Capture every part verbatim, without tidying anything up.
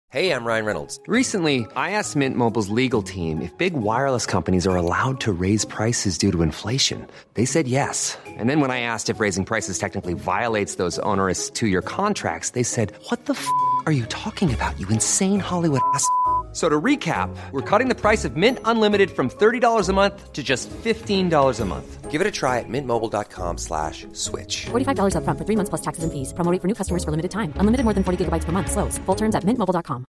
Hey, I'm Ryan Reynolds. Recently, I asked Mint Mobile's legal team if big wireless companies are allowed to raise prices due to inflation. They said yes. And then when I asked if raising prices technically violates those onerous two-year contracts, they said, "What the f*** are you talking about, you insane Hollywood ass f- So to recap, we're cutting the price of Mint Unlimited from thirty dollars a month to just fifteen dollars a month. Give it a try at mintmobile.com slash switch. forty-five dollars up front for three months plus taxes and fees. Promo rate for new customers for limited time. Unlimited more than forty gigabytes per month. Slows full terms at mint mobile dot com.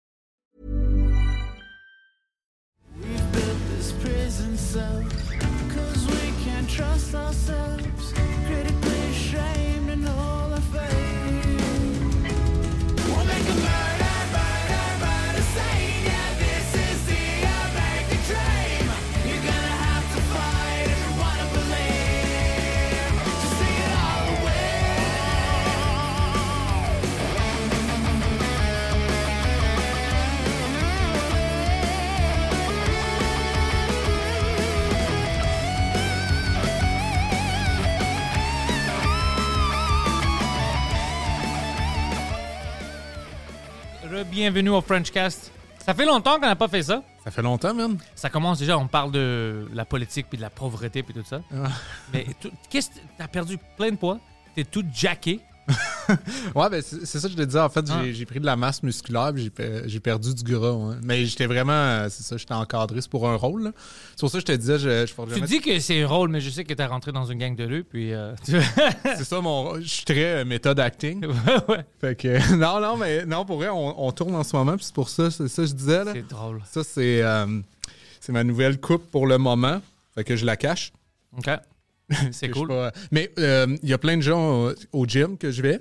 We've built this prison cell because we can't trust ourselves. Critically ashamed and all our faith. We'll make a murder, murder, murder scene. Yeah, this is the American dream. You're gonna have to fight if you wanna believe. Just see it all away. Bienvenue au Frenchcast. Ça fait longtemps qu'on n'a pas fait ça. Ça fait longtemps, man. Ça commence déjà, on parle de la politique puis de la pauvreté puis tout ça. Ah. Mais tout- qu'est-ce que t'as perdu plein de poids? T'es tout jacké. Ouais, ben c'est c'est ça que je te disais. En fait, j'ai, Ah. j'ai pris de la masse musculaire puis j'ai, pe- j'ai perdu du gras. Ouais. Mais j'étais vraiment... euh, C'est ça, j'étais encadré. C'est pour un rôle. Là. C'est pour ça que je te disais, je, je ferais Tu jamais- dis que c'est un rôle, mais je sais que t'es rentré dans une gang de rue puis euh, tu- C'est ça, mon... Je suis très euh, méthode acting. ouais, ouais. Fait que... Non, non, mais non, pour vrai, on, on tourne en ce moment. Puis c'est pour ça, c'est ça que je disais. Là. C'est drôle. Ça, c'est, euh, c'est ma nouvelle coupe pour le moment. Fait que je la cache. OK. C'est Que je cool. suis pas- Mais euh, il y a plein de gens au, au gym que je vais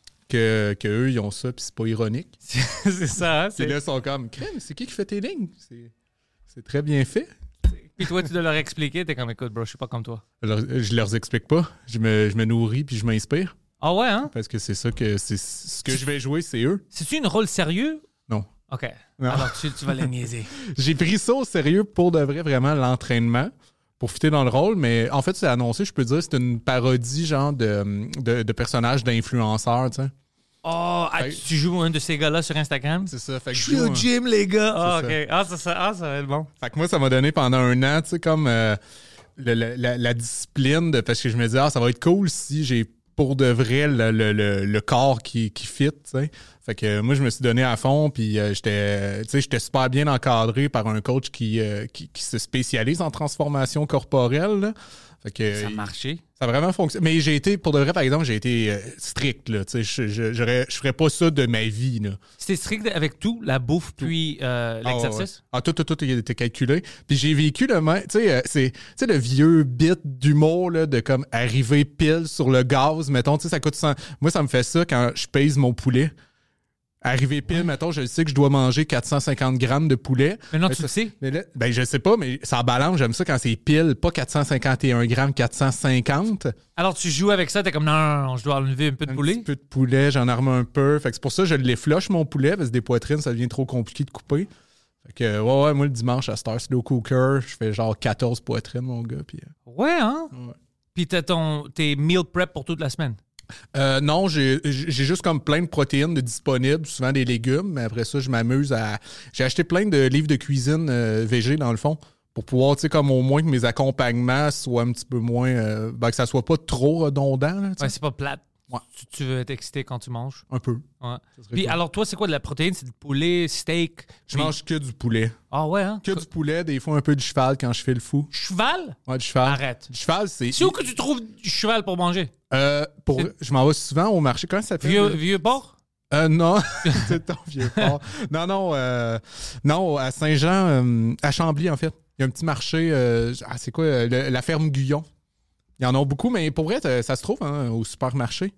que, que eux, ils ont ça, puis c'est pas ironique. c'est ça, hein? Puis C'est... là, ils sont comme, crème, c'est qui qui fait tes lignes? C'est, c'est très bien fait. Puis toi, tu dois leur expliquer. T'es comme, écoute, bro, je suis pas comme toi. Alors, je leur explique pas. Je me, je me nourris puis je m'inspire. Ah ouais, hein? Parce que c'est ça que c'est ce que je vais jouer, c'est eux. C'est-tu un rôle sérieux? Non. OK. Non. Alors, tu, tu vas les niaiser. J'ai pris ça au sérieux pour de vrai, vraiment, l'entraînement, pour fitter dans le rôle. Mais en fait, c'est annoncé, je peux dire, c'est une parodie, genre, de, de, de personnages d'influenceurs, tu sais. Oh, ah, tu, tu joues un de ces gars-là sur Instagram? C'est ça. Fait que Je suis joue au un- gym, les gars. Ah, C'est OK. Ah, ça, ça, ah, ça va être bon. Fait que moi, ça m'a donné pendant un an, tu sais, comme euh, le- le- la, la discipline, de, parce que je me disais, ah, ça va être cool si j'ai pour de vrai le, le, le, le corps qui, qui fit, tu sais. Fait que euh, moi, je me suis donné à fond, puis euh, j'étais, tu sais, j'étais super bien encadré par un coach qui, euh, qui, qui se spécialise en transformation corporelle, là. Fait que, Ça a il- marché. Ça a vraiment fonctionné. Mais j'ai été, pour de vrai, par exemple, j'ai été euh, strict, là. Tu sais, je, je, j'aurais- je ferais pas ça de ma vie, là. C'était strict avec tout, la bouffe puis euh, Ah, l'exercice? ouais, ouais. Ah, tout, tout, tout était calculé. Puis j'ai vécu le même. Tu sais, euh, c'est tu sais, le vieux bit d'humour, là, de comme arriver pile sur le gaz. Mettons, tu sais, ça coûte cent. Moi, ça me fait ça quand je pèse mon poulet. Arriver pile, mettons, je sais que je dois manger quatre cent cinquante grammes de poulet. Mais non, Mais tu le ça- sais. Mais là, ben, je sais pas, mais ça balance. J'aime ça quand c'est pile, pas quatre cent cinquante et un grammes, quatre cent cinquante. Alors, tu joues avec ça, t'es comme, non, non, non, je dois enlever un peu de Un poulet. petit peu de poulet, j'en arme un peu. Fait que c'est pour ça que je l'effloche, mon poulet, parce que des poitrines, ça devient trop compliqué de couper. Fait que, ouais, ouais, moi, le dimanche, à Star Slow Cooker, je fais genre quatorze poitrines, mon gars. Puis, euh, Ouais, hein? Ouais. Puis t'as ton, tes meal prep pour toute la semaine. Euh, non, j'ai j'ai juste comme plein de protéines de disponibles, souvent des légumes, mais après ça, je m'amuse à... J'ai acheté plein de livres de cuisine euh, végé, dans le fond, pour pouvoir, tu sais, comme au moins que mes accompagnements soient un petit peu moins... euh, ben, que ça soit pas trop redondant, là, tu sais. Ouais, c'est pas plate. Ouais. Tu, tu veux être excité quand tu manges. Un peu. Ouais. Ça serait Puis cool. alors, toi, c'est quoi de la protéine? C'est du poulet, steak? Je puis- mange que du poulet. Ah ouais, hein? Que du poulet, des fois un peu de cheval quand je fais le fou. Cheval? Ouais, du cheval. Arrête. Du cheval, c'est... C'est où que tu trouves du cheval pour manger? Euh, pour, C'est- je m'en vais souvent au marché. Comment ça s'appelle? Vieux, vieux porc? Euh, non, c'est ton vieux port. Non, non, euh, non, à Saint-Jean, euh, à Chambly, en fait. Il y a un petit marché, euh, ah, c'est quoi, euh, le- la ferme Guyon. Il y en a beaucoup, mais pour vrai, ça ça se trouve hein, au supermarché.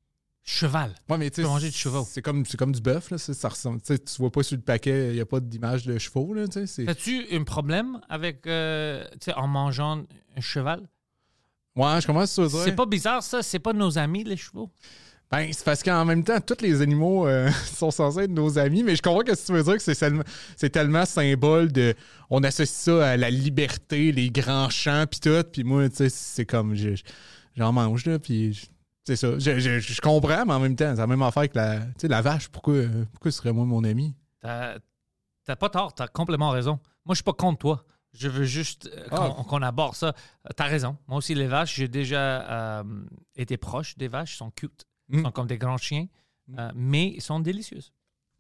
Cheval. Ouais, mais tu Tu sais, peux manger du cheval. C'est comme, c'est comme du bœuf, là. c'est- Ça ressemble, tu sais, tu vois pas sur le paquet, il n'y a pas d'image de chevaux, là. Tu sais, c'est... As-tu un problème avec, euh, tu sais, en mangeant un cheval? Ouais, je commence à se dire. C'est pas bizarre, ça? C'est pas nos amis, les chevaux? Ben, c'est parce qu'en même temps, tous les animaux euh, sont censés être nos amis, mais je comprends que tu veux dire que c'est tellement, c'est tellement symbole de... On associe ça à la liberté, les grands champs, puis tout, puis moi, tu sais, c'est comme... je- j'en mange, là, puis... je- C'est ça. Je, je, je comprends, mais en même temps, c'est la même affaire que la, tu sais, la vache. Pourquoi, pourquoi ce serait moi mon ami? t'as, t'as pas tort, t'as complètement raison. Moi, je suis pas contre toi. Je veux juste euh, qu'on, Ah. qu'on aborde ça. Euh, T'as raison. Moi aussi, les vaches, j'ai déjà euh, été proche des vaches. Ils sont cute. Ils Mm. sont comme des grands chiens. Euh, mais ils sont délicieuses.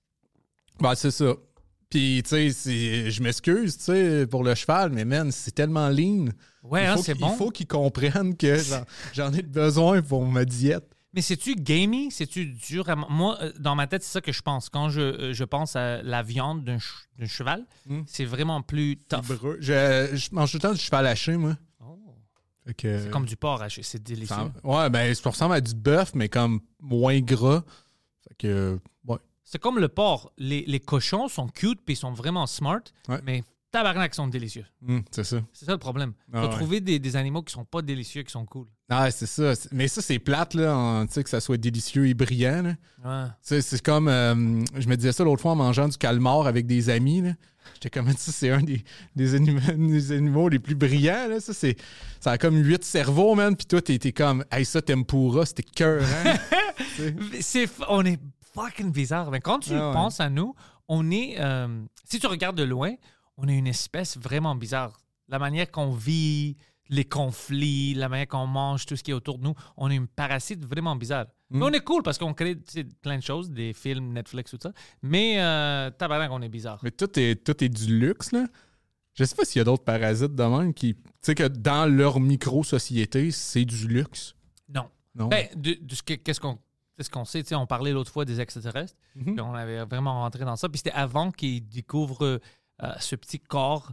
Ben, c'est ça. Puis, tu sais, c'est- je m'excuse, tu sais, pour le cheval, mais man, c'est tellement lean. Ouais, il hein, faut c'est qu'il- bon. Il faut qu'ils comprennent que j'en, j'en ai besoin pour ma diète. Mais c'est-tu gamey? C'est-tu dur? À... Moi, euh, dans ma tête, c'est ça que je pense. Quand je, euh, je pense à la viande d'un, ch- d'un cheval, Mm. c'est vraiment plus tough. Fibreux. Je, je mange tout le temps du cheval haché, moi. Oh. Fait que, C'est comme du porc haché. C'est délicieux. ça- ouais, ben, ça ressemble à du bœuf, mais comme moins gras. Fait que, ouais. C'est comme le porc. Les, les cochons sont cute puis ils sont vraiment smart, Ouais. mais tabarnak, ils sont délicieux. Hum, c'est ça. C'est ça le problème. Ah Faut ouais. trouver des, des animaux qui sont pas délicieux, qui sont cool. Ah, c'est ça. C'est- Mais ça, c'est plate, là, en- tu sais, que ça soit délicieux et brillant, là. Ouais. Tu sais, c'est comme, euh, je me disais ça l'autre fois en mangeant du calmar avec des amis. là. J'étais comme, ça, c'est un des, des, animaux, des animaux les plus brillants. Là. Ça, c'est, ça a comme huit cerveaux, man. Puis toi, t'es, t'es comme, hey, ça, tempura, c'était cœur, hein? C'est, f- on est fucking bizarre. Mais quand tu Ah ouais. penses à nous, on est. euh, si tu regardes de loin, on est une espèce vraiment bizarre. La manière qu'on vit, les conflits, la manière qu'on mange, tout ce qui est autour de nous, on est une parasite vraiment bizarre. Mm. Mais on est cool parce qu'on crée tu sais, plein de choses, des films, Netflix, tout ça. Mais euh, tabarnak, on est bizarre. Mais tout est, tout est du luxe, là. Je sais pas s'il y a d'autres parasites de même qui, tu sais, que dans leur micro-société, c'est du luxe. Non. Non? Ben, de, de ce que, qu'est-ce qu'on qu'est-ce qu'on sait, tu sais, on parlait l'autre fois des extraterrestres, Mhm. puis on avait vraiment rentré dans ça, puis c'était avant qu'ils découvrent euh, ce petit corps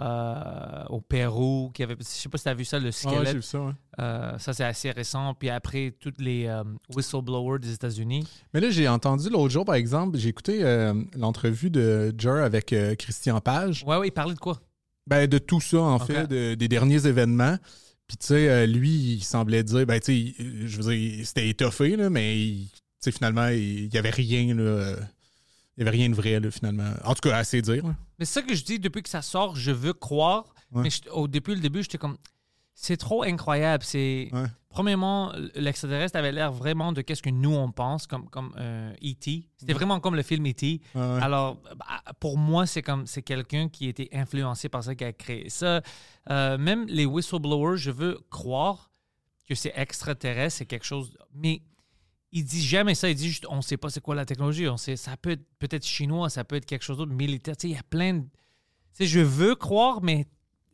euh, au Pérou, qui avait, je sais pas si tu as vu ça, le Ah ouais, squelette. j'ai vu ça, ouais. Euh, ça, c'est assez récent. Puis après, tous les euh, whistleblowers des États-Unis. Mais là, j'ai entendu l'autre jour, par exemple, j'ai écouté euh, l'entrevue de Jer avec euh, Christian Page. Ouais, ouais, ils parlaient de quoi? Ben, de tout ça, en Ok. fait, de- des derniers événements. Puis, tu sais, euh, lui, il semblait dire, ben, tu sais, il- je veux dire, c'était étoffé, là, mais, il- tu sais, finalement, il n'y avait rien, là. euh, Il n'y avait rien de vrai, là, finalement. En tout cas, assez dire, là. Mais c'est ça que je dis depuis que ça sort, je veux croire. Ouais. Mais je- au, depuis le début, j'étais comme. C'est trop incroyable. C'est. Ouais. Premièrement, l'extraterrestre avait l'air vraiment de qu'est-ce que nous on pense, comme, comme euh, E T. C'était vraiment comme le film E T. Ouais, ouais. Alors, bah, pour moi, c'est comme c'est quelqu'un qui a été influencé par ça, qui a créé ça. Euh, même les whistleblowers, je veux croire que c'est extraterrestre, c'est quelque chose. Mais il dit jamais ça. Il dit juste, on sait pas c'est quoi la technologie. On sait, ça peut être peut-être chinois, ça peut être quelque chose d'autre, militaire. Tu sais, il y a plein de. Tu sais, je veux croire, mais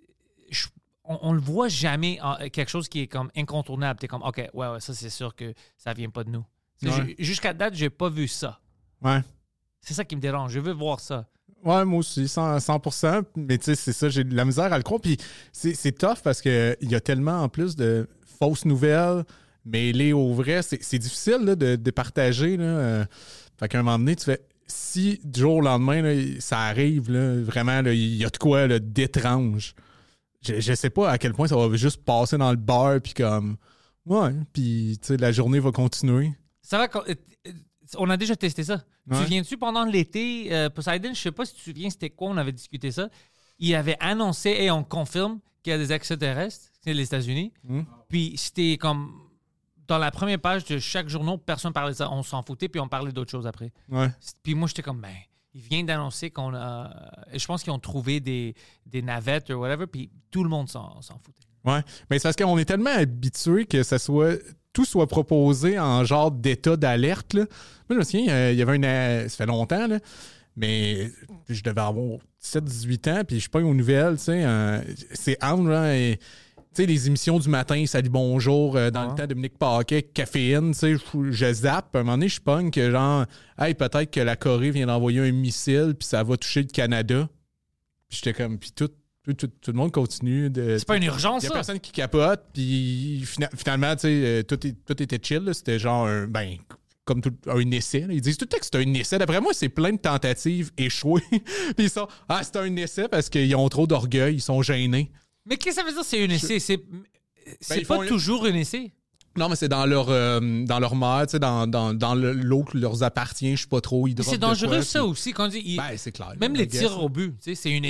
je- on, on le voit jamais en- quelque chose qui est comme incontournable. T'es comme, OK, ouais, ouais, ça, c'est sûr que ça vient pas de nous. Tu sais, Ouais. j'ai- Jusqu'à date, j'ai pas vu ça. Ouais. C'est ça qui me dérange. Je veux voir ça. Ouais, moi aussi, cent, cent pour cent. Mais tu sais, c'est ça, j'ai de la misère à le croire. Puis c'est, c'est tough parce qu'il y a tellement en plus de fausses nouvelles mêlées au vrai. C'est, c'est difficile là, de, de partager. Là. Euh, fait qu'à un moment donné, tu fais, si du jour au lendemain, là, ça arrive, là, vraiment, là, il y a de quoi là, d'étrange. Je, je sais pas à quel point ça va juste passer dans le bar, puis comme, ouais, puis tu sais, la journée va continuer. Ça va. qu'on- euh, euh, On a déjà testé ça. Ouais. Tu viens-tu pendant l'été, euh, Poseidon, je sais pas si tu te souviens, c'était quoi, on avait discuté ça. Il avait annoncé et on confirme qu'il y a des extraterrestres, c'est les États-Unis. Mm. Puis c'était comme dans la première page de chaque journal, personne parlait de ça. On s'en foutait, puis on parlait d'autres choses après. Ouais. Puis moi, j'étais comme, ben, il vient d'annoncer qu'on a. Je pense qu'ils ont trouvé des, des navettes ou whatever, puis tout le monde s'en, s'en foutait. Ouais, mais c'est parce qu'on est tellement habitué que ça soit tout soit proposé en genre d'état d'alerte. Là. Moi, je me souviens, euh, il y avait une. euh, ça fait longtemps, là, mais je devais avoir dix-sept dix-huit ans, puis je suis pas aux nouvelles, tu sais. euh, c'est Anne, là, et. Tu sais, les émissions du matin, Salut Bonjour, euh, dans Ouais. le temps, Dominique Paquet, Caféine, tu sais, je, je zappe. À un moment donné, je pogne que genre, hey, peut-être que la Corée vient d'envoyer un missile, puis ça va toucher le Canada. Puis j'étais comme, puis tout, tout, tout, tout le monde continue de. C'est pas une urgence, Il y a ça? personne qui capote, puis fina- finalement, tu sais, euh, tout, est- tout était chill. là. C'était genre, un, ben, comme tout, un essai. là. Ils disent tout le temps que c'est un essai. D'après moi, c'est plein de tentatives échouées. Puis ils sont, ah, c'est un essai parce qu'ils ont trop d'orgueil, ils sont gênés. Mais qu'est-ce que ça veut dire, c'est un essai? C'est, c'est ils pas font- toujours un essai. Non, mais c'est dans leur, euh, dans leur mer, tu sais, dans, dans, dans le- l'eau qui leur appartient, je sais pas trop. Ils Mais dropent c'est de dangereux, quoi, ça puis- aussi. Quand on dit, il- Ben, c'est clair. même I les guess. tirs au but, tu sais, c'est un essai.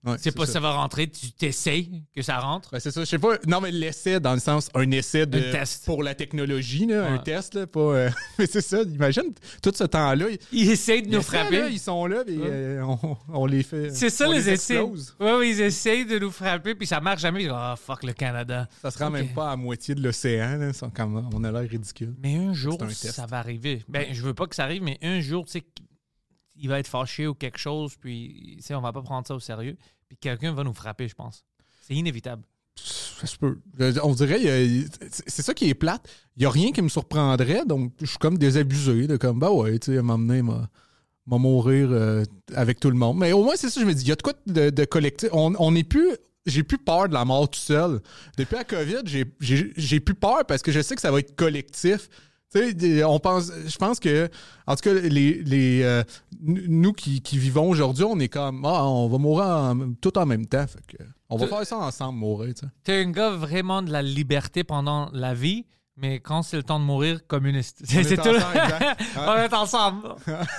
Ouais, c'est pas ça. ça va rentrer, tu t'essayes que ça rentre. Ben, c'est ça, je sais pas. Non, mais l'essai, dans le sens, un essai de, Un test. pour la technologie, là, Ouais. un test, là, pas. euh, mais c'est ça, imagine tout ce temps-là. Ils, Ils essayent de nous essaient, frapper. là, ils sont là, puis Ouais. euh, on, on les fait. C'est ça on les, les essais. explose. Ouais, ouais, ils essayent de nous frapper, puis ça marche jamais. Ah, oh, fuck le Canada. Ça se rend Ok. même pas à moitié de l'océan, là. Ils sont comme- on a l'air ridicule. Mais un jour, C'est un test. ça va arriver. Ben, je veux pas que ça arrive, mais un jour, tu sais, il va être fâché ou quelque chose, puis tu sais, on va pas prendre ça au sérieux, puis quelqu'un va nous frapper, je pense. C'est inévitable. Ça se peut. Je- On dirait, il y a- c'est c'est ça qui est plate. Il n'y a rien qui me surprendrait, donc je suis comme désabusé, de comme, bah ouais, tu sais, m'emmener, m'a m'a mourir euh, avec tout le monde. Mais au moins, c'est ça, je me dis, il y a de quoi de, de collectif. On n'est plus. J'ai plus peur de la mort tout seul. Depuis la COVID, j'ai- j'ai j'ai plus peur parce que je sais que ça va être collectif. Tu sais, on pense, je pense que, en tout cas, les, les, euh, nous qui, qui vivons aujourd'hui, on est comme, ah, on va mourir en- tout en même temps. Fait que, on va Tu- faire ça ensemble, mourir. Tu sais. T'es un gars vraiment de la liberté pendant la vie, mais quand c'est le temps de mourir, communiste. C'est est c'est tout. ensemble, exact. On est ensemble.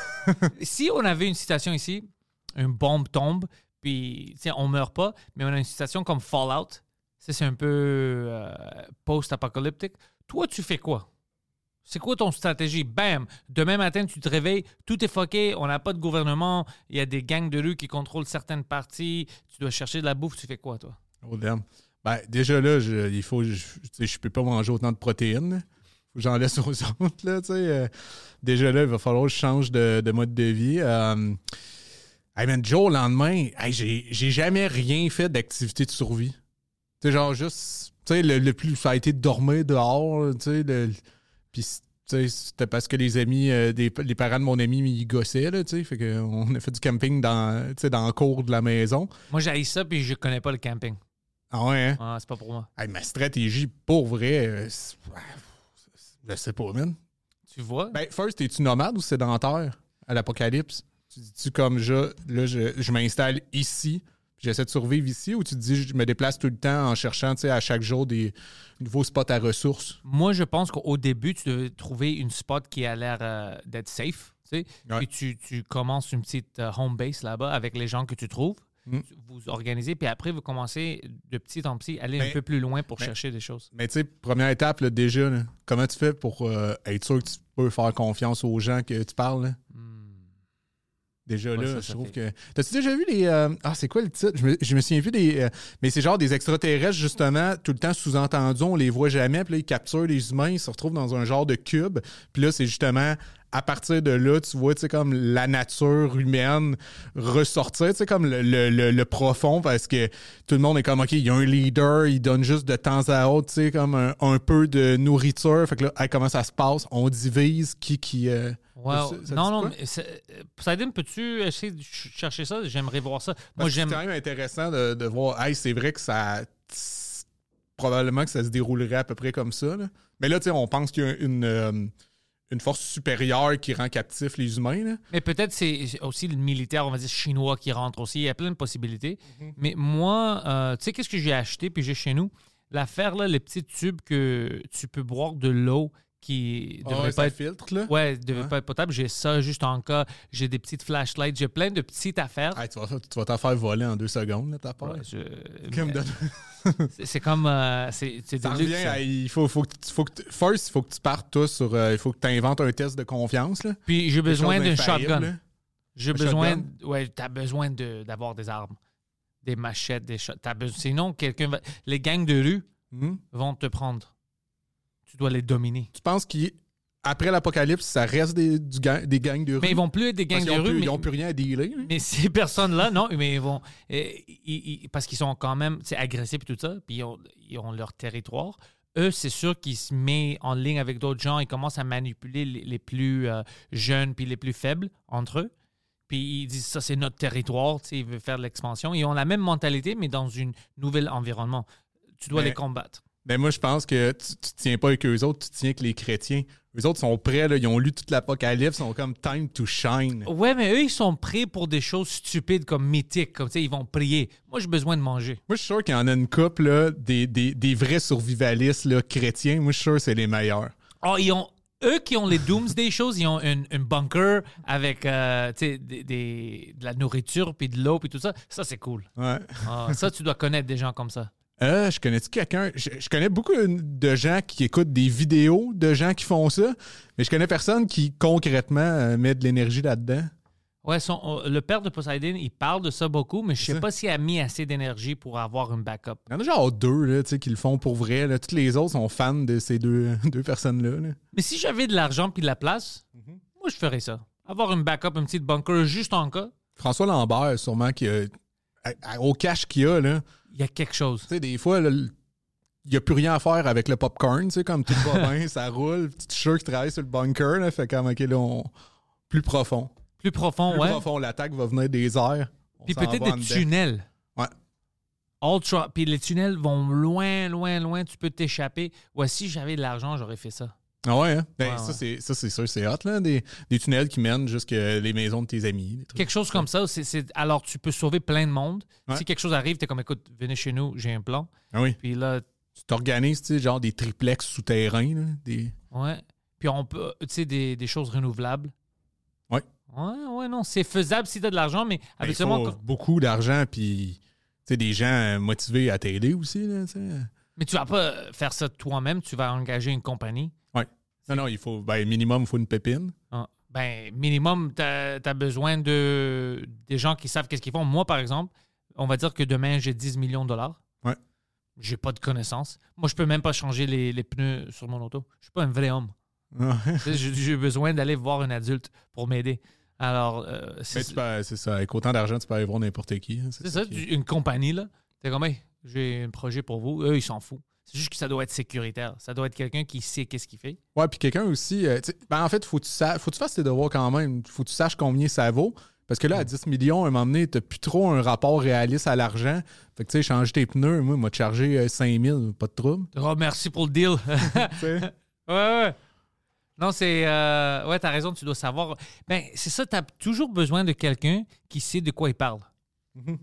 Si on avait une situation ici, une bombe tombe, puis tu sais, on meurt pas, mais on a une situation comme Fallout, ça c'est un peu euh, post-apocalyptique. Toi, tu fais quoi? C'est quoi ton stratégie? Bam! Demain matin, tu te réveilles, tout est fucké, on n'a pas de gouvernement, il y a des gangs de rue qui contrôlent certaines parties, tu dois chercher de la bouffe, tu fais quoi, toi? Oh damn. Ben, déjà là, je, il faut, je, tu sais, je peux pas manger autant de protéines. Là. Faut que j'en laisse aux autres. Là, tu sais. Euh, déjà là, il va falloir que je change de, de mode de vie. Euh, hey man, Joe, le lendemain, hey, j'ai, j'ai jamais rien fait d'activité de survie. Tu sais, genre juste, tu sais, le, le plus, ça a été de dormir dehors, tu sais, le- puis tu sais, c'était parce que les amis, euh, des, les parents de mon ami, ils gossaient, là, tu sais, fait qu'on a fait du camping dans, tu sais, dans le cours de la maison. Moi, j'ai ça, puis je connais pas le camping. Ah ouais, hein? Ah, c'est pas pour moi. Hey, ma stratégie, pour vrai, euh, c'est- je sais pas, man. Tu vois? Ben, first, es-tu nomade ou sédentaire à l'apocalypse? Tu dis-tu comme je, là, je, je m'installe ici, puis j'essaie de survivre ici, ou tu te dis je me déplace tout le temps en cherchant, tu sais, à chaque jour des nouveaux spots à ressources? Moi, je pense qu'au début, tu devais trouver une spot qui a l'air euh, d'être safe. Tu sais? Ouais. Puis tu, tu commences une petite euh, home base là-bas avec les gens que tu trouves. Mm. Tu- Vous organisez, puis après, vous commencez de petit en petit, aller Mais- un peu plus loin pour mais- chercher des choses. Mais tu sais, première étape, là, déjà, là, comment tu fais pour euh, être sûr que tu peux faire confiance aux gens que tu parles? Là? Déjà Ouais, là, ça, je ça trouve fait- que. T'as-tu déjà vu les. euh, Ah, c'est quoi le titre? Je me, je me souviens plus des. euh, Mais c'est genre des extraterrestres, justement, tout le temps sous-entendus, on les voit jamais, puis là, ils capturent les humains, ils se retrouvent dans un genre de cube, puis là, c'est justement. À partir de là, tu vois, tu sais, comme la nature humaine ressortir, tu sais, comme le, le, le, le profond, parce que tout le monde est comme, OK, il y a un leader, il donne juste de temps à autre, tu sais, comme un, un peu de nourriture. Fait que là, hey, comment ça se passe? On divise qui qui... euh, Wow. ça- ça non, dit non, quoi? mais c'est- euh, Poseidon, peux-tu essayer de ch- chercher ça? J'aimerais voir ça. Moi, Parce que j'aime. c'est quand même intéressant de, de voir, hey, c'est vrai que ça... Probablement que ça se déroulerait à peu près comme ça. Là. Mais là, tu sais, on pense qu'il y a une, euh, une force supérieure qui rend captifs les humains. Là. Mais peut-être c'est aussi le militaire, on va dire chinois qui rentre aussi. Il y a plein de possibilités. Mhm. Mais moi, euh, tu sais, qu'est-ce que j'ai acheté puis j'ai chez nous? L'affaire, là, les petits tubes que tu peux boire de l'eau qui Ah devrait ouais, pas ça être. filtre, là. Ouais, devrait Ouais. pas être potable. J'ai ça juste en cas. J'ai des petites flashlights. J'ai plein de petites affaires. Hey, tu vas, tu vas t'en faire voler en deux secondes, là, ta part. Ouais, je- Comme mais- de- c'est- C'est comme. euh, c'est c'est Ça de revient luxe. à- il faut, faut que, tu- faut que tu- first, il faut que tu partes tous sur. euh, il faut que tu inventes un test de confiance. Là. Puis j'ai besoin Quelque d'un chose d'infaillible, shotgun. là. J'ai Un besoin. shotgun? Ouais, t'as besoin de- d'avoir des armes, des machettes, des shot. t'as besoin- Sinon, quelqu'un va. Les gangs de rue Hmm? vont te prendre. Tu dois les dominer. Tu penses qu'après l'apocalypse, ça reste des, du gang- des gangs de rue? Mais ils vont plus être des gangs Parce de qu'ils ont rue. plus- mais, Ils n'ont plus rien à dealer. hein? mais ces personnes-là, non, mais ils vont. euh, ils- ils- parce qu'ils sont quand même tu sais, agressifs et tout ça, puis ils ont, ils ont leur territoire. Eux, c'est sûr qu'ils se mettent en ligne avec d'autres gens. Ils commencent à manipuler les, les plus euh, jeunes puis les plus faibles entre eux. Puis ils disent ça, c'est notre territoire. Tu sais, ils veulent faire de l'expansion. Ils ont la même mentalité, mais dans un nouvel environnement. Tu dois Mais- les combattre. Ben moi, je pense que tu, tu tiens pas avec eux autres, tu tiens avec les chrétiens. Eux autres sont prêts, là, ils ont lu toute l'Apocalypse, ils sont comme time to shine. Ouais, mais eux, ils sont prêts pour des choses stupides comme mythiques. Comme, tu sais, ils vont prier. Moi, j'ai besoin de manger. Moi, je suis sûr qu'il y en a une couple, là, des, des, des vrais survivalistes là, chrétiens. Moi, je suis sûr que c'est les meilleurs. Oh, ils ont. eux qui ont les Doomsday Shows, ils ont un, un bunker avec euh, tu sais, des, des- de la nourriture, puis de l'eau, puis tout ça. Ça, c'est cool. Ouais. Ah, ça, tu dois connaître des gens comme ça. Euh, je connais-tu quelqu'un? Je, je connais beaucoup de gens qui écoutent des vidéos de gens qui font ça, mais je connais personne qui concrètement euh, met de l'énergie là-dedans. Ouais, son- euh, le père de Poseidon, il parle de ça beaucoup, mais je sais ça. pas s'il a mis assez d'énergie pour avoir une backup. Il y en a genre deux là, tu sais, qui le font pour vrai. Là. Toutes les autres sont fans de ces deux, deux personnes-là. Là. Mais si j'avais de l'argent puis de la place, moi, je ferais ça. Avoir une backup, un petit bunker juste en cas, François Lambert, sûrement, qui a, à- à- au cash qu'il a, là, il y a quelque chose. tu sais, des fois, là, il n'y a plus rien à faire avec le popcorn, tu sais, comme tout va bien, ça roule. Petit shirt qui travaille sur le bunker, là, fait comme, OK, là, on... plus profond. Plus profond, Plus ouais. profond, l'attaque va venir des airs. On Puis s'en peut-être va en des dedans. tunnels. Ouais. Ultra. Puis les tunnels vont loin, loin, loin. Tu peux t'échapper. Ouais, si j'avais de l'argent, j'aurais fait ça. Ah ouais, hein? Ben, Ouais, ça, ouais. c'est, ça, c'est sûr, c'est hot, là. Des, des tunnels qui mènent jusqu'à les maisons de tes amis. Des trucs. Quelque chose comme ça. c'est- c'est- alors, tu peux sauver plein de monde. Ouais. Si quelque chose arrive, t'es comme, écoute, venez chez nous, j'ai un plan. Ah oui. Puis là, Tu t'organises, tu sais, genre des triplex souterrains, là. Des... ouais. Puis on peut, tu sais, des, des choses renouvelables. Ouais. Ouais, ouais, non. C'est faisable si t'as de l'argent, mais Ben, il habituellement. faut quand- beaucoup d'argent, puis tu sais, des gens euh, motivés à t'aider aussi, là, tu sais. Mais tu vas pas faire ça toi-même, tu vas engager une compagnie. Ouais. Non, non, il faut, ben, minimum, il faut une pépine. Ah, ben, minimum, tu as besoin de des gens qui savent qu'est-ce qu'ils font. Moi, par exemple, on va dire que demain, j'ai dix millions de dollars. Ouais. J'ai pas de connaissances. Moi, je peux même pas changer les, les pneus sur mon auto. Je suis pas un vrai homme. Tu sais, J'ai j'ai besoin d'aller voir un adulte pour m'aider. Alors, euh, Mais c'est tu peux- c'est ça. Avec autant d'argent, tu peux aller voir n'importe qui. hein, c'est ça, qui- tu- une compagnie, là. T'es comme, hey, j'ai un projet pour vous. Eux, ils s'en foutent. C'est juste que ça doit être sécuritaire. Ça doit être quelqu'un qui sait qu'est-ce qu'il fait. Ouais, puis quelqu'un aussi. euh, tu sais, ben, en fait, faut que tu sa- faut que tu fasses tes devoirs quand même. Faut que tu saches combien ça vaut. Parce que là, à dix millions, à un moment donné, t'as plus trop un rapport réaliste à l'argent. Fait que tu sais, changer tes pneus, moi, il m'a chargé euh, cinq mille, pas de trouble. Oh, merci pour le deal. Tu sais. Ouais, ouais. Non, c'est. Euh, ouais, t'as raison, tu dois savoir. Ben, c'est ça, t'as toujours besoin de quelqu'un qui sait de quoi il parle. Mhm.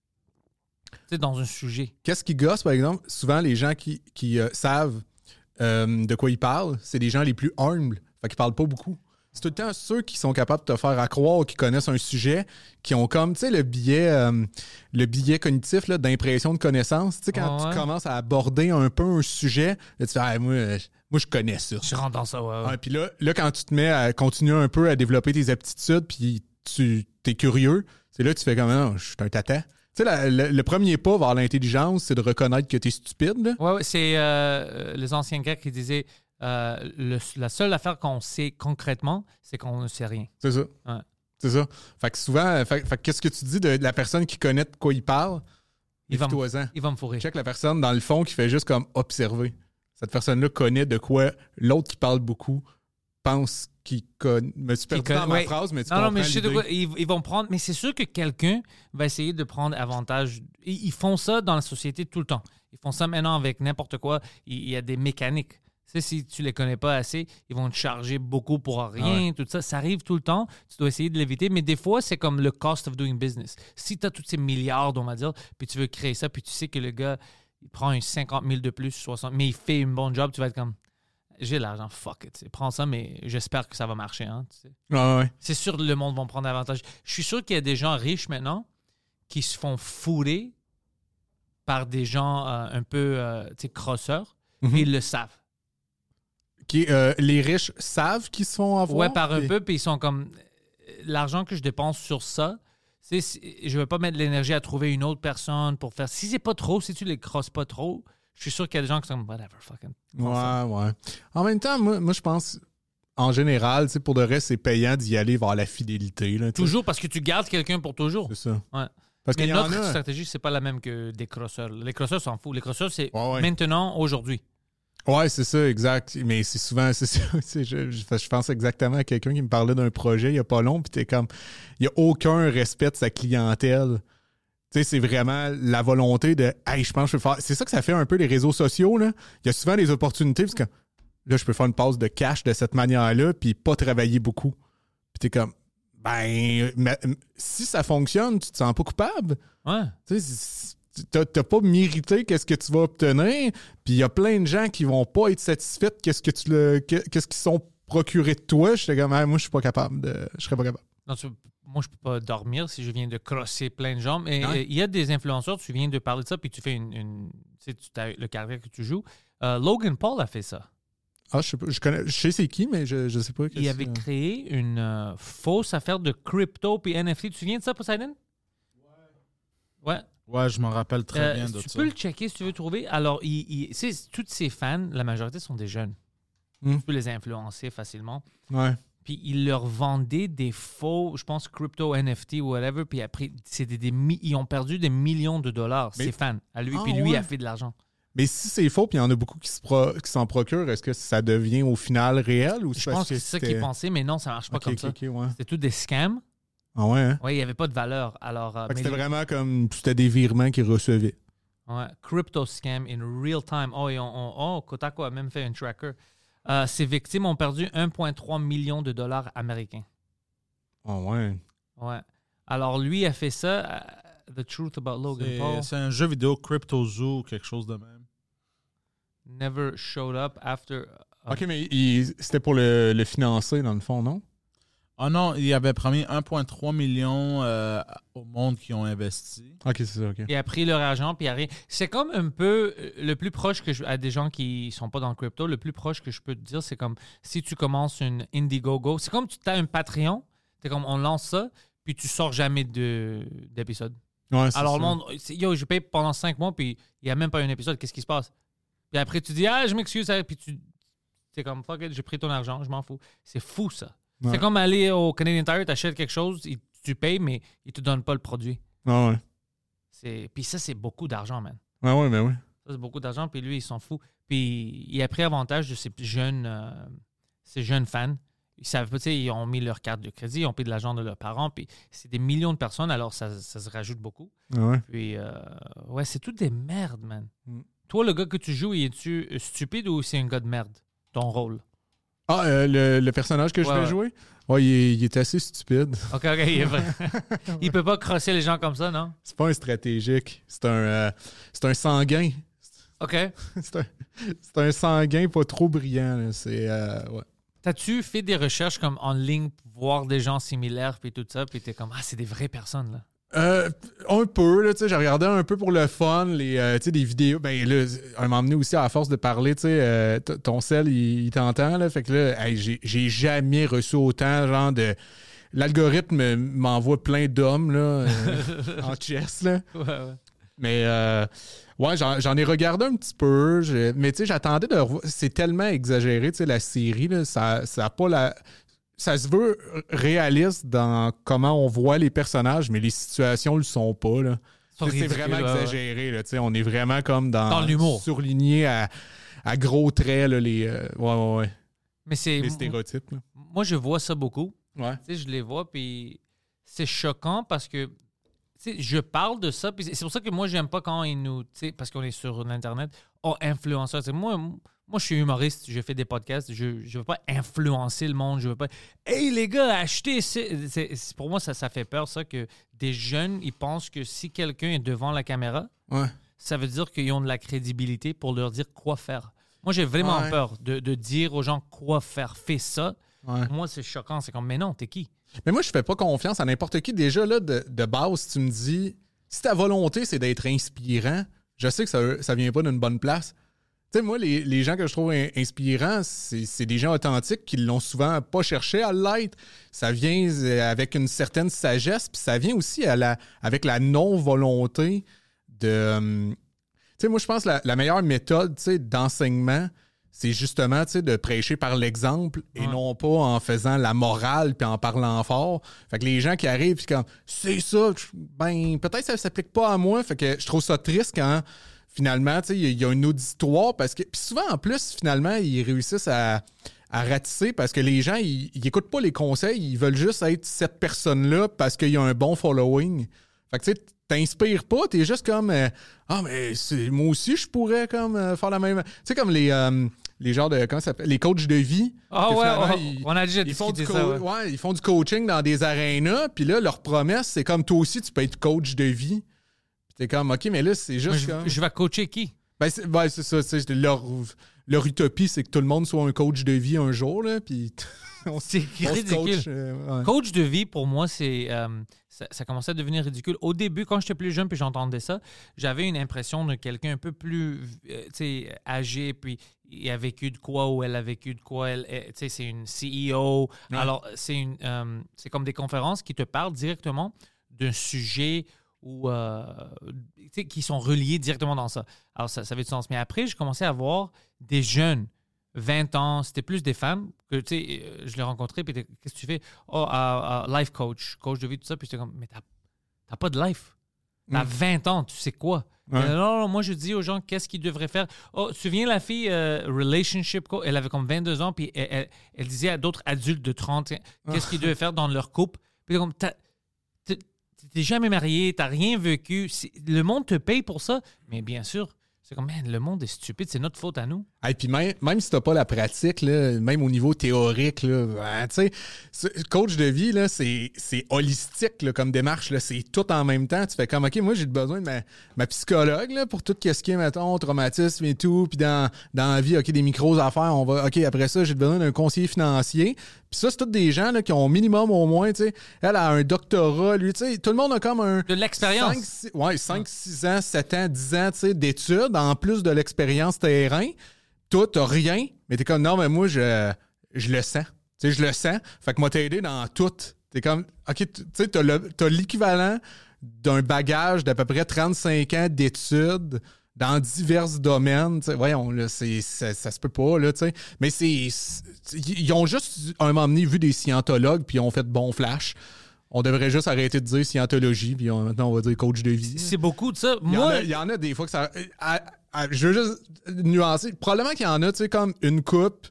Tu sais, dans un sujet. Qu'est-ce qui gosse, par exemple? Souvent, les gens qui, qui euh, savent euh, de quoi ils parlent, c'est les gens les plus humbles. Fait qu'ils parlent pas beaucoup. C'est tout le temps ceux qui sont capables de te faire à croire qu'ils connaissent un sujet, qui ont comme, tu sais, le biais, euh, le biais cognitif là, d'impression de connaissance. Tu sais, quand Ah ouais. tu commences à aborder un peu un sujet, là, tu fais, ah, moi, euh, moi, je connais ça. Je rentre dans ça, ouais. ouais. Ouais, puis là, là, quand tu te mets à continuer un peu à développer tes aptitudes, puis tu es curieux, c'est là que tu fais comme, non, je suis un tata. Tu sais, la- le, le premier pas vers l'intelligence, c'est de reconnaître que tu es stupide. Là. Ouais, ouais, c'est euh, les anciens Grecs qui disaient euh, le- la seule affaire qu'on sait concrètement, c'est qu'on ne sait rien. C'est ça. Ouais. C'est ça. Fait que souvent, fait, fait que qu'est-ce que tu dis de, de la personne qui connaît de quoi il parle? Il va, me, Méfie-toi-en. il va me fourrer. Check la personne dans le fond qui fait juste comme observer. Cette personne-là connaît de quoi l'autre qui parle beaucoup pense qu'il connaît. Je me suis perdu Qui dans con- ma ouais. phrase, mais tu Non, comprends non, mais je sais de l'idée. quoi. Ils, ils vont prendre. Mais c'est sûr que quelqu'un va essayer de prendre avantage. Ils, ils font ça dans la société tout le temps. Ils font ça maintenant avec n'importe quoi. Il, il y a des mécaniques. Tu sais, si tu les connais pas assez, ils vont te charger beaucoup pour rien. ouais. Tout ça, ça arrive tout le temps. Tu dois essayer de l'éviter. Mais des fois, c'est comme le cost of doing business. Si tu as tous ces milliards, on va dire, puis tu veux créer ça, puis tu sais que le gars, il prend un cinquante mille de plus, soixante, mais il fait un bon job, tu vas être comme. J'ai l'argent, fuck it. tu sais. Prends ça, mais j'espère que ça va marcher. Hein, tu sais. Ouais, ouais, ouais. C'est sûr que le monde va en prendre avantage. Je suis sûr qu'il y a des gens riches maintenant qui se font fourrer par des gens euh, un peu euh, tu sais, crosseurs, Mhm. et ils le savent. Qui, euh, les riches savent qu'ils se font avoir. Ouais, par un puis- peu, puis ils sont comme euh, l'argent que je dépense sur ça, c'est, c'est- je ne vais pas mettre de l'énergie à trouver une autre personne pour faire. Si c'est pas trop, si tu les crosses pas trop, je suis sûr qu'il y a des gens qui sont comme whatever, fucking. prends ça. Ouais, ouais. En même temps, moi, moi je pense, en général, tu sais, pour de reste, c'est payant d'y aller vers la fidélité. Là, tu sais. Toujours parce que tu gardes quelqu'un pour toujours. C'est ça. Ouais. Parce Mais qu'il y en notre a. stratégie, c'est pas la même que des crosseurs. Les crosseurs s'en foutent. Les crosseurs, c'est Ouais, ouais. maintenant, aujourd'hui. Ouais, c'est ça, exact. Mais c'est souvent, c'est ça. tu sais, Je, je, je pense exactement à quelqu'un qui me parlait d'un projet il n'y a pas long, puis t'es comme, il n'y a aucun respect de sa clientèle. Tu sais, c'est vraiment la volonté de, hey, je pense que je peux faire. C'est ça que ça fait un peu les réseaux sociaux, là. Il y a souvent des opportunités, parce que là, je peux faire une passe de cash de cette manière-là, puis pas travailler beaucoup. Puis t'es comme, ben, mais- si ça fonctionne, tu te sens pas coupable. Ouais. Tu sais, c'est- t'as t'as pas mérité qu'est-ce que tu vas obtenir, puis il y a plein de gens qui vont pas être satisfaits de qu'est-ce que tu le, que- qu'est-ce qu'ils sont procurer de toi, j'étais comme, ah, moi, je suis pas capable de. Je serais pas capable. Non, tu- moi, je peux pas dormir si je viens de crosser plein de gens. Mais Ouais. il y a des influenceurs, tu viens de parler de ça, puis tu fais une. une tu sais, tu t'as- le caractère que tu joues. Euh, Logan Paul a fait ça. Ah, je sais pas. Je, connais, je sais c'est qui, mais je, je sais pas. Il qu'est-ce avait que- créé une euh, fausse affaire de crypto puis N F T. Tu te souviens de ça, Poseidon? Ouais. Ouais, je m'en rappelle très Euh, bien de tu ça. peux le checker si tu veux trouver. Alors, il, il, tu sais, tous ses fans, la majorité sont des jeunes. Hmm. Tu peux les influencer facilement. Ouais. Puis il leur vendait des faux, je pense, crypto N F T ou whatever. Puis après, c'était des mi- ils ont perdu des millions de dollars, Mais- ses fans, à lui. Ah, puis lui ouais. a fait de l'argent. Mais si c'est faux, puis il y en a beaucoup qui se pro- qui s'en procurent, est-ce que ça devient au final réel ou Je parce pense que c'est ça c'était- qu'ils pensaient, mais non, ça marche pas Ok, comme ok, ça. ok, ouais. C'était tout des scams. Ah ouais, hein? Oui, il n'y avait pas de valeur. Alors, euh, Fait que mais c'était les- vraiment comme. C'était des virements qu'ils recevaient. Ouais, crypto scam in real time. Oh, et on, on- oh, Kotaku a même fait un tracker. Euh, ses victimes ont perdu un virgule trois million de dollars américains. Ah ouais. Ouais. Alors, lui a fait ça. euh, The Truth About Logan C'est- Paul. C'est un jeu vidéo Crypto Zoo ou quelque chose de même. Never showed up after. uh, Ok, mais il- c'était pour le, le financer, dans le fond, non? Ah non, il avait promis un virgule trois million euh, au monde qui ont investi. Ok, c'est ça, ok. Il a pris leur argent, puis il a rien. C'est comme un peu euh, le plus proche que je. À des gens qui sont pas dans le crypto, le plus proche que je peux te dire, c'est comme si tu commences une Indiegogo. C'est comme tu as un Patreon. C'est comme on lance ça, puis tu sors jamais de- d'épisode. Ouais, c'est Alors ça. le monde, c'est- yo, je paye pendant cinq mois, puis il n'y a même pas un épisode. Qu'est-ce qui se passe? Puis après, tu dis, ah, je m'excuse, hein, puis tu. C'est comme, fuck it, j'ai pris ton argent, je m'en fous. C'est fou, ça. Ouais. C'est comme aller au Canadian Tire, tu achètes quelque chose, il- tu payes, mais ils te donnent pas le produit. Ah ouais. C'est... Puis ça, c'est beaucoup d'argent, man. Ouais, ouais, ben oui. Ça, c'est beaucoup d'argent, puis lui, il s'en fout. Puis il a pris avantage de ces jeunes, euh, ces jeunes fans. Ils savent pas, tu sais, ils ont mis leur carte de crédit, ils ont pris de l'argent de leurs parents, puis c'est des millions de personnes, alors ça, ça se rajoute beaucoup. Ah ouais. Puis, euh, ouais, c'est tout des merdes, man. Mm. Toi, le gars que tu joues, es-tu stupide ou c'est un gars de merde, ton rôle? Ah, euh, le, le personnage que je Ouais, vais ouais. jouer? Ouais, il est, il est assez stupide. OK, OK, il est vrai. Il peut pas crosser les gens comme ça, non? C'est pas un stratégique. C'est un, euh, c'est un sanguin. OK. C'est un, c'est un sanguin pas trop brillant. là. C'est. euh, ouais. T'as-tu fait des recherches comme en ligne pour voir des gens similaires puis tout ça, puis t'es comme, ah, c'est des vraies personnes, là? Euh, un peu, là, tu sais, j'ai regardé un peu pour le fun, les, euh, tu sais, des vidéos. Ben là, à un moment donné aussi, à force de parler, tu sais, euh, t- ton sel, il, il t'entend, là. Fait que là, hey, j'ai, j'ai jamais reçu autant, genre, de. L'algorithme m'envoie plein d'hommes, là, euh, en chess, là. Ouais, ouais. Mais, euh, ouais, j'en, j'en ai regardé un petit peu. je- mais, tu sais, j'attendais de revoir. C'est tellement exagéré, tu sais, la série, là. Ça, ça a pas la. Ça se veut réaliste dans comment on voit les personnages, mais les situations le sont pas, là. C'est C'est ridicule, vraiment ouais, ouais. exagéré. Là, tu sais, on est vraiment comme dans, Dans l'humour. surligné à, à gros traits là, les, euh, ouais, ouais, ouais, Mais c'est. les stéréotypes. Là. Moi, je vois ça beaucoup. Ouais. Tu sais, je les vois, puis c'est choquant parce que, tu sais, je parle de ça, puis c'est c'est pour ça que moi, j'aime pas quand ils nous, tu sais, parce qu'on est sur l'Internet, oh, influenceur. Tu sais, moi, moi, je suis humoriste, je fais des podcasts, je ne veux pas influencer le monde, je veux pas, hey les gars, achetez. c'est- c'est- c'est- Pour moi, ça, ça fait peur, ça, que des jeunes, ils pensent que si quelqu'un est devant la caméra, Ouais. ça veut dire qu'ils ont de la crédibilité pour leur dire quoi faire. Moi, j'ai vraiment Ouais. peur de, de dire aux gens quoi faire. Fais ça. Ouais. Moi, c'est choquant. C'est comme, mais non, t'es qui? Mais moi, je fais pas confiance à n'importe qui. Déjà, là, de, de base, si tu me dis, si ta volonté, c'est d'être inspirant, je sais que ça, ça vient pas d'une bonne place. Tu sais, moi, les, les gens que je trouve in- inspirants, c'est c'est des gens authentiques qui l'ont souvent pas cherché à l'être. Ça vient euh, avec une certaine sagesse, puis ça vient aussi à la, avec la non-volonté de... euh, tu sais, moi, je pense que la, la meilleure méthode, tu sais, d'enseignement, c'est justement, tu sais, de prêcher par l'exemple et Ouais. non pas en faisant la morale puis en parlant fort. Fait que les gens qui arrivent puis comme c'est ça, je- ben peut-être ça s'applique pas à moi. Fait que je trouve ça triste quand finalement, tu sais, il y, a- il y a un auditoire parce que puis souvent en plus finalement ils réussissent à, à ratisser parce que les gens ils, ils écoutent pas les conseils, ils veulent juste être cette personne-là parce qu'il y a un bon following. Fait que tu sais, t'inspires pas, t'es juste comme euh, ah mais c'est, moi aussi je pourrais comme euh, faire la même. Tu sais comme les euh, les genres de comment ça s'appelle les coachs de vie. Ah que ouais, finalement, on- ils- on a déjà ils font du discuté ça, co- ouais. ouais, ils font du coaching dans des arénas, puis là leur promesse c'est comme toi aussi tu peux être coach de vie. Puis t'es comme OK mais là c'est Mais juste je, comme je vais coacher qui? Ben, c'est, ben, c'est ça. C'est leur, leur utopie, c'est que tout le monde soit un coach de vie un jour, là, puis on, C'est on se ridicule. coach, euh, ouais. Coach de vie, pour moi, c'est euh, ça, ça commençait à devenir ridicule. Au début, quand j'étais plus jeune puis j'entendais ça, j'avais une impression de quelqu'un un peu plus euh, tu sais, âgé, puis il a vécu de quoi ou elle a vécu de quoi. Elle, elle, tu sais, c'est une C E O. Ouais. Alors, c'est, une, euh, c'est comme des conférences qui te parlent directement d'un sujet ou euh, tu sais, qui sont reliés directement dans ça. Alors, ça, ça avait du sens. Mais après, je commençais à voir des jeunes, vingt ans, c'était plus des femmes, que tu sais, euh, je les rencontrais, puis t'es- qu'est-ce que tu fais? Oh, euh, euh, life coach, coach de vie, tout ça. Puis j'étais comme, mais t'as, t'as pas de life. T'as Mm. vingt ans, tu sais quoi? Ouais. Euh, non, non, moi, je dis aux gens, qu'est-ce qu'ils devraient faire? Oh, tu te souviens, la fille, euh, relationship coach, elle avait comme vingt-deux ans, puis elle, elle- elle disait à d'autres adultes de trente, qu'est-ce qu'ils devaient faire dans leur couple. Puis t'es comme, t'as- t'es t'es jamais marié, t'as rien vécu. C'est- Le monde te paye pour ça. Mais bien sûr, c'est comme, man, le monde est stupide, c'est notre faute à nous. Et puis même, même si t'as pas la pratique, là, même au niveau théorique, là, ben, tu sais, ce- coach de vie, là, c'est, c'est holistique là, comme démarche. Là, c'est tout en même temps. Tu fais comme, OK, moi, j'ai besoin de ma, ma psychologue là, pour tout ce qui est, mettons, traumatisme et tout. Puis dans, dans la vie, OK, des micros affaires, on va, OK, après ça, j'ai besoin d'un conseiller financier. Puis ça, c'est tous des gens là, qui ont au minimum au moins, tu sais, elle a un doctorat, lui, tu sais, tout le monde a comme un... De l'expérience. cinq, six, ouais, cinq, six ans, sept ans, dix ans, tu sais, d'études, en plus de l'expérience terrain. Toi, t'as rien, mais t'es comme, non, mais moi, je, je le sens. Tu sais, je le sens. Fait que moi, t'as aidé dans tout. T'es comme, OK, tu sais, t'as, le, t'as l'équivalent d'un bagage d'à peu près trente-cinq ans d'études dans divers domaines. Tu sais, voyons, là, c'est, ça, ça se peut pas, là, tu sais. Mais c'est, c'est- ils ont juste, un moment donné, vu des scientologues, puis ils ont fait de bons flashs. On devrait juste arrêter de dire scientologie, puis on- maintenant, on va dire coach de vie. C'est beaucoup de ça. Il y, en Moi, a, il y en a des fois que ça. à- à- je veux juste nuancer. Probablement qu'il y en a, tu sais, comme une coupe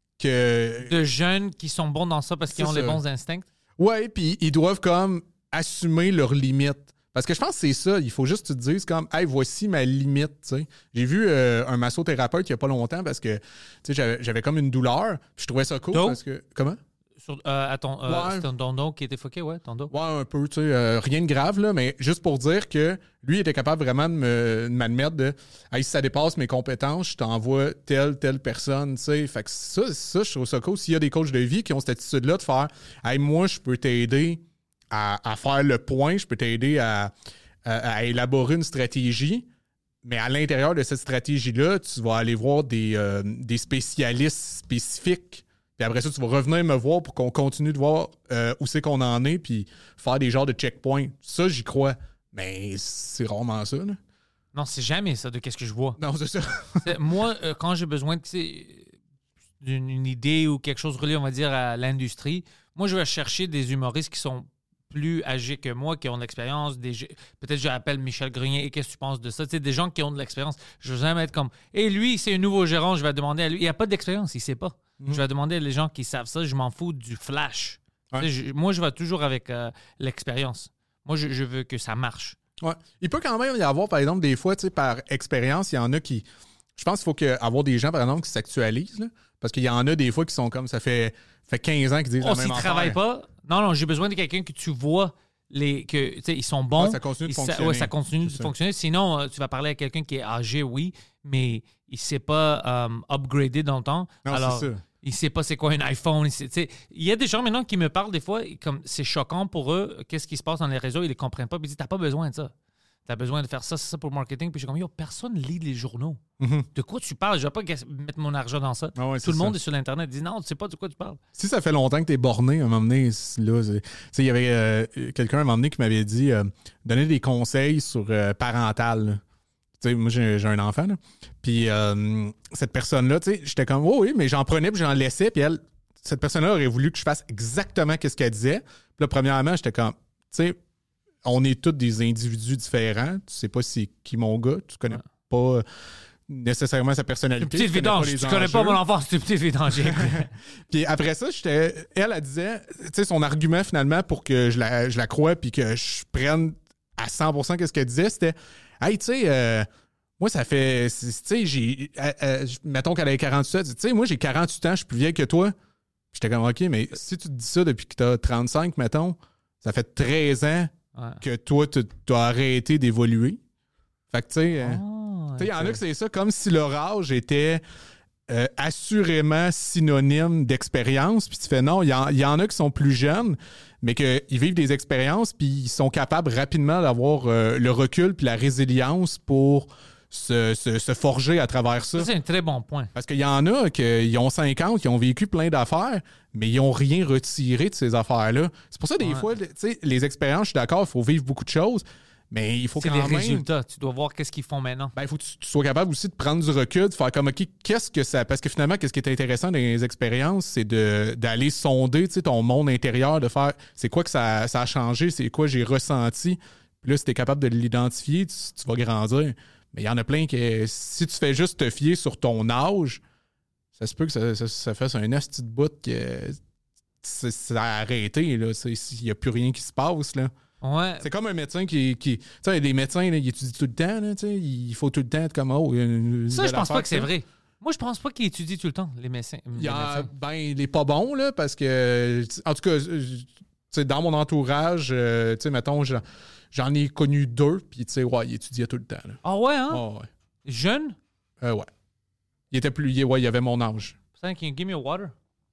que. de jeunes qui sont bons dans ça parce qu'ils C'est ont ça. les bons instincts. Ouais, puis ils doivent comme assumer leurs limites. Parce que je pense que c'est ça. Il faut juste que tu te dises comme, hey, voici ma limite, tu sais. J'ai vu euh, un massothérapeute il n'y a pas longtemps parce que, tu sais, j'avais, j'avais comme une douleur. Puis je trouvais ça cool Dos? parce que. Comment? Sur, euh, à ton, euh, Ouais. c'est ton, ton dos qui était foqué, ouais, ton dos. Ouais, un peu, tu sais, euh, rien de grave, là, mais juste pour dire que lui, il était capable vraiment de, me, de m'admettre de hey, si ça dépasse mes compétences, je t'envoie telle, telle personne, tu sais. Fait que ça, ça, je trouve ça cool. S'il y a des coachs de vie qui ont cette attitude-là de faire hey, moi, je peux t'aider à, à faire le point, je peux t'aider à, à, à élaborer une stratégie. Mais à l'intérieur de cette stratégie-là, tu vas aller voir des, euh, des spécialistes spécifiques. Puis après ça, tu vas revenir me voir pour qu'on continue de voir euh, où c'est qu'on en est, puis faire des genres de checkpoints. Ça, j'y crois. Mais c'est rarement ça, là. Non, c'est jamais ça de qu'est-ce que je vois. Non, c'est ça. C'est- Moi, euh, quand j'ai besoin de, tu sais, d'une une idée ou quelque chose relié, on va dire, à l'industrie, moi, je vais chercher des humoristes qui sont plus âgés que moi, qui ont de l'expérience. Des, je- peut-être je appelle Michel Grenier, et qu'est-ce que tu penses de ça? Tu sais, des gens qui ont de l'expérience. Je veux jamais être comme, et lui, c'est un nouveau gérant, je vais demander à lui. Il n'y a pas d'expérience, il ne sait pas. Je vais demander à les gens qui savent ça, je m'en fous du flash. Ouais. Tu sais, je- moi, je vais toujours avec euh, l'expérience. Moi, je, je veux que ça marche. Ouais. Il peut quand même y avoir, par exemple, des fois, tu sais, par expérience, il y en a qui. Je pense qu'il faut que, avoir des gens, par exemple, qui s'actualisent, là. Parce qu'il y en a des fois qui sont comme ça fait, fait quinze ans qu'ils disent Oh, la s'ils même ne travaillent affaire. pas, non, non, j'ai besoin de quelqu'un que tu vois. Les, que, tu sais, ils sont bons. Ouais, ça continue de Ils sa- fonctionner. ouais, ça continue de C'est ça. fonctionner. Sinon, euh, tu vas parler à quelqu'un qui est âgé, oui, mais il ne s'est pas euh, upgradé dans le temps. Non, Alors, c'est ça. il ne sait pas c'est quoi un iPhone. Il sait- tu sais, il y a des gens maintenant qui me parlent des fois, comme c'est choquant pour eux, qu'est-ce qui se passe dans les réseaux, ils ne les comprennent pas. Puis ils disent, t'as pas besoin de ça. Tu as besoin de faire ça, c'est ça pour le marketing. Puis je suis comme, yo, personne lit les journaux. Mhm. De quoi tu parles? Je ne vais pas gas- mettre mon argent dans ça. Ah ouais, Tout c'est le monde ça. est sur l'Internet. Ils disent, non, tu sais pas de quoi tu parles. Si ça fait longtemps que t'es borné, à un moment donné, c'est- là, c'est- tu sais, il y avait euh, quelqu'un à un moment donné qui m'avait dit euh, donner des conseils sur euh, parental. là. Tu sais, moi, j'ai, j'ai un enfant, là. Puis euh, cette personne-là, tu sais, j'étais comme, oh oui, mais j'en prenais puis j'en laissais. Puis elle, cette personne-là aurait voulu que je fasse exactement ce qu'elle disait. Puis là, premièrement, j'étais comme, tu sais, on est tous des individus différents. Tu sais pas c'est qui mon gars. Tu connais pas euh, nécessairement sa C'est une personnalité. petite tu connais pas vidange. les Tu connais pas enjeux. mon enfant, c'est une petite vidange. Puis après ça, j'étais, elle, elle disait, tu sais, son argument finalement pour que je la, je la croie puis que je prenne à cent pour cent ce qu'elle disait, c'était, hey, tu sais, euh, moi, ça fait, tu sais, j'ai, euh, euh, mettons qu'elle avait quarante-huit, tu sais, moi, j'ai quarante-huit ans, je suis plus vieille que toi. J'étais comme, OK, mais si tu te dis ça depuis que t'as trente-cinq, mettons, ça fait treize ans Ouais. que toi, tu as arrêté d'évoluer. Fait que, tu sais, euh, Ah, hein. Il y en a que c'est ça, comme si leur âge était euh, assurément synonyme d'expérience. Puis tu fais non, il y, en- il y en a qui sont plus jeunes, mais qu'ils vivent des expériences, puis ils sont capables rapidement d'avoir euh, le recul puis la résilience pour se, se- se forger à travers ça. Ça, c'est un très bon point. Parce qu'il y en a qui ont cinquante, qui ont vécu plein d'affaires, mais ils n'ont rien retiré de ces affaires-là. C'est pour ça, des Ouais. fois, tu sais, les expériences, je suis d'accord, il faut vivre beaucoup de choses, mais il faut C'est quand les même... résultats. Tu dois voir qu'est-ce qu'ils font maintenant. Ben, il faut que tu, tu sois capable aussi de prendre du recul, de faire comme, OK, qu'est-ce que ça... Parce que finalement, qu'est-ce qui est intéressant dans les expériences, c'est de, d'aller sonder, tu sais, ton monde intérieur, de faire, c'est quoi que ça, ça a changé, c'est quoi j'ai ressenti. Puis là, si tu es capable de l'identifier, tu, tu vas grandir. Mais il y en a plein que, si tu fais juste te fier sur ton âge, ça se peut que ça, ça, ça fasse un asti de bout que c'est- ça a arrêté, là. C'est- Il n'y a plus rien qui se passe, là. Ouais. C'est comme un médecin qui. qui tu sais, des médecins, là, ils étudient tout le temps. Là, tu sais, il faut tout le temps être comme. Oh, une- une Ça, je nouvelle pense pas affaire, que c'est ça. vrai. Moi, je pense pas qu'ils étudient tout le temps, les médecins. Il, les y a, médecins. ben, il est pas bon, là, parce que. En tout cas, euh, tu sais, dans mon entourage, euh, tu sais, mettons, j'en, j'en ai connu deux, puis, tu sais, ouais, il étudiait tout le temps. Là. Ah ouais, hein? Oh, ouais. Jeune? Euh, ouais. Il était plus. il- Ouais, il avait mon âge. Thank you. Give me a water.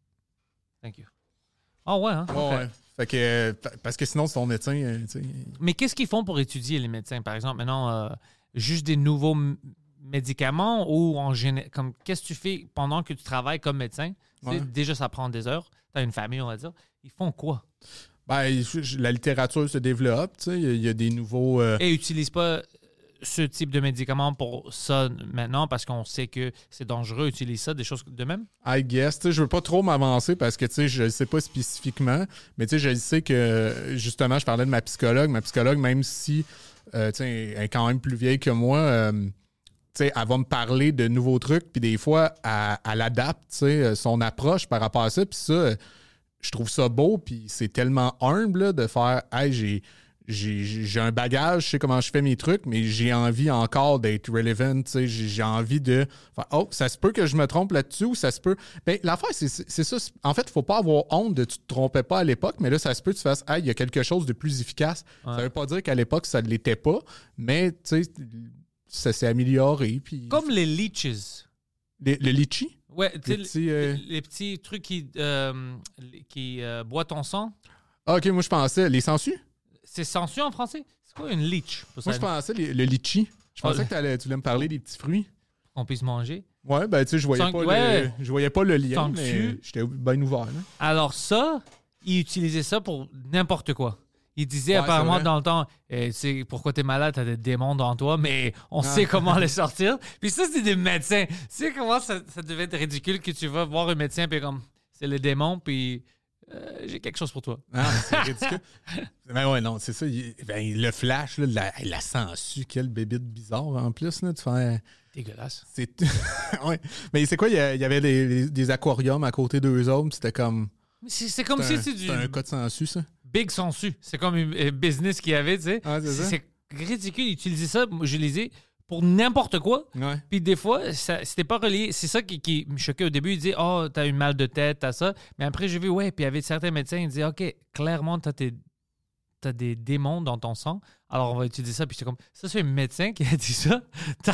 Thank you. Ah ouais, hein? Ouais, Ok. ouais. Fait que. euh, parce que sinon, c'est ton médecin, euh, tu sais. Mais qu'est-ce qu'ils font pour étudier, les médecins, par exemple? Maintenant, euh, juste des nouveaux m- médicaments ou en général, comme qu'est-ce que tu fais pendant que tu travailles comme médecin? Tu sais, Ouais. déjà, ça prend des heures. Tu as une famille, on va dire. Ils font quoi? Ben, je- la littérature se développe, tu sais. Il y a- il y, a des nouveaux. euh, Et ils n'utilisent pas ce type de médicaments pour ça maintenant parce qu'on sait que c'est dangereux d'utiliser ça, des choses de même? I guess. Tu sais, je veux pas trop m'avancer parce que tu sais, je ne sais pas spécifiquement, mais tu sais, je sais que justement, je parlais de ma psychologue. Ma psychologue, même si euh, tu sais, elle est quand même plus vieille que moi, euh, tu sais, elle va me parler de nouveaux trucs, puis des fois, elle, elle adapte tu sais, son approche par rapport à ça. Puis ça, je trouve ça beau, puis c'est tellement humble là, de faire hey, j'ai. J'ai, j'ai un bagage, je sais comment je fais mes trucs, mais j'ai envie encore d'être relevant. tu sais, J'ai, j'ai envie de faire, oh, ça se peut que je me trompe là-dessus ou ça se peut. Ben, l'affaire, c'est, c'est c'est ça. En fait, il ne faut pas avoir honte de tu te trompais pas à l'époque, mais là, ça se peut que tu fasses, ah, il y a quelque chose de plus efficace. Ouais. Ça veut pas dire qu'à l'époque, ça ne l'était pas, mais tu sais, ça s'est amélioré. Puis... Comme les leeches. Les- le litchi? Ouais, tu sais, Les petits, euh, les, les petits trucs qui, euh, qui euh, boivent ton sang. Ah, ok, moi je pensais, les sangsues? C'est sensu en français? C'est quoi une leech? Pour Moi ça, je pensais les- le litchi. Je pensais Oh, que t'allais- tu voulais me parler des petits fruits. qu'on puisse manger. Ouais, ben tu sais, je voyais Sang- pas ouais. le, je voyais pas le lien, Sangsue. mais j'étais bien ouvert. Là. Alors ça, ils utilisaient ça pour n'importe quoi. Ils disaient Ouais, apparemment c'est vrai. dans le temps, eh, tu sais, pourquoi t'es malade, t'as des démons dans toi, mais on Ah. sait comment les sortir. Puis ça, c'est des médecins. Tu sais comment ça, ça devait être ridicule que tu vas voir un médecin, puis comme, c'est le démon, puis euh, j'ai quelque chose pour toi. Ah, c'est ridicule. Ben ouais, non, c'est ça. il- ben, le flash, là, la, la sangsue, quelle bébite bizarre en plus. Là, tu fais, Dégueulasse. c'est... ouais. Mais c'est quoi, il y, a- il y avait des, des aquariums à côté d'eux autres, puis c'était comme... Mais C'est c'est comme C'est si un, c'est du c'est un cas de sangsue, ça? big sensu. C'est comme un un business qu'il y avait, tu sais. Ah, c'est ça? C'est ridicule d'utiliser ça. Moi, je lisais pour n'importe quoi. Ouais. Puis des fois, ça, c'était pas relié. C'est ça qui, qui me choquait au début. Ils disaient, oh, t'as eu mal de tête, t'as ça. Mais après, j'ai vu, ouais, puis il y avait certains médecins, ils disaient, OK, clairement, t'as, tes, t'as des démons dans ton sang. Alors, on va utiliser ça. Puis j'étais comme, ça, c'est un médecin qui a dit ça.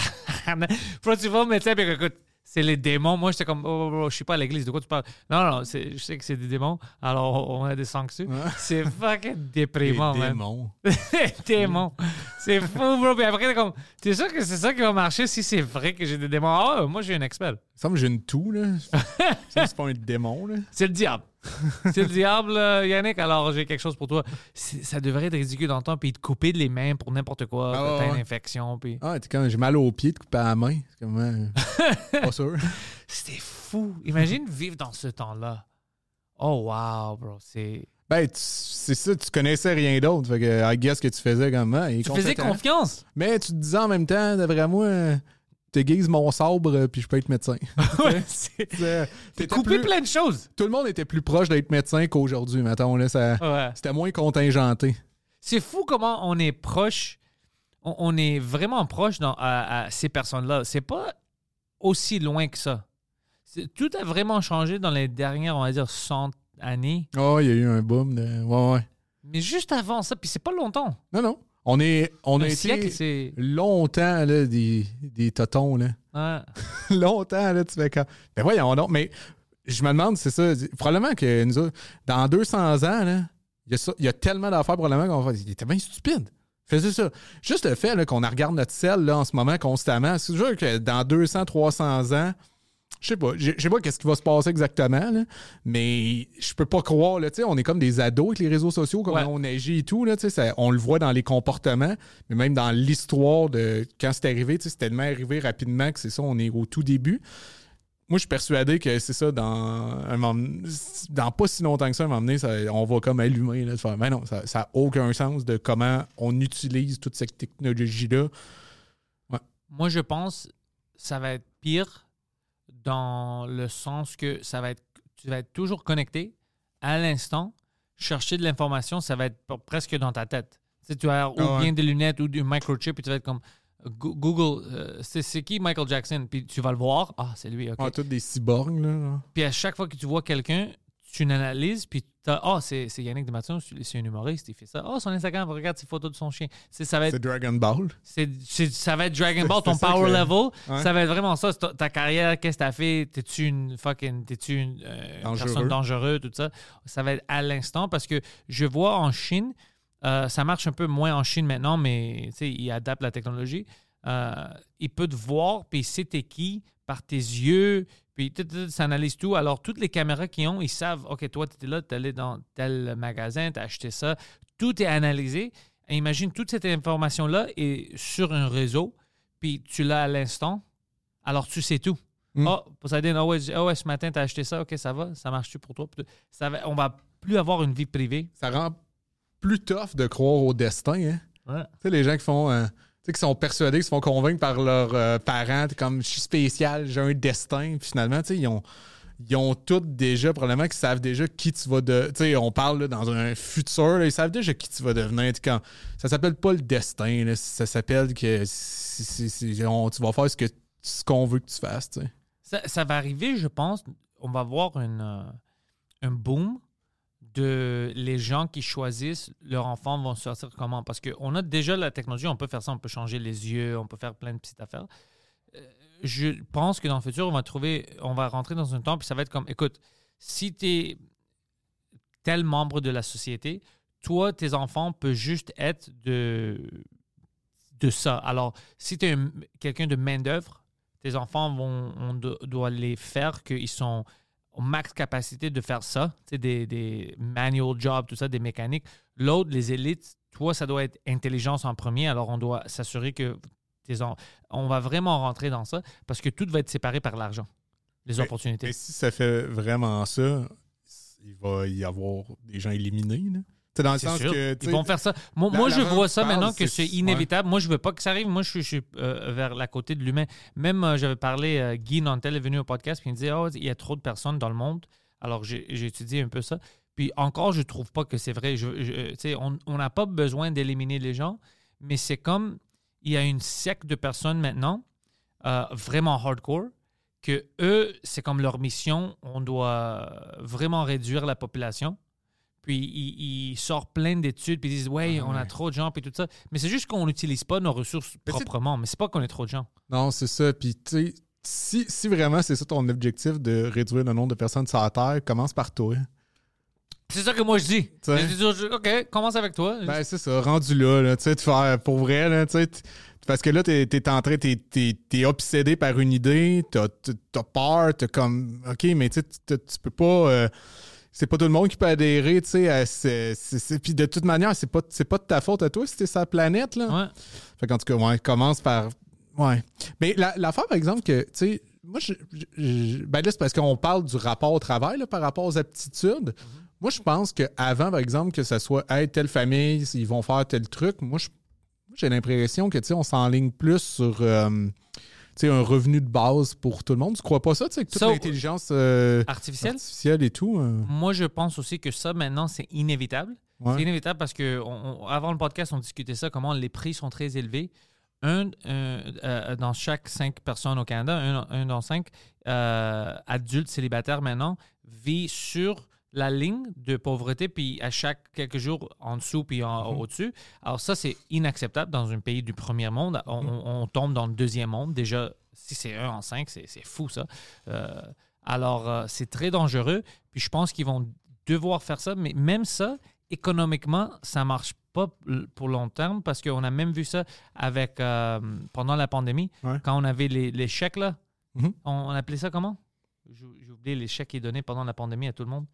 Puis tu vas au médecin, puis écoute, c'est les démons. Moi, j'étais comme, oh, oh, oh, je suis pas à l'église, de quoi tu parles? Non, non, c'est, je sais que c'est des démons. Alors, on a des sanctus. Ouais. C'est fucking Les déprimant, man. démons. Des démons. C'est fou, bro. Puis après, t'es comme, t'es sûr que c'est ça qui va marcher si c'est vrai que j'ai des démons? Ah, moi, j'ai un expert. Il semble que j'ai une toux, là. Ça, c'est pas un démon, là. C'est le diable. C'est le diable, euh, Yannick. Alors, j'ai quelque chose pour toi. C'est- ça devrait être ridicule dans le temps, puis te couper les mains pour n'importe quoi. Ah, t'as ouais, une ouais. infection, puis... Ah, t'es quand j'ai mal au pied de couper à la main. C'est comme... euh, pas sûr. C'était fou. Imagine vivre dans ce temps-là. Oh, wow, bro. C'est... Ben, tu- c'est ça, tu connaissais rien d'autre. Fait que, I guess que tu faisais comme... ah, il est Tu faisais compétent. confiance. Mais tu te disais en même temps, d'après moi, euh, t'aiguises mon sabre euh, puis je peux être médecin. Ouais, c'est... T'sais, t'étais Couper plus- plein de choses. Tout le monde était plus proche d'être médecin qu'aujourd'hui, mettons. Là, ça, Ouais. c'était moins contingenté. C'est fou comment on est proche, on, on est vraiment proche dans, à, à ces personnes-là. C'est pas aussi loin que ça. C'est- tout a vraiment changé dans les dernières, on va dire, cent années. Oh, il y a eu un boom de... Ouais, ouais. Mais juste avant ça, puis c'est pas longtemps. Non, non. On, est, on Un a siècle, été c'est- longtemps là, des, des totons. Là. Ouais. longtemps, là, tu fais quand. Ben voyons donc, mais je me demande, c'est ça. Probablement que nous autres, dans deux cents ans, là, il y a ça- il y a tellement d'affaires probablement qu'on va dire, il était bien stupide. Faisait ça. Juste le fait là, qu'on regarde notre ciel là, en ce moment constamment, c'est sûr que dans deux cents, trois cents ans, je sais pas, je sais pas qu'est-ce qui va se passer exactement, là, mais je peux pas croire, là, tu sais, on est comme des ados avec les réseaux sociaux, comment Ouais. on agit et tout, là, tu sais, ça- on le voit dans les comportements, mais même dans l'histoire de quand c'est arrivé, tu sais, c'est tellement arrivé rapidement que c'est ça, on est au tout début. Moi, je suis persuadé que c'est ça, dans un moment, dans pas si longtemps que ça, à un moment donné, ça, on va comme allumer, là, de faire, mais non, ça n'a aucun sens de comment on utilise toute cette technologie-là. Moi, je pense que ça va être pire dans le sens que ça va être, tu vas être toujours connecté à l'instant. Chercher de l'information, ça va être p- presque dans ta tête. Tu sais, tu as ou Ah ouais. bien des lunettes ou du microchip et tu vas être comme Go- Google, euh, c'est, c'est qui Michael Jackson? Puis tu vas le voir. Ah, c'est lui, OK. On a tous des cyborgs, là. genre. Puis à chaque fois que tu vois quelqu'un, tu l'analyses, puis t'as, ah, c'est, c'est Yannick Desmathison, c'est un humoriste, il fait ça. Ah, son Instagram, regarde ses photos de son chien. C'est, ça va être C'est Dragon Ball. C'est, c'est- ça va être Dragon Ball, C'est ton ça power que- level. Ouais. Ça va être vraiment ça. C'est ta, ta carrière, qu'est-ce que t'as fait? T'es-tu une fucking. T'es-tu une, euh, une Dangereux. personne dangereuse, tout ça? Ça va être à l'instant parce que je vois en Chine, euh, ça marche un peu moins en Chine maintenant, mais tu sais, ils adaptent la technologie. Euh, il peut te voir, puis il sait t'es qui par tes yeux, puis tout, tout, ça analyse tout. Alors, toutes les caméras qu'ils ont, ils savent, OK, toi, tu étais là, tu allé dans tel magasin, tu as acheté ça. Tout est analysé. Et imagine, toute cette information-là est sur un réseau, puis tu l'as à l'instant. Alors, tu sais tout. Mm. Oh, Poseidon, oh ouais, oh ouais, ce matin, tu as acheté ça. OK, ça va? Ça marche-tu pour toi? Ça va, on va plus avoir une vie privée. Ça rend plus tough de croire au destin, hein. Ouais. Tu sais, les gens qui font. euh, tu sais, qui sont persuadés, qui se font convaincre par leurs euh, parents, t'es comme je suis spécial, j'ai un destin. Puis finalement, tu sais, ils ont, ils ont tous déjà, probablement, qu'ils savent déjà qui tu vas de. Tu sais, on parle là, dans un futur, là, ils savent déjà qui tu vas devenir. Tu sais, quand, ça s'appelle pas le destin, là, ça s'appelle que c'est- c'est- c'est- on- tu vas faire ce, que, ce qu'on veut que tu fasses. Tu sais. Ça, ça va arriver, je pense. On va voir une, euh, un boom de les gens qui choisissent leurs enfants vont sortir comment. Parce qu'on a déjà la technologie, on peut faire ça, on peut changer les yeux, on peut faire plein de petites affaires. Euh, Je pense que dans le futur, on va trouver, on va rentrer dans un temps, puis ça va être comme, écoute, si tu es tel membre de la société, toi, tes enfants peuvent juste être de, de ça. Alors, si tu es un- quelqu'un de main-d'œuvre, tes enfants vont, on do- doit les faire qu'ils sont au max capacité de faire ça, tu sais, des, des manual jobs, tout ça, des mécaniques. L'autre, les élites, toi, ça doit être intelligence en premier, alors on doit s'assurer que tes en- on va vraiment rentrer dans ça parce que tout va être séparé par l'argent, les Mais- opportunités. Mais si ça fait vraiment ça, il va y avoir des gens éliminés. Là. Tu sais, dans le C'est sens sûr. que. tu Ils sais, vont faire ça. Moi, la- moi, je l'argent vois que ça tu parles, maintenant que c'est- c'est inévitable. Moi, je veux pas que ça arrive. Moi, je, suis- je suis euh, vers la côté de l'humain. Même, euh, j'avais parlé, euh, Guy Nantel est venu au podcast, puis il me disait, oh, il y a trop de personnes dans le monde. Alors, j'ai j'ai étudié un peu ça. Puis encore, je trouve pas que c'est vrai. Je, je- tu sais, on on n'a pas besoin d'éliminer les gens, mais c'est comme, il y a une secte de personnes maintenant, euh, vraiment hardcore, que eux, c'est comme leur mission. On doit vraiment réduire la population. Puis ils, ils sortent plein d'études, puis ils disent ouais, Ah on a ouais. trop de gens, puis tout ça. Mais c'est juste qu'on n'utilise pas nos ressources Mais c'est- proprement. Mais c'est pas qu'on est trop de gens. Non, c'est ça. Puis, tu sais, si, si vraiment c'est ça ton objectif de réduire le nombre de personnes sur la Terre, commence par toi. C'est ça que moi je dis. sais. Je dis toujours, OK, commence avec toi. Ben, c'est ça, rendu là, là tu sais, de faire pour vrai, là, tu sais. t- Parce que là, t'es, t'es en train, t'es, t'es, t'es obsédé par une idée, t'as, t'as peur, t'as comme, OK, mais tu sais, tu tu peux pas. euh, c'est pas tout le monde qui peut adhérer, tu sais. à ce- c'est- c'est- Puis de toute manière, c'est pas, c'est pas de ta faute à toi si t'es sur la planète, là. Ouais. Fait qu'en tout cas, ouais, commence par. Ouais. Mais la- l'affaire, par exemple, que, tu sais, moi, je, je- je- ben là, c'est parce qu'on parle du rapport au travail, là, par rapport aux aptitudes. Moi, je pense qu'avant, par exemple, que ce soit, hey, telle famille, ils vont faire tel truc, moi, je- moi, j'ai l'impression que, tu sais, on s'enligne plus sur. euh, tu sais, un revenu de base pour tout le monde. Tu crois pas ça, tu sais, que toute Ça, l'intelligence euh, Artificielle. artificielle et tout? euh, Moi, je pense aussi que ça, maintenant, c'est inévitable. ouais. C'est inévitable parce que on- on- avant le podcast, on discutait ça, comment les prix sont très élevés. Un, euh, euh, dans chaque cinq personnes au Canada, un, un dans cinq euh, adultes célibataires maintenant vit sur la ligne de pauvreté, puis à chaque quelques jours en dessous, puis en, Mm-hmm. au-dessus. Alors ça, c'est inacceptable dans un pays du premier monde. On, Mm-hmm. on- on tombe dans le deuxième monde. Déjà, si c'est un en cinq, c'est, c'est fou, ça. Euh, alors, euh, c'est très dangereux. Puis je pense qu'ils vont devoir faire ça. Mais même ça, économiquement, ça ne marche pas pour long terme parce qu'on a même vu ça avec euh, pendant la pandémie, Ouais. quand on avait les, les chèques, là. Mhm. On, on appelait ça comment? J'ai j'ai oublié les chèques qui donnaient pendant la pandémie à tout le monde.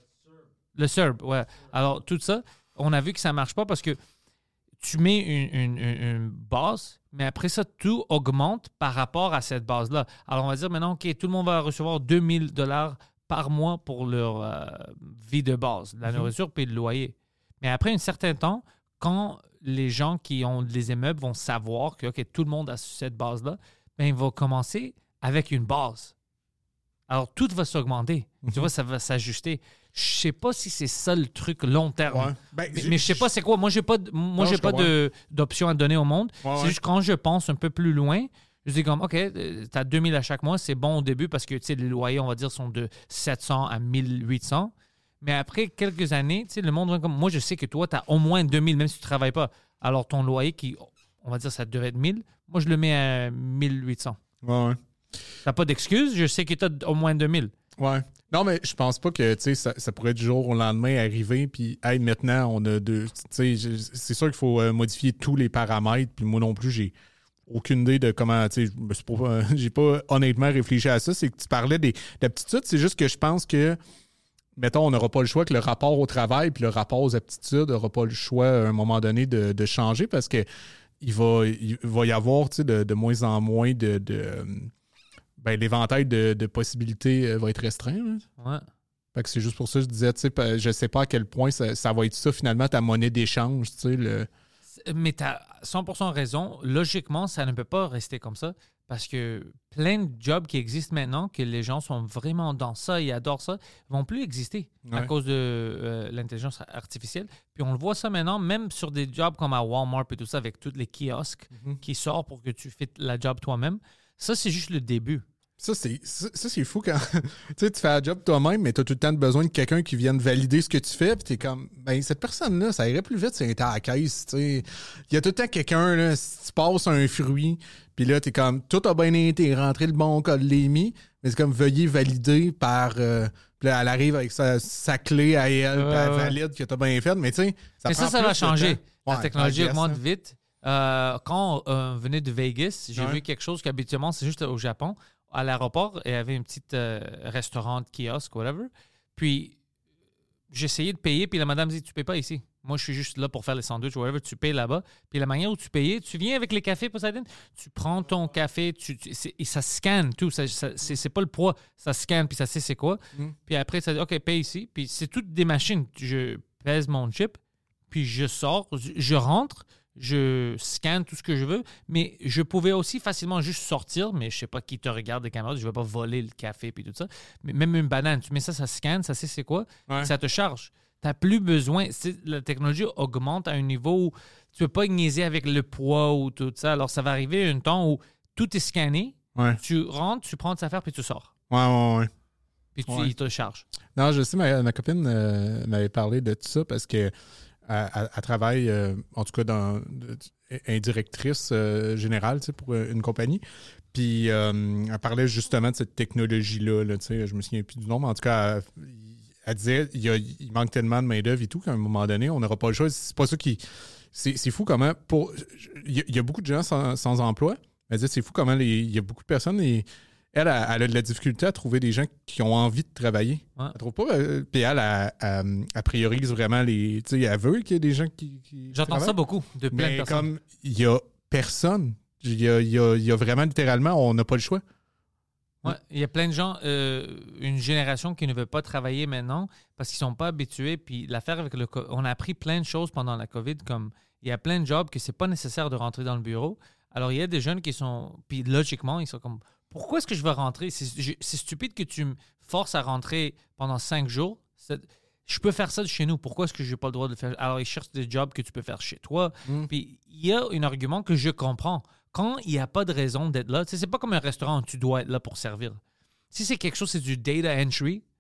Le C E R B, ouais. Alors, tout ça, on a vu que ça ne marche pas parce que tu mets une, une- une- une base, mais après ça, tout augmente par rapport à cette base-là. Alors, on va dire maintenant, OK, tout le monde va recevoir deux mille dollars par mois pour leur euh, vie de base, la nourriture puis le loyer. Mais après un certain temps, quand les gens qui ont des immeubles vont savoir que, OK, tout le monde a cette base-là, ben, ils vont commencer avec une base. Alors, tout va s'augmenter. Tu vois, ça va s'ajuster. Je sais pas si c'est ça le truc long terme. Ouais. Ben, mais, j'ai- mais je sais pas c'est quoi. Moi, j'ai pas, de- moi, Non, j'ai je pas comprends. de, d'option à donner au monde. Ouais, c'est ouais. juste quand je pense un peu plus loin, je dis comme, OK, tu as deux mille à chaque mois, c'est bon au début parce que, tu sais, les loyers, on va dire, sont de sept cents à mille huit cents. Mais après quelques années, tu sais, le monde va comme, moi, je sais que toi, tu as au moins deux mille, même si tu travailles pas. Alors, ton loyer qui, on va dire, ça devait être mille, moi, je le mets à mille huit cents. Ouais, ouais. T'as pas d'excuse, je sais que tu as au moins deux mille. Ouais. Non, mais je pense pas que, tu sais, ça, ça pourrait du jour au lendemain arriver, puis, hey, maintenant, on a deux. Tu sais, je- c'est sûr qu'il faut euh, modifier tous les paramètres, puis moi non plus, j'ai aucune idée de comment, tu sais, je me suis pas, euh, j'ai pas honnêtement réfléchi à ça. C'est que tu parlais des d'aptitudes, c'est juste que je pense que, mettons, on n'aura pas le choix que le rapport au travail puis le rapport aux aptitudes n'aura pas le choix à un moment donné de, de changer parce que il va, il va y avoir, tu sais, de, de moins en moins de. de ben, l'éventail de, de possibilités euh, va être restreint. Là. Ouais. Fait que c'est juste pour ça que je disais, tu sais, pa- je sais pas à quel point ça, ça va être ça, finalement, ta monnaie d'échange, tu sais, le... Mais tu as cent pour cent raison. Logiquement, ça ne peut pas rester comme ça parce que plein de jobs qui existent maintenant, que les gens sont vraiment dans ça et adorent ça, vont plus exister à Ouais. cause de euh, l'intelligence artificielle. Puis on le voit ça maintenant, même sur des jobs comme à Walmart et tout ça, avec tous les kiosques qui sortent pour que tu fasses la job toi-même. Ça, c'est juste le début. Ça, c'est, ça, ça, c'est fou quand tu sais, tu fais un job toi-même, mais tu as tout le temps besoin de quelqu'un qui vienne valider ce que tu fais, puis tu es comme, ben, cette personne-là, ça irait plus vite si elle était à la caisse. Tu sais. Il y a tout le temps quelqu'un, là, si tu passes un fruit, puis là, tu es comme, tout a bien été, rentré le bon code, l'est mis, mais c'est comme, veuillez valider par. Euh, puis là, elle arrive avec sa, sa clé à elle, puis elle ouais. valide que tu as bien fait, mais tu sais, ça Mais ça, prend ça plus va de changer. temps. La Ouais, technologie I guess, augmente hein. vite. Euh, quand euh, on venait de Vegas, j'ai Ouais. vu quelque chose qu'habituellement, c'est juste au Japon. À l'aéroport, il y avait un petit euh, restaurant, kiosque, whatever. Puis, j'essayais de payer, puis la madame dit, tu payes pas ici. Moi, je suis juste là pour faire les sandwichs, whatever. Tu payes là-bas. Puis la manière où tu payais, tu viens avec les cafés, Poseidon, tu prends ton café, tu, tu- c'est- et ça scanne tout. Ça, ça- c'est, c'est pas le poids, ça scanne, puis ça sait c'est quoi. Puis après, ça dit, OK, paye ici. Puis c'est toutes des machines. Je pèse mon chip, puis je sors, je, je rentre, je scanne tout ce que je veux, mais je pouvais aussi facilement juste sortir, mais je sais pas qui te regarde des caméras, je vais pas voler le café puis tout ça. Mais même une banane, tu mets ça, ça scanne, ça sait c'est quoi, Ouais. ça te charge. Tu n'as plus besoin. C'est- La technologie augmente à un niveau où tu ne peux pas niaiser avec le poids ou tout ça. Alors, ça va arriver un temps où tout est scanné, Ouais, tu rentres, tu prends tes affaires puis tu sors. ouais, ouais, ouais. Puis tu, Ouais. il te charge. Non, je sais, ma, ma copine euh, m'avait parlé de tout ça parce que elle, elle- elle travaille, euh, en tout cas, dans de- indirectrice euh, générale, tu sais, pour euh, une compagnie. Puis euh, elle parlait justement de cette technologie-là. Là, tu sais, je me souviens plus du nom, mais en tout cas, elle, elle disait il, y a- il manque tellement de main-d'œuvre et tout qu'à un moment donné, on n'aura pas le choix. C'est pas ça qui. C'est, c'est fou comment. Pour, il, y a, il y a beaucoup de gens sans, sans emploi. Elle disait c'est fou comment les- il y a beaucoup de personnes. Et, elle, elle, elle a de la difficulté à trouver des gens qui ont envie de travailler. Ouais. Elle trouve pas. euh, Puis elle, elle, elle, elle priorise vraiment les. Tu sais, elle veut qu'il y ait des gens qui. qui J'entends travaillent. ça beaucoup de plein de Mais personnes. comme il y a personne, il y a, il y a- il y a vraiment littéralement, on n'a pas le choix. Ouais, il y a plein de gens, euh, une génération qui ne veut pas travailler maintenant parce qu'ils ne sont pas habitués. Puis l'affaire avec le co- on a appris plein de choses pendant la COVID, comme il y a plein de jobs que c'est pas nécessaire de rentrer dans le bureau. Alors il y a des jeunes qui sont, puis logiquement, ils sont comme, pourquoi est-ce que je veux rentrer? C'est, je- c'est stupide que tu me forces à rentrer pendant cinq jours. C'est- je peux faire ça de chez nous. Pourquoi est-ce que je n'ai pas le droit de le faire? Alors ils cherchent des jobs que tu peux faire chez toi. Puis il y a un argument que je comprends. Quand il n'y a pas de raison d'être là, tu sais, c'est pas comme un restaurant où tu dois être là pour servir. Si c'est quelque chose, c'est du data entry,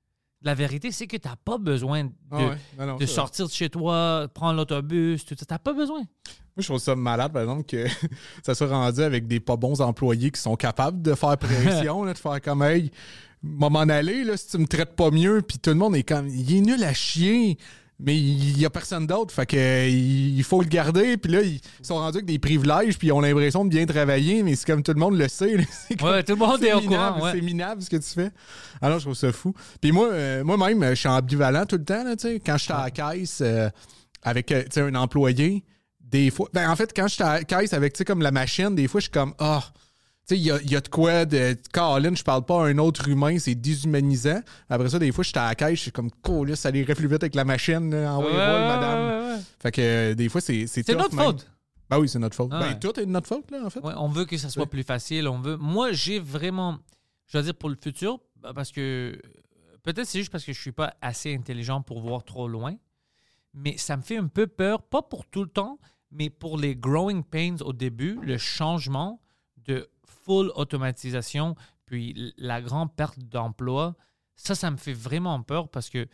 la vérité, c'est que tu n'as pas besoin de, Ah ouais. Non, non, de ça- sortir de chez toi, prendre l'autobus, tout ça. Tu n'as pas besoin. Moi, je trouve ça malade, par exemple, que ça soit rendu avec des pas bons employés qui sont capables de faire pression, là, de faire comme, hey, moi m'en aller, là, si tu me traites pas mieux, puis tout le monde est comme, il est nul à chier, mais il y a personne d'autre, fait que il faut le garder, puis là, ils sont rendus avec des privilèges, puis ils ont l'impression de bien travailler, mais c'est comme tout le monde le sait, là, c'est comme- Ouais, tout le monde c'est est au minable, courant. Ouais. C'est minable ce que tu fais. Alors, je trouve ça fou. Puis moi, euh, moi-même, je suis ambivalent tout le temps, là, tu sais, quand j'étais à la caisse euh, avec, euh, tu sais, un employé, des fois, ben en fait, quand je suis à la caisse avec, tu sais, comme la machine, des fois, je suis comme, ah, tu sais, il y a, y a de quoi de. Colin, je parle pas à un autre humain, c'est déshumanisant. Après ça, des fois, je suis à la caisse, je suis comme, cool, là, ça allait plus vite avec la machine, là, envoyez Ouais, voir ouais, madame. ouais, ouais. Fait que euh, des fois, c'est. C'est, C'est tough, notre même. faute. Ben oui, c'est notre faute. Ah ben ouais. tout est de notre faute, là, en fait. Ouais, on veut que ça soit Oui. plus facile. On veut. Moi, j'ai vraiment. Je dois dire pour le futur, parce que. Peut-être c'est juste parce que je suis pas assez intelligent pour voir trop loin. Mais ça me fait un peu peur, pas pour tout le temps, mais pour les growing pains au début, le changement de full automatisation, puis la grande perte d'emploi, ça, ça me fait vraiment peur parce que, tu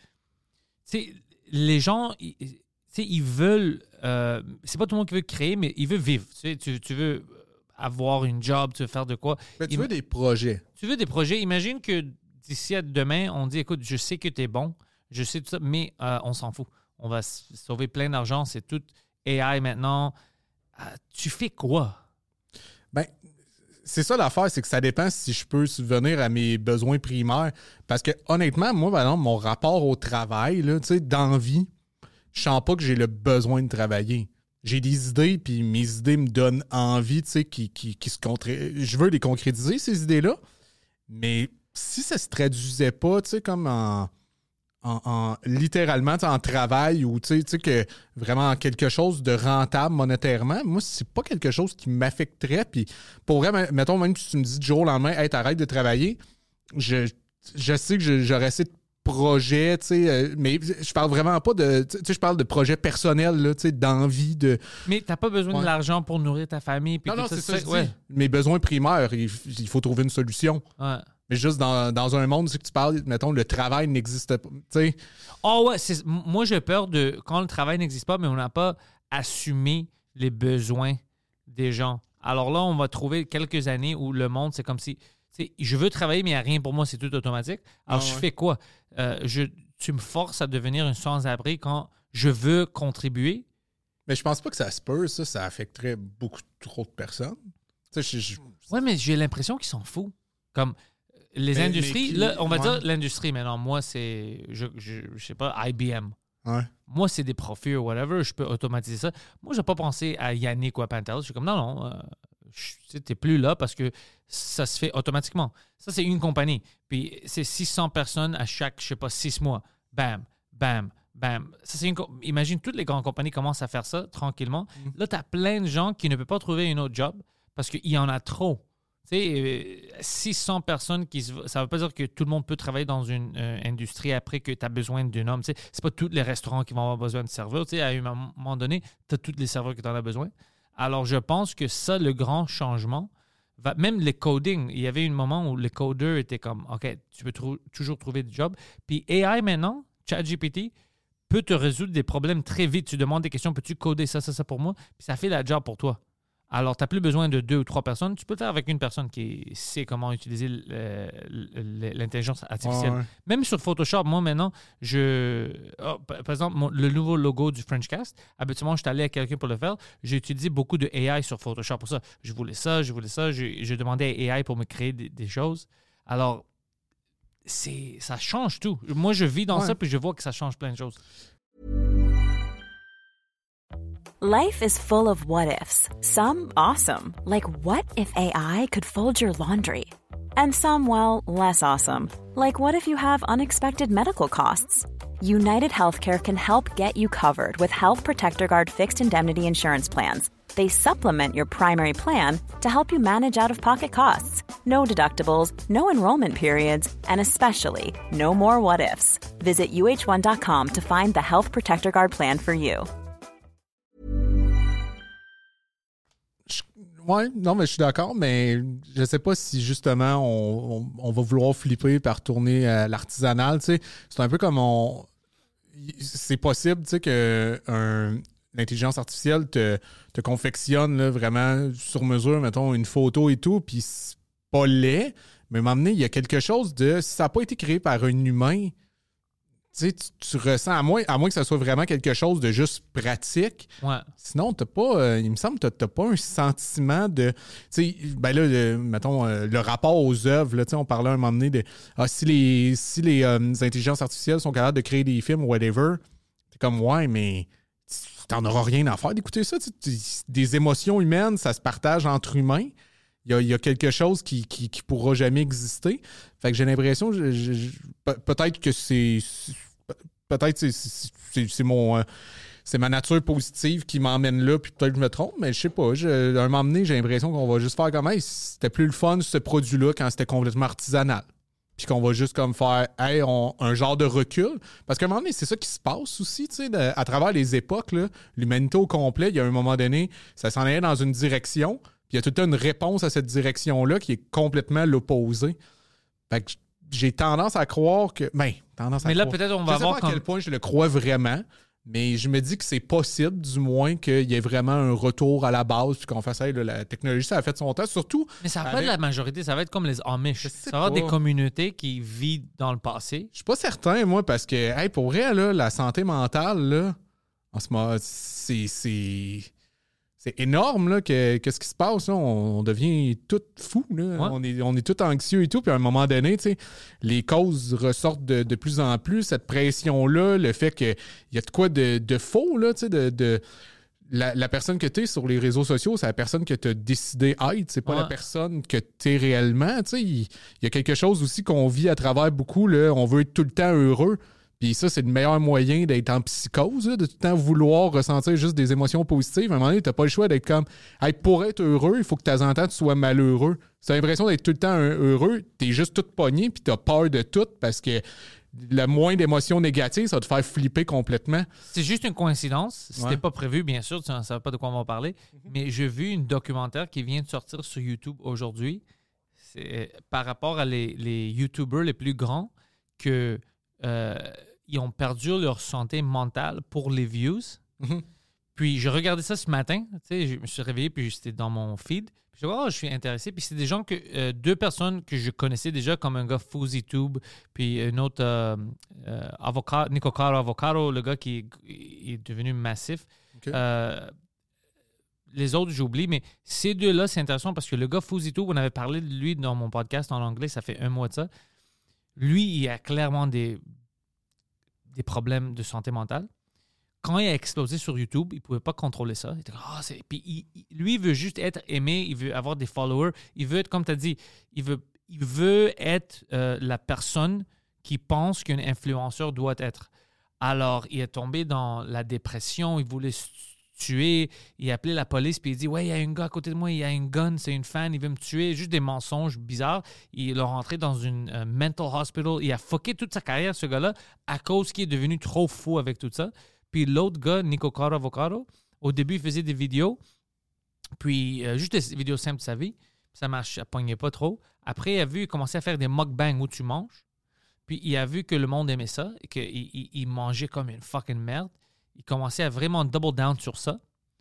sais, les gens, ils, tu sais, ils veulent, euh, c'est pas tout le monde qui veut créer, mais ils veulent vivre. Tu sais, tu, tu veux avoir une job, tu veux faire de quoi. Mais tu Im- veux des projets. tu veux des projets. Imagine que d'ici à demain, on dit, écoute, je sais que tu es bon, je sais tout ça, mais euh, on s'en fout. On va s- sauver plein d'argent, c'est tout A I maintenant. Euh, tu fais quoi? Ben, c'est ça l'affaire, c'est que ça dépend si je peux subvenir à mes besoins primaires. Parce que honnêtement, moi, par exemple, mon rapport au travail, là, tu sais, d'envie, je sens pas que j'ai le besoin de travailler. J'ai des idées, puis mes idées me donnent envie, tu sais, qui, qui, qui se concré... Je veux les concrétiser, ces idées-là. Mais si ça se traduisait pas, tu sais, comme en, en, en- littéralement, tu sais, en travail ou, tu sais, tu sais, que vraiment quelque chose de rentable monétairement, moi, c'est pas quelque chose qui m'affecterait. Puis pour vrai, mettons, même si tu me dis du jour au lendemain, hey, t'arrêtes de travailler, je, je sais que je- j'aurais assez de projets, tu sais, euh, mais je parle vraiment pas de, tu sais, je parle de projets personnels, là, tu sais, d'envie, de... Mais t'as pas besoin Ouais. de l'argent pour nourrir ta famille. Puis Non, tout non, c'est ça, je dis. ouais. Mes besoins primaires, il, il faut trouver une solution. Ouais. Mais juste dans, dans un monde, c'est que tu parles, mettons, le travail n'existe pas, tu sais. Oh ouais, c'est- m- moi j'ai peur de quand le travail n'existe pas, mais on n'a pas assumé les besoins des gens. Alors là, on va trouver quelques années où le monde, c'est comme si, tu sais, je veux travailler, mais il n'y a rien pour moi, c'est tout automatique. Alors Ah je ouais. fais quoi? Euh, je, tu me forces à devenir un sans-abri quand je veux contribuer. Mais je pense pas que ça se peut, ça, ça affecterait beaucoup trop de personnes. Tu sais, je- je- Ouais, mais j'ai l'impression qu'ils s'en foutent. Comme euh, les Mais- industries, mais qui- là, on va ouais. dire l'industrie maintenant. Moi, c'est, je, je, je sais pas, I B M. Ouais. Moi, c'est des profils ou whatever, je peux automatiser ça. Moi, je n'ai pas pensé à Yannick ou à Pantel. Je suis comme, non, non, euh, tu n'es plus là parce que ça se fait automatiquement. Ça, c'est une compagnie. Puis, c'est six cents personnes à chaque, je sais pas, six mois. Bam, bam, bam. Ça, c'est une co- Imagine, toutes les grandes compagnies commencent à faire ça tranquillement. Là, tu as plein de gens qui ne peuvent pas trouver une autre job parce qu'il y en a trop. Tu sais, euh, six cents personnes qui se... Ça ne veut pas dire que tout le monde peut travailler dans une euh, industrie après que tu as besoin d'un homme. Tu sais, c'est pas tous les restaurants qui vont avoir besoin de serveurs. Tu sais, à un moment donné, tu as tous les serveurs que tu en as besoin. Alors, je pense que ça, le grand changement, va... même les coding, il y avait un moment où les codeurs étaient comme, OK, tu peux trou- toujours trouver des jobs. Puis A I maintenant, ChatGPT, peut te résoudre des problèmes très vite. Tu demandes des questions, peux-tu coder ça, ça, ça pour moi? Puis ça fait la job pour toi. Alors, tu n'as plus besoin de deux ou trois personnes. Tu peux le faire avec une personne qui sait comment utiliser l- euh, l- l'intelligence artificielle. Ouais, ouais. Même sur Photoshop, moi, maintenant, je... oh, par par exemple, mon- le nouveau logo du Frenchcast, habituellement, je suis allé à quelqu'un pour le faire. J'ai utilisé beaucoup de A I sur Photoshop pour ça. Je voulais ça, je voulais ça. Je, je demandais à A I pour me créer des, des choses. Alors, c'est, ça change tout. Moi, je vis dans Ouais. ça, puis je vois que ça change plein de choses. Life is full of what ifs. Some awesome, like what if A I could fold your laundry? And some, well, less awesome, like what if you have unexpected medical costs? United Healthcare can help get you covered with Health Protector Guard fixed indemnity insurance plans. They supplement your primary plan to help you manage out-of-pocket costs. No deductibles, no enrollment periods, and especially no more what ifs. Visit U H one dot com to find the Health Protector Guard plan for you. Ouais, non, mais je suis d'accord, mais je sais pas si justement on, on, on va vouloir flipper par retourner à l'artisanal. Tu sais, c'est un peu comme on. C'est possible, tu sais, que un, l'intelligence artificielle te, te confectionne là, vraiment sur mesure, mettons, une photo et tout, puis c'est pas laid, mais à un moment donné, il y a quelque chose de. Si ça n'a pas été créé par un humain, tu sais, tu, tu ressens, à moins, à moins que ça soit vraiment quelque chose de juste pratique. Ouais. Sinon, t'as pas, euh, il me semble que t'as pas un sentiment de. Tu sais, ben là, le, mettons, euh, le rapport aux œuvres, là, tu sais, on parlait à un moment donné de. Ah, si les, si les, euh, les intelligences artificielles sont capables de créer des films ou whatever, t'es comme, ouais, mais t'en auras rien à faire d'écouter ça. Tu sais, des émotions humaines, ça se partage entre humains. Il y a, il y a quelque chose qui, qui, qui pourra jamais exister. Fait que j'ai l'impression, je, je, je, peut-être que c'est. Peut-être c'est, c'est, c'est mon. Euh, c'est ma nature positive qui m'emmène là, puis peut-être que je me trompe, mais je sais pas. Je, à un moment donné, j'ai l'impression qu'on va juste faire comme hey, c'était plus le fun ce produit-là quand c'était complètement artisanal. Puis qu'on va juste comme faire hey, on, un genre de recul. Parce qu'à un moment donné, c'est ça qui se passe aussi, tu sais, à travers les époques, là, l'humanité au complet, il y a un moment donné, ça s'en allait dans une direction. Puis il y a tout le temps une réponse à cette direction-là qui est complètement l'opposé. Fait que j'ai tendance à croire que... Ben, tendance à Mais là, croire. peut-être on va je sais voir pas à comme... quel point je le crois vraiment, mais je me dis que c'est possible, du moins, qu'il y ait vraiment un retour à la base puis qu'on fasse hey, là, la technologie, ça a fait son temps. Surtout... Mais ça va avec... pas être la majorité, ça va être comme les Amish. Ça va avoir des communautés qui vivent dans le passé. Je suis pas certain, moi, parce que, hey, pour vrai, là, la santé mentale, là, en ce moment, c'est... c'est... C'est énorme là, que, que ce qui se passe. Là. On, on devient tout fou. Là. Ouais. On est, on est tout anxieux et tout. Puis à un moment donné, les causes ressortent de, de plus en plus. Cette pression-là, le fait qu'il y a de quoi de, de faux. Là, de, de, la, la personne que tu es sur les réseaux sociaux, c'est la personne que tu as décidé être. C'est pas ouais. la personne que tu es réellement. Il, il y a quelque chose aussi qu'on vit à travers beaucoup. Là. On veut être tout le temps heureux. Puis ça, c'est le meilleur moyen d'être en psychose, là, de tout le temps vouloir ressentir juste des émotions positives. À un moment donné, t'as pas le choix d'être comme hey, pour être heureux, il faut que de temps en temps, tu sois malheureux. Si t'as l'impression d'être tout le temps heureux, t'es juste tout pogné puis t'as peur de tout parce que le moins d'émotions négatives, ça va te faire flipper complètement. C'est juste une coïncidence. C'était Ouais. pas prévu, bien sûr. Tu ne savais pas de quoi on va parler. Mm-hmm. Mais j'ai vu un documentaire qui vient de sortir sur YouTube aujourd'hui. C'est par rapport à les, les YouTubers les plus grands que... Euh, ils ont perdu leur santé mentale pour les views. Mm-hmm. Puis, j'ai regardé ça ce matin. Tu sais, je me suis réveillé, puis c'était dans mon feed. Puis, je dis, oh, je suis intéressé. Puis, c'est des gens que... Euh, deux personnes que je connaissais déjà, comme un gars FouseyTube, puis un autre euh, euh, avocat, Nico Caro Avocado, le gars qui est, est devenu massif. Okay. Euh, les autres, j'oublie, mais ces deux-là, c'est intéressant parce que le gars FouseyTube, on avait parlé de lui dans mon podcast en anglais, ça fait un mois de ça. Lui, il a clairement des... des problèmes de santé mentale. Quand il a explosé sur YouTube, il ne pouvait pas contrôler ça. Il était, oh, c'est... Puis il, il, lui, il veut juste être aimé, il veut avoir des followers, il veut être, comme tu as dit, il veut, il veut être euh, la personne qui pense qu'un influenceur doit être. Alors, il est tombé dans la dépression, il voulait se tuer, il a appelé la police, puis il dit « Ouais, il y a un gars à côté de moi, il y a un gun, c'est une fan, il veut me tuer. » Juste des mensonges bizarres. Il l'a rentré dans une uh, mental hospital. Il a fucké toute sa carrière, ce gars-là, à cause qu'il est devenu trop fou avec tout ça. Puis l'autre gars, Nico Caro Avocado, au début, il faisait des vidéos, puis euh, juste des vidéos simples de sa vie. Ça marche, ça pognait pas trop. Après, il a vu, il commençait à faire des mukbangs où tu manges. Puis il a vu que le monde aimait ça, et qu'il il, il mangeait comme une fucking merde. Il commençait à vraiment double down sur ça.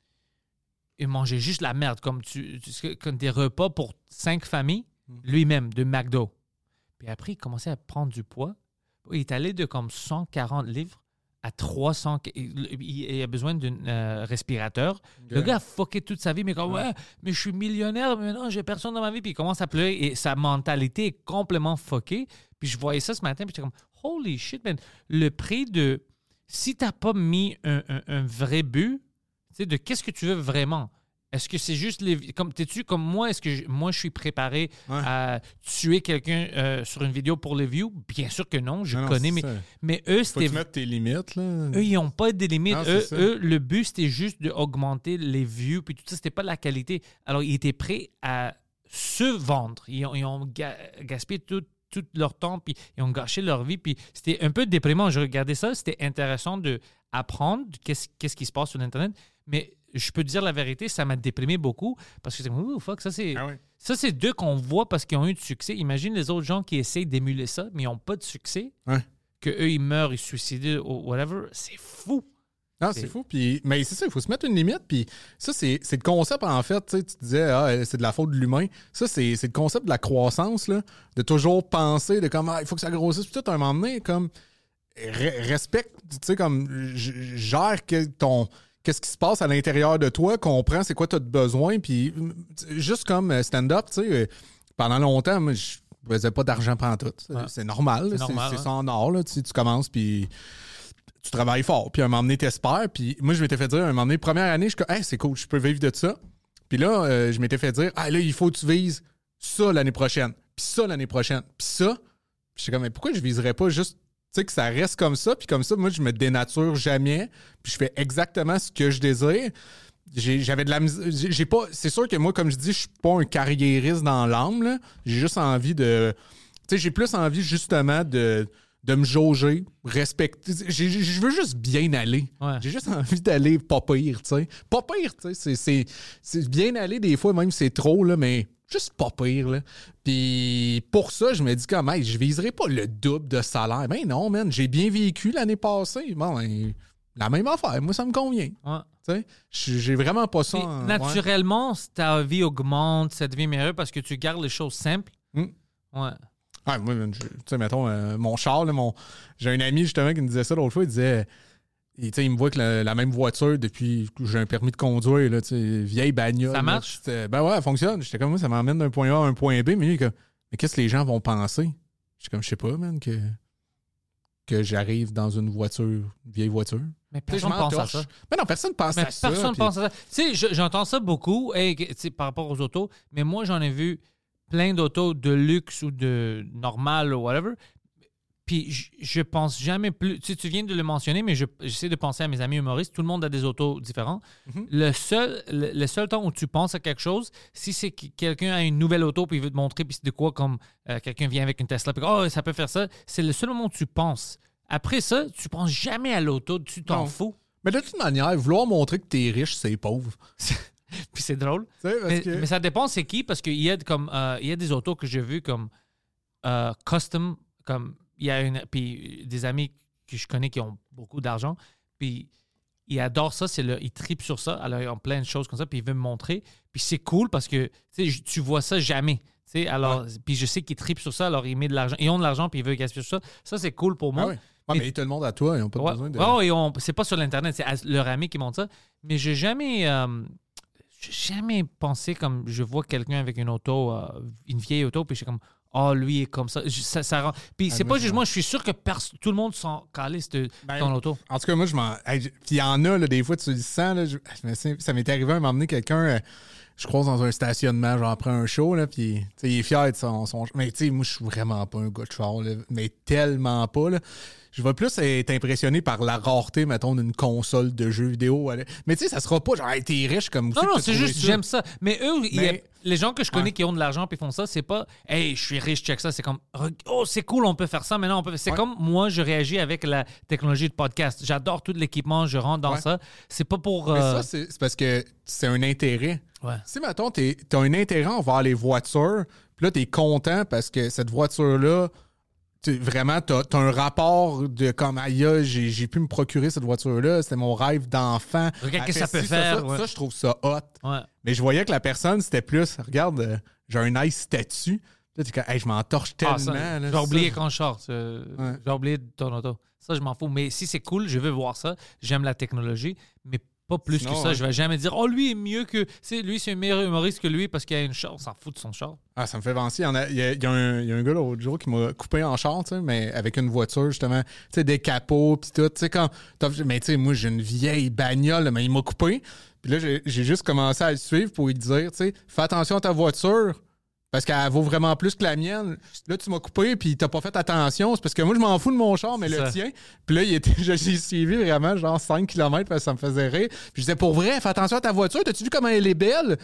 Il mangeait juste la merde, comme, tu, tu, comme des repas pour cinq familles, lui-même, de McDo. Puis après, il commençait à prendre du poids. Il est allé de comme cent quarante livres à trois cents. Il, il a besoin d'un euh, respirateur. Okay. Le gars a fucké toute sa vie, mais comme, ouais, mais je suis millionnaire, mais non, j'ai personne dans ma vie. Puis il commence à pleurer et sa mentalité est complètement fuckée. Puis je voyais ça ce matin, puis j'étais comme, holy shit, man. Le prix de... Si tu n'as pas mis un, un, un vrai but, tu sais, de qu'est-ce que tu veux vraiment? Est-ce que c'est juste les... Comme, t'es-tu comme moi, est-ce que je, moi, je suis préparé ouais. à tuer quelqu'un euh, sur une vidéo pour les views? Bien sûr que non, je non, connais, mais, mais eux, c'était... Faut te mettre tes limites, là. Eux, ils n'ont pas de limites. Non, eux, eux, le but, c'était juste d'augmenter les views, puis tout ça, c'était pas la qualité. Alors, ils étaient prêts à se vendre. Ils ont, ils ont ga- gaspillé tout tout leur temps, puis ils ont gâché leur vie, puis c'était un peu déprimant. Je regardais ça, c'était intéressant d'apprendre qu'est-ce, qu'est-ce qui se passe sur Internet, mais je peux te dire la vérité, ça m'a déprimé beaucoup parce que c'est comme, oh, fuck, ça c'est, Ah ouais. ça c'est deux qu'on voit parce qu'ils ont eu du succès. Imagine les autres gens qui essayent d'émuler ça, mais ils n'ont pas de succès, Ouais. qu'eux ils meurent, ils se suicident ou whatever. C'est fou. Non, c'est fou. Puis, mais c'est ça, il faut se mettre une limite. Puis ça, c'est, c'est le concept, en fait. Tu sais, tu disais, ah, c'est de la faute de l'humain. Ça, c'est, c'est le concept de la croissance, là, de toujours penser, de comme, ah, il faut que ça grossisse. Puis tout, à un moment donné, comme, re- respecte, tu sais, comme, g- gère que ton, qu'est-ce qui se passe à l'intérieur de toi, comprends c'est quoi tu as de besoin. Puis juste comme stand-up, tu sais, pendant longtemps, moi, je faisais pas d'argent pantoute. C'est, Ouais. c'est normal. C'est C'est, normal, c'est ouais. ça en or, là. Tu sais, tu commences, puis tu travailles fort. Puis à un moment donné, t'espères. Puis moi, je m'étais fait dire, à un moment donné, première année, je suis comme, hey, c'est cool, je peux vivre de ça. Puis là, euh, je m'étais fait dire, ah, là, il faut que tu vises ça l'année prochaine. Puis ça l'année prochaine. Puis ça. Puis j'étais comme, mais pourquoi je viserais pas juste, tu sais, que ça reste comme ça. Puis comme ça, moi, je me dénature jamais. Puis je fais exactement ce que je désire. J'ai, j'avais de la misère. J'ai, j'ai pas. C'est sûr que moi, comme je dis, je suis pas un carriériste dans l'âme, là. J'ai juste envie de. Tu sais, j'ai plus envie justement de. de me jauger, respecter. J'ai- j'ai- Je veux juste bien aller. Ouais. J'ai juste envie d'aller pas pire, tu sais. Pas pire, tu sais. C'est, c'est, c'est bien aller des fois, même si c'est trop, là, mais juste pas pire, là. Puis pour ça, je me dis comme, hey, je viserai pas le double de salaire. Ben non, man, j'ai bien vécu l'année passée. Bon, ben, la même affaire. Moi, ça me convient. Ouais. Tu sais, j'ai j'ai vraiment pas ça. Puis, en- naturellement, ta vie augmente, ça devient meilleur parce que tu gardes les choses simples. Mm. Ouais. Ouais, moi, je- tu sais, mettons, euh, mon char, là, mon... j'ai un ami justement qui me disait ça l'autre fois. Il disait, il, tu sais, il me voit que la, la même voiture depuis que j'ai un permis de conduire, là, tu sais, vieille bagnole. Ça là, marche? c'était- ben ouais, elle fonctionne. J'étais comme moi, ça m'emmène d'un point A à un point B. Mais lui, il est comme, mais qu'est-ce que les gens vont penser? J'étais comme, je sais pas, man, que, que j'arrive dans une voiture, une vieille voiture. Mais Tu sais, je personne pense à m'entorche. ça. Mais non, personne pense Mais à ça. personne puis- pense à ça. Tu sais, je- j'entends ça beaucoup hey, que- tu sais, par rapport aux autos, mais moi, j'en ai vu plein d'autos de luxe ou de normal ou whatever. Puis je, je pense jamais plus. Tu sais, tu viens de le mentionner, mais je- j'essaie de penser à mes amis humoristes. Tout le monde a des autos différents. Mhm. Le seul le, le seul temps où tu penses à quelque chose, si c'est que quelqu'un a une nouvelle auto puis il veut te montrer, puis c'est de quoi, comme euh, quelqu'un vient avec une Tesla, puis oh, ça peut faire ça, c'est le seul moment où tu penses. Après ça, tu penses jamais à l'auto, tu t'en Non. fous. Mais de toute manière, vouloir montrer que t'es riche, c'est pauvre. Puis c'est drôle. Tu sais, parce Mais, que- mais ça dépend c'est qui, parce qu'il y a comme euh, il y a des autos que j'ai vues comme euh, custom, comme il y a une puis des amis que je connais qui ont beaucoup d'argent, puis ils adorent ça, c'est le, ils tripent sur ça, alors ils ont plein de choses comme ça, puis ils veulent me montrer, puis c'est cool parce que tu sais, tu vois ça jamais. Tu sais, alors, puis je sais qu'ils tripent sur ça, alors ils mettent de l'argent, ils ont de l'argent, puis ils veulent gaspiller sur ça. Ça, c'est cool pour moi. Ah ouais. Ouais, mais ils te le montrent à toi, ils n'ont pas Ouais, besoin de. ouais, ouais, on- c'est pas sur l'Internet, c'est à leur ami qui montre ça. Mais j'ai jamais, euh, j'ai jamais pensé comme je vois quelqu'un avec une auto, euh, une vieille auto, puis je suis comme, oh, lui est comme ça. Je- ça, ça rend- Puis Ah, c'est moi, pas je jugement, je suis sûr que pers- tout le monde s'en calisse de Ben, ton auto. En tout cas, moi, je m'en. Hey, je- Puis il y en a, là, des fois, tu le sens. Là, je- je me sais- ça m'est arrivé à m'emmener quelqu'un. euh, je croise dans un stationnement, genre après un show, là, puis tu sais, il est fier de son. son... Mais tu sais, moi, je suis vraiment pas un gars de char, là, mais tellement pas. Là. Je vais plus être impressionné par la rareté, mettons, d'une console de jeux vidéo. elle- Mais tu sais, ça sera pas genre, hey, t'es riche comme Non, non, c'est juste, j'aime ça. Mais eux, il y a- Mais- les gens que je connais Ouais. qui ont de l'argent puis font ça, c'est pas, hey, je suis riche, check ça. C'est comme, oh, c'est cool, on peut faire ça. Maintenant, on peut. C'est Ouais. comme moi, je réagis avec la technologie de podcast. J'adore tout l'équipement, je rentre dans Ouais. ça. C'est pas pour. Mais euh, ça, c'est c'est parce que c'est un intérêt. Ouais. Si, mettons, t'es- t'as un intérêt envers les voitures, puis là, t'es content parce que cette voiture-là, tu- vraiment, t'as as un rapport de comme, aïe, j'ai j'ai pu me procurer cette voiture-là, c'était mon rêve d'enfant. Regarde Elle qu'est-ce que fait ça peut ci, faire, Ça, ouais. ça, je trouve ça hot. Ouais. Mais je voyais que la personne, c'était plus, regarde, euh, j'ai un nice statut. Là, t'es comme, hey, je m'en torche tellement. Ah, ça, là, j'ai ça. oublié quand je sors. euh, Ouais. J'ai oublié ton auto. Ça, je m'en fous. Mais si c'est cool, je veux voir ça. J'aime la technologie, mais pas plus Sinon, que ça. ouais. Je vais jamais dire, oh, lui est mieux que. Tu sais, lui, c'est un meilleur humoriste que lui parce qu'il a une char. On s'en fout de son char. Ah, ça me fait penser. Il y, en a, il y a- il y a un, il y a un gars l'autre jour qui m'a coupé en char, tu sais, mais avec une voiture, justement, tu sais, des capots, pis tout. Tu sais, quand. t'as- Mais tu sais, moi, j'ai une vieille bagnole, là, mais il m'a coupé. Puis là, j'ai j'ai juste commencé à le suivre pour lui dire, tu sais, fais attention à ta voiture. Parce qu'elle vaut vraiment plus que la mienne. Là, tu m'as coupé, puis t'as pas fait attention. C'est parce que moi, je m'en fous de mon char, mais C'est le ça. tien. Puis là, il était, je l'ai suivi vraiment, genre cinq kilomètres, parce que ça me faisait rire. Puis je disais, pour vrai, fais attention à ta voiture. T'as-tu vu comment elle est belle?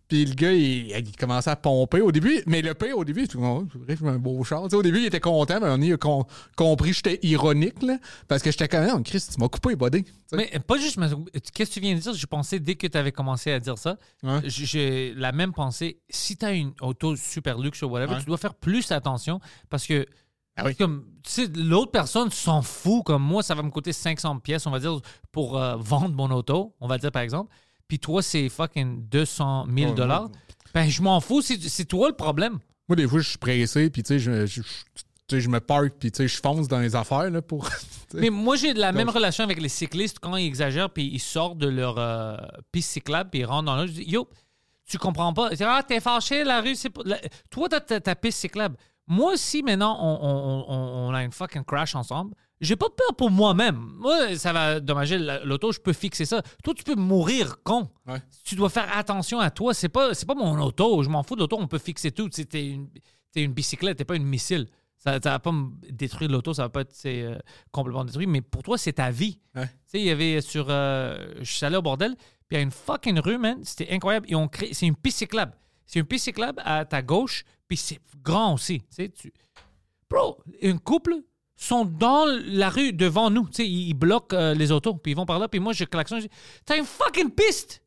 Puis le gars, il, il commençait à pomper au début. Mais le pire, au début, je oh, c'est un beau char. Tu sais, au début, il était content, mais on a com- compris que j'étais ironique, là, parce que j'étais quand même, Chris, tu m'as coupé, buddy. Tu sais. Mais pas juste, mais qu'est-ce que tu viens de dire? Je pensais, dès que tu avais commencé à dire ça, Ouais. j- j'ai la même pensée. Si tu as une auto super luxe ou whatever, Ouais. tu dois faire plus attention parce que Ah oui. comme, tu sais, l'autre personne s'en fout. Comme moi, ça va me coûter cinq cents pièces, on va dire, pour euh, vendre mon auto, on va dire par exemple. Puis toi, c'est fucking deux cent mille dollars. Ouais, Ben, je m'en fous, c'est, c'est toi le problème. Moi, des fois, je suis pressé, puis tu sais, je, je, je, tu sais, je me parque, puis tu sais, je fonce dans les affaires, là, pour... tu sais. Mais moi, j'ai de la Donc- même relation avec les cyclistes quand ils exagèrent, puis ils sortent de leur euh, piste cyclable, puis ils rentrent dans l'autre. Je dis, yo, tu comprends pas. Tu ah, t'es fâché, la rue, c'est pas. la- Toi, t'as ta, ta piste cyclable. Moi aussi, maintenant, on, on, on, on a une fucking crash ensemble. J'ai pas peur pour moi-même. Moi, ça va dommager la- l'auto, je peux fixer ça. Toi, tu peux mourir con. Ouais. Tu dois faire attention à toi. C'est pas, c'est pas mon auto. Je m'en fous de l'auto, on peut fixer tout. Tu sais, T'es une, t'es une bicyclette, t'es pas une missile. Ça, ça va pas me détruire l'auto, ça va pas être c'est, euh, complètement détruit. Mais pour toi, c'est ta vie. Ouais. Tu sais, il y avait sur. Euh, je suis allé au bordel, puis il y a une fucking rue, man. C'était incroyable. Ils ont créé. C'est une piste cyclable. C'est une piste cyclable à ta gauche, puis c'est grand aussi. Tu sais, tu... Bro, un couple sont dans la rue devant nous. Tu sais, ils, ils bloquent euh, les autos, puis ils vont par là, puis moi, je klaxonne. Je dis, t'as une fucking piste!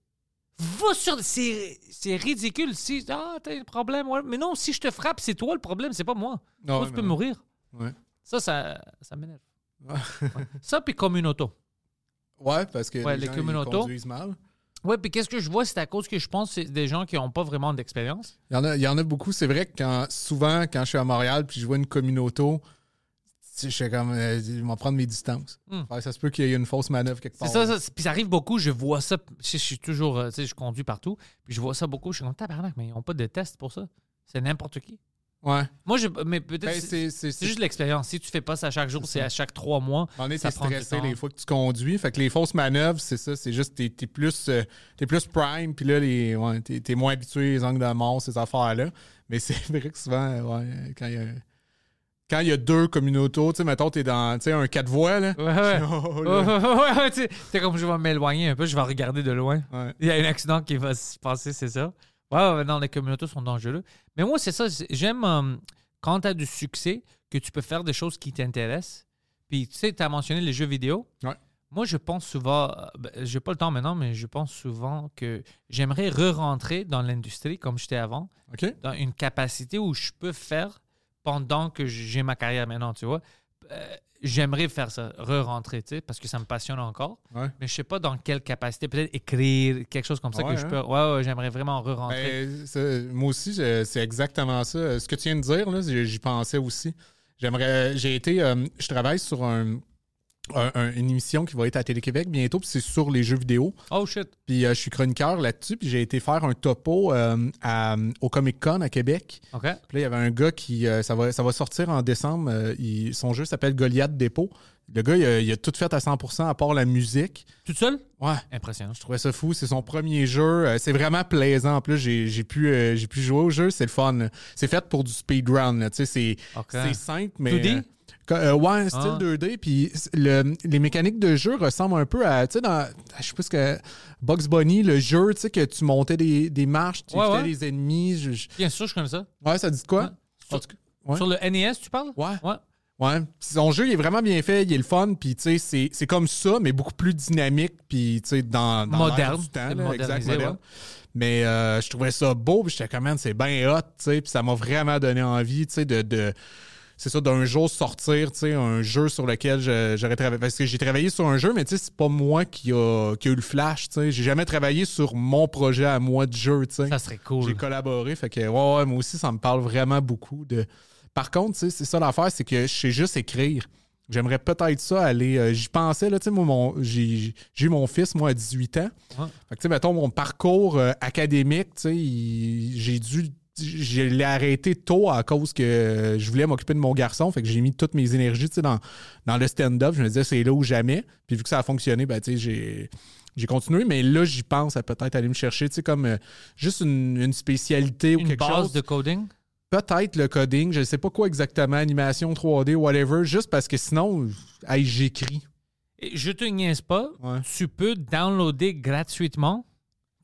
Va sur. C'est, c'est ridicule. Si, ah, t'as un problème. Ouais. Mais non, si je te frappe, c'est toi le problème, c'est pas moi. Non, toi, tu mais peux non. mourir. Ouais. Ça, ça, ça m'énerve. Ouais. Ça, puis comme une auto. Ouais, parce que Ouais, les, les gens, ils communautos. conduisent mal. Ouais, puis qu'est-ce que je vois, c'est à cause que je pense que c'est des gens qui n'ont pas vraiment d'expérience. Il y en a, il y en a beaucoup. C'est vrai que quand, souvent, quand je suis à Montréal puis je vois une communauto, tu sais, je fais comme, euh, je vais prendre mes distances. Hmm. Ouais, ça se peut qu'il y ait une fausse manœuvre quelque part. C'est ça, ça c'est- puis ça arrive beaucoup, je vois ça, je, je suis toujours, euh, tu sais, je conduis partout, puis je vois ça beaucoup, je suis comme, tabarnak, mais ils n'ont pas de test pour ça. C'est n'importe qui. Ouais. Moi, je, mais peut-être, Ben, c'est, c'est, c'est, c'est juste l'expérience. Si tu fais pas ça chaque jour, c'est, ça. à chaque trois mois. On est ça prend du stressé temps. les fois que tu conduis. Fait que les fausses manœuvres, c'est ça. C'est juste t'es, t'es plus euh, t'es plus prime. Puis là, les, ouais, t'es, t'es moins habitué les angles de mort, ces affaires-là. Mais c'est vrai que souvent, ouais, quand il y a quand il y a deux communautos, tu sais, mettons, t'es dans tu sais, un quatre voies, là. Ouais, ouais. Oh, Ouais, là. ouais, ouais, ouais, tu sais, c'est comme je vais m'éloigner un peu, je vais regarder de loin. Ouais. Il y a un accident qui va se passer, c'est ça. Ouais, ouais, non, les communautés sont dangereux. Mais moi, c'est ça. c'est- J'aime euh, quand tu as du succès, que tu peux faire des choses qui t'intéressent. Puis, tu sais, tu as mentionné les jeux vidéo. Ouais. Moi, je pense souvent, euh, ben, j'ai pas le temps maintenant, mais je pense souvent que j'aimerais re-rentrer dans l'industrie comme j'étais avant, OK? dans une capacité où je peux faire pendant que j'ai ma carrière maintenant, tu vois. Euh, j'aimerais faire ça, re-rentrer, tu sais, parce que ça me passionne encore. Ouais. Mais je sais pas dans quelle capacité. Peut-être écrire, quelque chose comme ça Ouais, que je hein? peux. Ouais, ouais, j'aimerais vraiment re-rentrer. Ben, c'est- moi aussi, je- c'est exactement ça. Ce que tu viens de dire, là, j'y j'y pensais aussi. J'aimerais. J'ai été. euh, je travaille sur un, un- un- une émission qui va être à Télé-Québec bientôt, puis c'est sur les jeux vidéo. Oh shit. Puis euh, je suis chroniqueur là-dessus, puis j'ai été faire un topo euh, à- au Comic-Con à Québec. OK. Puis là, il y avait un gars qui. euh, ça, va, ça va sortir en décembre. euh, il- son jeu s'appelle Goliath Dépôt. Le gars, il a, il a tout fait à cent pour cent à part la musique. Tout seul? Ouais. Impressionnant. Je trouvais ça fou. C'est son premier jeu. Euh, c'est vraiment plaisant. En plus, j'ai, j'ai, pu, euh, j'ai pu jouer au jeu. C'est le fun. là. C'est fait pour du speedrun. là. Tu sais, C'est, OK. c'est simple, mais. deux D? euh, co- euh, ouais, style Ah. deux D. Puis c- le- les mécaniques de jeu ressemblent un peu à. Tu sais, dans. Je sais pas ce que. Bugs Bunny, le jeu, tu sais, que tu montais des, des marches, tu Ouais, évitais ouais. les ennemis. je- je- Bien sûr, je connais ça. Ouais, ça dit de quoi? Ouais. Sur, En tout cas, ouais. sur le N E S, tu parles? Ouais. Ouais. Ouais. Puis son jeu, il est vraiment bien fait, il est le fun, puis tu sais, c'est, c'est comme ça, mais beaucoup plus dynamique, puis tu sais, dans, dans Moderne. l'air du temps, C'est là, exact, modernisé, moderne. ouais. Mais euh, je trouvais ça beau, puis j'étais comme, man, c'est bien hot, tu sais, puis ça m'a vraiment donné envie, tu sais, de, de c'est ça, d'un jour sortir, tu sais, un jeu sur lequel je- j'aurais travaillé. Parce que j'ai travaillé sur un jeu, mais tu sais, c'est pas moi qui a, qui a eu le flash, tu sais. J'ai jamais travaillé sur mon projet à moi de jeu, tu sais. Ça serait cool. J'ai collaboré, fait que ouais, ouais, moi aussi, ça me parle vraiment beaucoup. De... Par contre, tu sais, c'est ça l'affaire, c'est que je sais juste écrire. J'aimerais peut-être ça aller. euh, j'y pensais, là, tu sais, moi, mon, j'ai, j'ai eu mon fils, moi, à dix-huit ans. Ouais. Fait que, tu sais, mettons, mon parcours euh, académique, tu sais, il- j'ai dû. Je l'ai arrêté tôt à cause que je voulais m'occuper de mon garçon. Fait que j'ai mis toutes mes énergies, tu sais, dans, dans le stand-up. Je me disais, c'est là ou jamais. Puis vu que ça a fonctionné, ben, tu sais, j'ai. J'ai continué, mais là, j'y pense à peut-être aller me chercher, tu sais, comme euh, juste une, une spécialité ou Une quelque base chose. de coding? Peut-être le coding, je ne sais pas quoi exactement, animation trois D, whatever, juste parce que sinon, hey, j'écris. Et je te niaise pas. Ouais. Tu peux downloader gratuitement.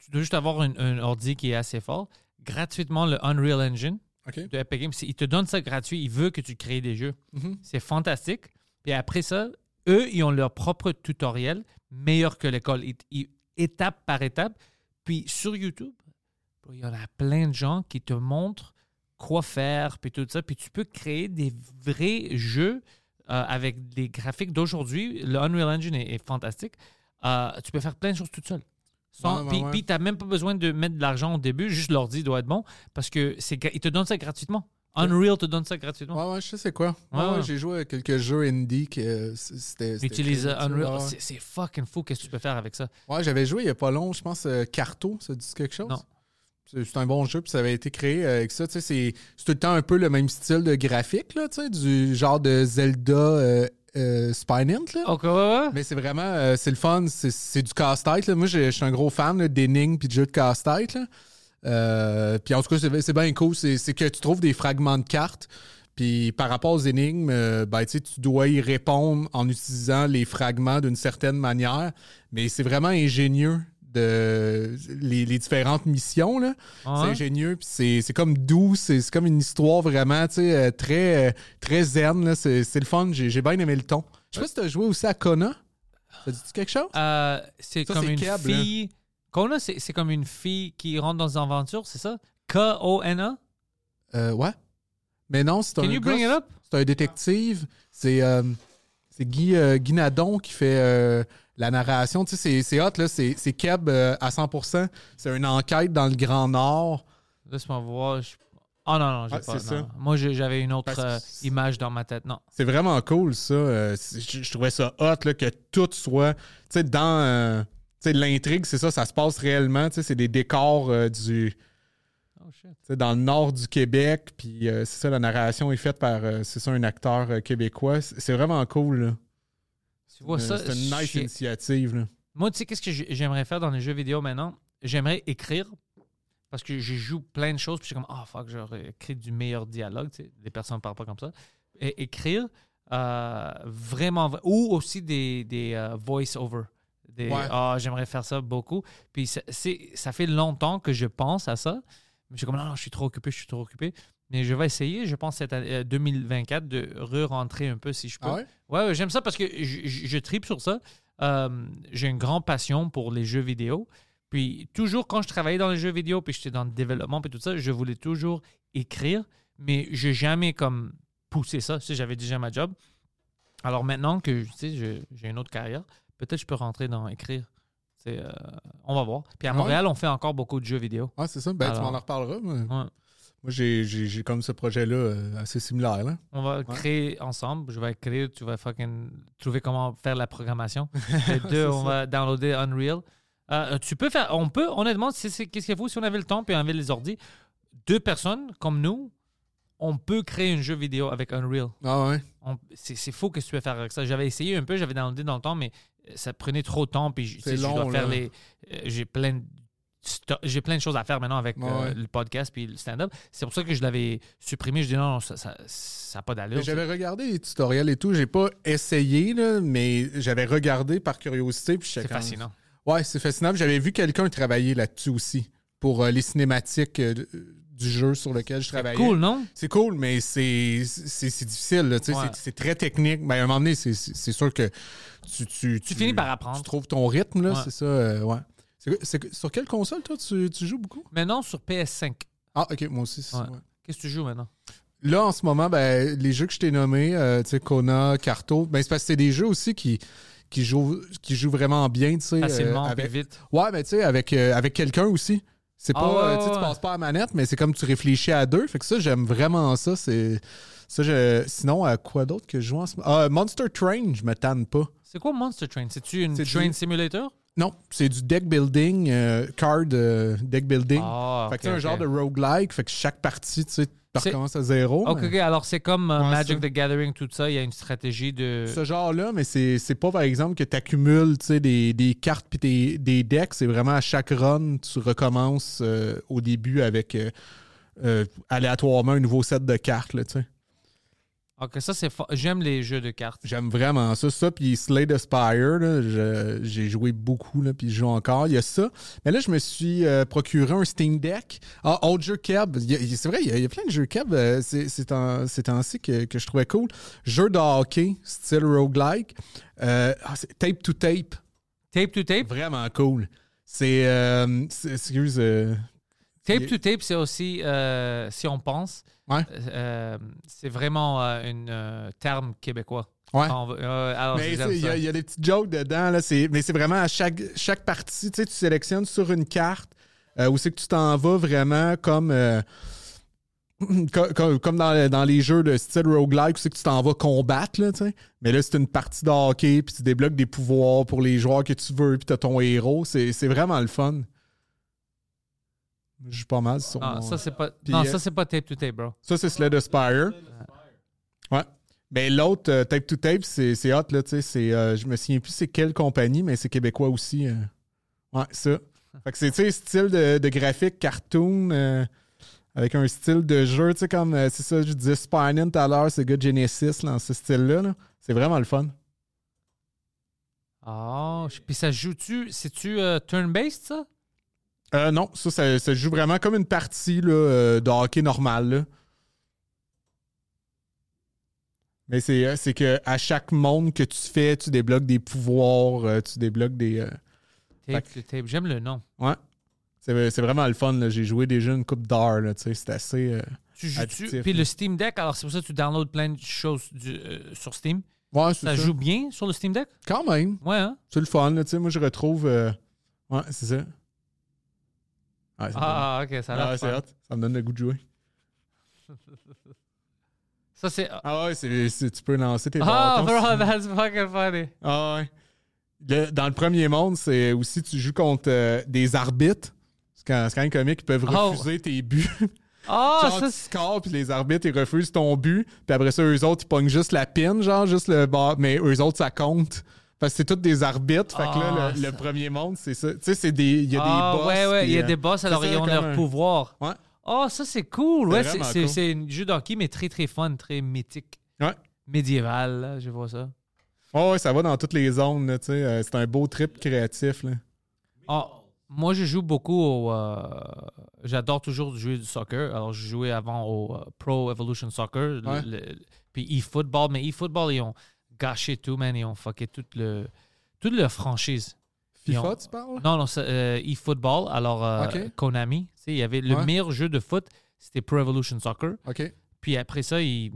tu dois juste avoir un, un ordi qui est assez fort. Gratuitement, le Unreal Engine OK. de Epic Games, il te donne ça gratuit. Il veut que tu crées des jeux. Mhm. C'est fantastique. Puis après ça, eux, ils ont leur propre tutoriel, meilleur que l'école, Ils- ils- étape par étape. Puis sur YouTube, il y en a plein de gens qui te montrent quoi faire, puis tout ça. Puis tu peux créer des vrais jeux euh, avec des graphiques d'aujourd'hui. Le Unreal Engine est, est fantastique. Euh, tu peux faire plein de choses toute seule. Sans- Ouais, ouais, puis ouais. puis tu n'as même pas besoin de mettre de l'argent au début, juste l'ordi doit être bon parce que c'est gra- ils te donnent ça gratuitement. Unreal te donne ça gratuitement. Ouais, ouais, je sais c'est quoi. Ouais, Ouais, ouais, ouais. j'ai joué à quelques jeux indie que euh, c'était. c'était Utilise créé là-dessus, Unreal. ouais, ouais. C'est, c'est fucking fou. Qu'est-ce que tu peux faire avec ça? Ouais, j'avais joué il y a pas long, je pense, euh, Carto, ça dit quelque chose? Non. C'est, c'est un bon jeu, puis ça avait été créé euh, avec ça. Tu sais, c'est, c'est tout le temps un peu le même style de graphique, là, tu sais, du genre de Zelda euh, euh, Spinant, là. Ok, ouais, ouais. Mais c'est vraiment, euh, c'est le fun, c'est, c'est du casse-tête. Là. Moi, je je suis un gros fan là, d'énigmes puis de jeux de casse-tête. Là. Euh, puis en tout cas, c'est, c'est bien cool. C'est, c'est que tu trouves des fragments de cartes. Puis par rapport aux énigmes, euh, ben, tu sais, tu dois y répondre en utilisant les fragments d'une certaine manière. Mais c'est vraiment ingénieux de les, les différentes missions. Là. Ah C'est ouais? ingénieux, puis c'est, c'est comme doux, c'est, c'est comme une histoire vraiment tu sais, euh, très, euh, très zen. Là. C'est, c'est le fun, j'ai, j'ai bien aimé le ton. Je sais pas si tu as joué aussi à Kona. Ça dit-tu quelque chose? Euh, c'est Ça, comme c'est une Keb, fille. Kona, c'est, c'est comme une fille qui rentre dans une aventure, c'est ça? K O N A? Euh, ouais. Mais non, c'est un. Can you bring gars, it up? C'est un détective. C'est, euh, c'est Guy, euh, Guy Nadon qui fait euh, la narration. Tu sais, c'est, c'est hot, là. C'est, c'est Keb euh, à cent pour cent. C'est une enquête dans le Grand Nord. Laisse-moi voir. Je- Oh non, non, j'ai Ah, pas. c'est non. ça. Moi, j'ai- j'avais une autre Parce que euh, c'est- image dans ma tête. Non. C'est vraiment cool, ça. Euh, c'est- je, je trouvais ça hot, là, que tout soit. Tu sais, dans. euh, tu sais, l'intrigue, c'est ça, ça se passe réellement. Tu sais, c'est des décors euh, du. Oh shit. Tu sais, dans le nord du Québec, puis euh, c'est ça, la narration est faite par, euh, c'est ça, un acteur euh, québécois. C'est, c'est vraiment cool, là. Tu vois Euh, ça? c'est une nice j'ai- initiative, là. Moi, tu sais, qu'est-ce que j'ai- j'aimerais faire dans les jeux vidéo maintenant? J'aimerais écrire parce que je joue plein de choses, puis je suis comme, ah, fuck, j'aurais écrit du meilleur dialogue, tu sais, les personnes ne parlent pas comme ça. Et écrire euh, vraiment, ou aussi des, des euh, voice-over. Des, Ouais. Ah, j'aimerais faire ça beaucoup. Puis ça, c'est, ça fait longtemps que je pense à ça. Mais je suis comme, non, non, je suis trop occupé, je suis trop occupé. Mais je vais essayer, je pense, cette année, euh, deux mille vingt-quatre, de re-rentrer un peu si je peux. Ah ouais? Ouais, ouais, j'aime ça parce que je, je, je tripe sur ça. Euh, j'ai une grande passion pour les jeux vidéo. Puis toujours quand je travaillais dans les jeux vidéo, puis j'étais dans le développement, puis tout ça, je voulais toujours écrire, mais je n'ai jamais comme poussé ça. Tu sais, j'avais déjà ma job. Alors maintenant que tu sais, je- j'ai une autre carrière, peut-être je peux rentrer dans écrire. C'est, euh, on va voir. Puis à Ah ouais? Montréal, on fait encore beaucoup de jeux vidéo. Ah, c'est ça. Ben, tu Alors- m'en en reparleras. Moi, Ouais. moi j'ai, j'ai, j'ai comme ce projet-là euh, assez similaire, là. On va créer ensemble. Je vais écrire, tu vas fucking trouver comment faire la programmation. Les deux, on va downloader Unreal. Euh, tu peux faire, on peut, honnêtement, c'est, c'est- qu'est-ce qu'il faut si on avait le temps puis on avait les ordis? Deux personnes comme nous, on peut créer un jeu vidéo avec Unreal. Ah ouais? On- c'est, c'est fou que tu peux faire avec ça. J'avais essayé un peu, j'avais downloadé dans le temps, mais ça prenait trop de temps. Puis je- tu sais, C'est je long, dois faire là. les. euh, j'ai plein de sto- j'ai plein de choses à faire maintenant avec Ouais, euh, ouais. le podcast puis le stand-up. C'est pour ça que je l'avais supprimé. Je dis non, non, ça n'a ça, a pas d'allure. Mais j'avais regardé les tutoriels et tout. J'ai pas essayé, là, mais j'avais regardé par curiosité. Puis j'étais C'est comme- fascinant. Ouais, c'est fascinant. Puis j'avais vu quelqu'un travailler là-dessus aussi pour euh, les cinématiques euh, du jeu sur lequel je travaillais. Cool, non? C'est cool, mais c'est, c'est, c'est difficile. Là, tu sais, Ouais. c'est, c'est très technique. Ben, à un moment donné, c'est, c'est, c'est sûr que tu, tu, Tu finis par apprendre. Tu trouves ton rythme, là, Ouais. c'est ça. euh, ouais. C'est, c'est- sur quelle console, toi, tu, tu joues beaucoup? Maintenant, sur P S cinq. Ah, OK, moi aussi. c'est ça, Ouais. ouais. Qu'est-ce que tu joues maintenant? Là, en ce moment, ben, les jeux que je t'ai nommés, euh, tu sais, Kona, Carto, ben, c'est parce que c'est des jeux aussi qui, qui, jouent, qui jouent vraiment bien, tu sais. Facilement, euh, puis avec, vite. Ouais, mais tu sais, avec, euh, avec quelqu'un aussi. C'est Ah pas, ouais, euh, tu sais, ouais, tu ouais. passes pas à la manette, mais c'est comme tu réfléchis à deux. Fait que ça, j'aime vraiment ça. C'est, ça je, sinon, à quoi d'autre que je joue en ce moment? Ah, Monster Train, je me tanne pas. C'est quoi Monster Train? C'est-tu une C'est train du- simulator? Non, c'est du deck building, euh, card euh, deck building. Ah, fait que ok, c'est un ok. genre de roguelike. Fait que chaque partie, tu sais, tu C'est- recommences à zéro. Ok, mais- ok, alors c'est comme euh, Ouais, Magic ça. the Gathering, tout ça, il y a une stratégie de... Ce genre-là, mais c'est, c'est pas, par exemple, que tu accumules des, des cartes puis des, des decks. C'est vraiment à chaque run, tu recommences euh, au début avec euh, euh, aléatoirement un nouveau set de cartes. Là, tu sais. Ok, ça, c'est fa- j'aime les jeux de cartes. J'aime vraiment ça. Ça, puis Slay the Spire, là, je- j'ai joué beaucoup, là, puis je joue encore. Il y a ça. Mais là, je me suis euh, procuré un Steam Deck. Ah, autre jeu Keb. Il y a- c'est vrai, il y, a, il y a plein de jeux Keb. euh, c'est, c'est, en, c'est ainsi que, que je trouvais cool. Jeu de hockey, style roguelike. Euh, ah, c'est Tape to Tape. Tape to tape. Vraiment cool. C'est... Euh, c'est excuse... Euh, Tape il- to tape, c'est aussi, euh, si on pense, Ouais. euh, c'est vraiment euh, un euh, terme québécois. Ouais. Quand on veut- euh, alors, Mais j'aime tu sais, il y, ça. a- il y a des petites jokes dedans. Là, c'est, mais c'est vraiment à chaque, chaque partie, tu sais, tu sélectionnes sur une carte euh, où c'est que tu t'en vas vraiment comme, euh, co- co- comme dans, dans les jeux de style roguelike où c'est que tu t'en vas combattre. Là, tu sais. Mais là, c'est une partie de hockey, puis tu débloques des pouvoirs pour les joueurs que tu veux, puis tu as ton héros. C'est, c'est vraiment le fun. Je joue pas mal sur Ah, mon- ça, c'est pas, Puis, non, euh, ça, c'est pas tape to tape, bro. Ça, c'est Slay the Spire. Ouais. Mais l'autre, euh, Tape to Tape, c'est, c'est hot, là, tu sais. C'est, euh, je me souviens plus c'est quelle compagnie, mais c'est québécois aussi. euh. Ouais, ça. Fait que c'est, tu sais, style de, de graphique cartoon euh, avec un style de jeu, tu sais, comme, euh, c'est ça, je disais Spine tout à l'heure, c'est gars de Genesis, là, dans ce style-là. Là. C'est vraiment le fun. Ah, je- puis ça joue-tu, c'est-tu euh, turn-based, ça? Euh, non, ça, ça, ça joue vraiment comme une partie là, euh, de hockey normal, là. Mais c'est, euh, c'est que à chaque monde que tu fais, tu débloques des pouvoirs, euh, tu débloques des. euh, Tape to tape, j'aime le nom. Ouais. C'est, c'est vraiment le fun. Là. J'ai joué déjà une coupe d'heures. Là, tu sais, c'est assez. euh, Tu joues-tu? addictif, Puis là. le Steam Deck, alors c'est pour ça que tu downloads plein de choses du- euh, sur Steam. Ouais, c'est Ça, ça. joue bien sur le Steam Deck? Quand même. Ouais, hein? C'est le fun. Là, tu sais, moi, je retrouve. euh, Ouais, c'est ça. Ouais, ça me Ah, ok, ça a donne- l'air Ah, c'est fun. hot. Ça me donne le goût de jouer. Ça, c'est... Ah ouais, c'est, c'est- tu peux lancer tes Ah, bâtons. bro, that's fucking funny. Ah ouais. Le- dans le premier monde, c'est aussi tu joues contre euh, des arbitres. C'est quand, c'est quand même comique, ils peuvent Oh. refuser tes buts. Ah, genre, ça, tu c'est... scores, puis les arbitres, ils refusent ton but. Puis après ça, eux autres, ils pognent juste la pin, genre, juste le bas. Mais eux autres, ça compte. Parce que c'est tous des arbitres. Fait que là, Ah, le, le ça- premier monde, c'est ça. Tu sais, c'est des. Il y a ah, des boss. ouais, ouais, il y a puis, des euh, boss, c'est alors ça, ils ont comme leur un- pouvoir. Ouais. Oh, ça, c'est cool. C'est Ouais, c'est, vraiment c'est, cool. c'est un jeu de hockey, mais très, très fun, très mythique. Ouais. Médiéval, là, je vois ça. Ouais, ouais, ça va dans toutes les zones, là, tu sais. Euh, c'est un beau trip créatif, là. Ah, moi, je joue beaucoup au... euh, j'adore toujours jouer du soccer. Alors, je jouais avant au euh, Pro Evolution Soccer, le- Ouais. le- puis eFootball. Mais eFootball, ils ont gâché tout, man. Ils ont fucké toute le, toute leur franchise. Ils FIFA, ont- tu parles? Non, non, c'est euh, eFootball. Alors, euh, Ok. Konami, tu sais, il y avait le Ouais. meilleur jeu de foot, c'était Pro Evolution Soccer. OK. Puis après ça, il...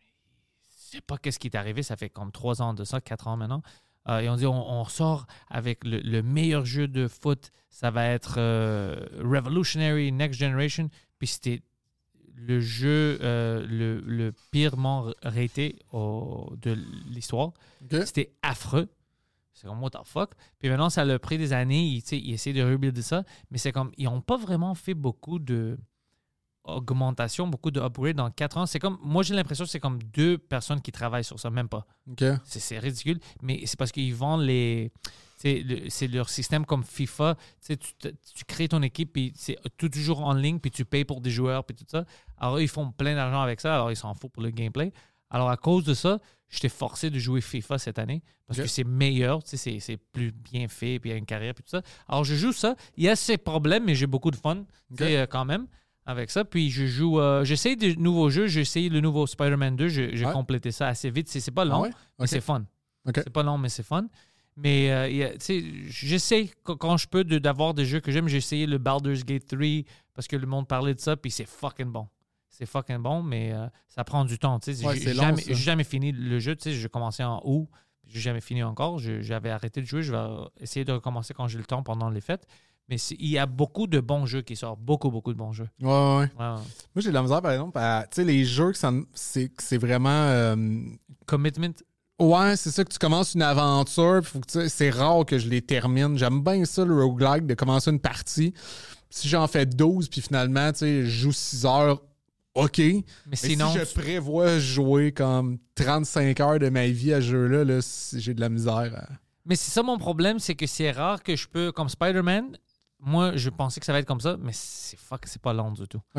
je sais pas qu'est-ce qui est arrivé. Ça fait comme trois ans de ça, quatre ans maintenant. Euh, ils ont dit, on, on sort avec le, le meilleur jeu de foot. Ça va être euh, Revolutionary Next Generation. Puis c'était le jeu euh, le, le pirement raté au- de l'histoire. OK. C'était affreux. C'est comme, what the fuck? Puis maintenant, ça a pris des années. Ils, tu sais, ils essaient de rebuilder ça. Mais c'est comme, ils n'ont pas vraiment fait beaucoup de augmentation, beaucoup de upgrade dans quatre ans. C'est comme, moi, j'ai l'impression que c'est comme deux personnes qui travaillent sur ça, même pas. OK. C'est, c'est ridicule. Mais c'est parce qu'ils vendent les... tu sais, le- c'est leur système comme FIFA. Tu sais, Tu, te- tu crées ton équipe, puis c'est tout toujours en ligne, puis tu payes pour des joueurs, puis tout ça. Alors, eux, ils font plein d'argent avec ça. Alors, ils s'en foutent pour le gameplay. Alors, à cause de ça, j'étais forcé de jouer FIFA cette année parce Ok. que c'est meilleur, tu sais, c'est, c'est plus bien fait, puis il y a une carrière, puis tout ça. Alors, je joue ça. Il y a ces problèmes, mais j'ai beaucoup de fun, tu sais, euh, quand même, avec ça. Puis, je joue... euh, j'essaye de nouveaux jeux. J'ai essayé le nouveau Spider-Man deux. J'ai, j'ai Ouais. complété ça assez vite. C'est, c'est pas long, Ah ouais? mais Ok. c'est fun. OK. C'est pas long, mais c'est fun. Mais euh, il y a- tu sais, j'essaie, qu- quand je peux, de- d'avoir des jeux que j'aime. J'ai essayé le Baldur's Gate trois parce que le monde parlait de ça, puis c'est fucking bon. C'est fucking bon, mais euh, ça prend du temps. tu sais. Ouais, j'ai, c'est long, jamais, ça. j'ai jamais fini le jeu. tu sais. J'ai commencé en août, puis j'ai jamais fini encore. Je- j'avais arrêté de jouer. Je vais essayer de recommencer quand j'ai le temps pendant les fêtes. Mais c'est- il y a beaucoup de bons jeux qui sortent. Beaucoup, beaucoup de bons jeux. Ouais, ouais, ouais. Ouais, ouais. Moi, j'ai de la misère, par exemple, à- tu sais, les jeux, que ça me- c'est, que c'est vraiment... euh, Commitment. Ouais, c'est ça que tu commences une aventure, puis faut que tu sais, c'est rare que je les termine. J'aime bien ça, le roguelike, de commencer une partie. Si j'en fais douze, puis finalement, tu sais, je joue six heures, OK. Mais Mais sinon, si je prévois jouer comme trente-cinq heures de ma vie à ce jeu-là, là, c'est- j'ai de la misère. à- mais c'est ça mon problème, c'est que c'est rare que je peux, comme Spider-Man, moi, je pensais que ça va être comme ça, mais c'est fuck, c'est pas long du tout. OK.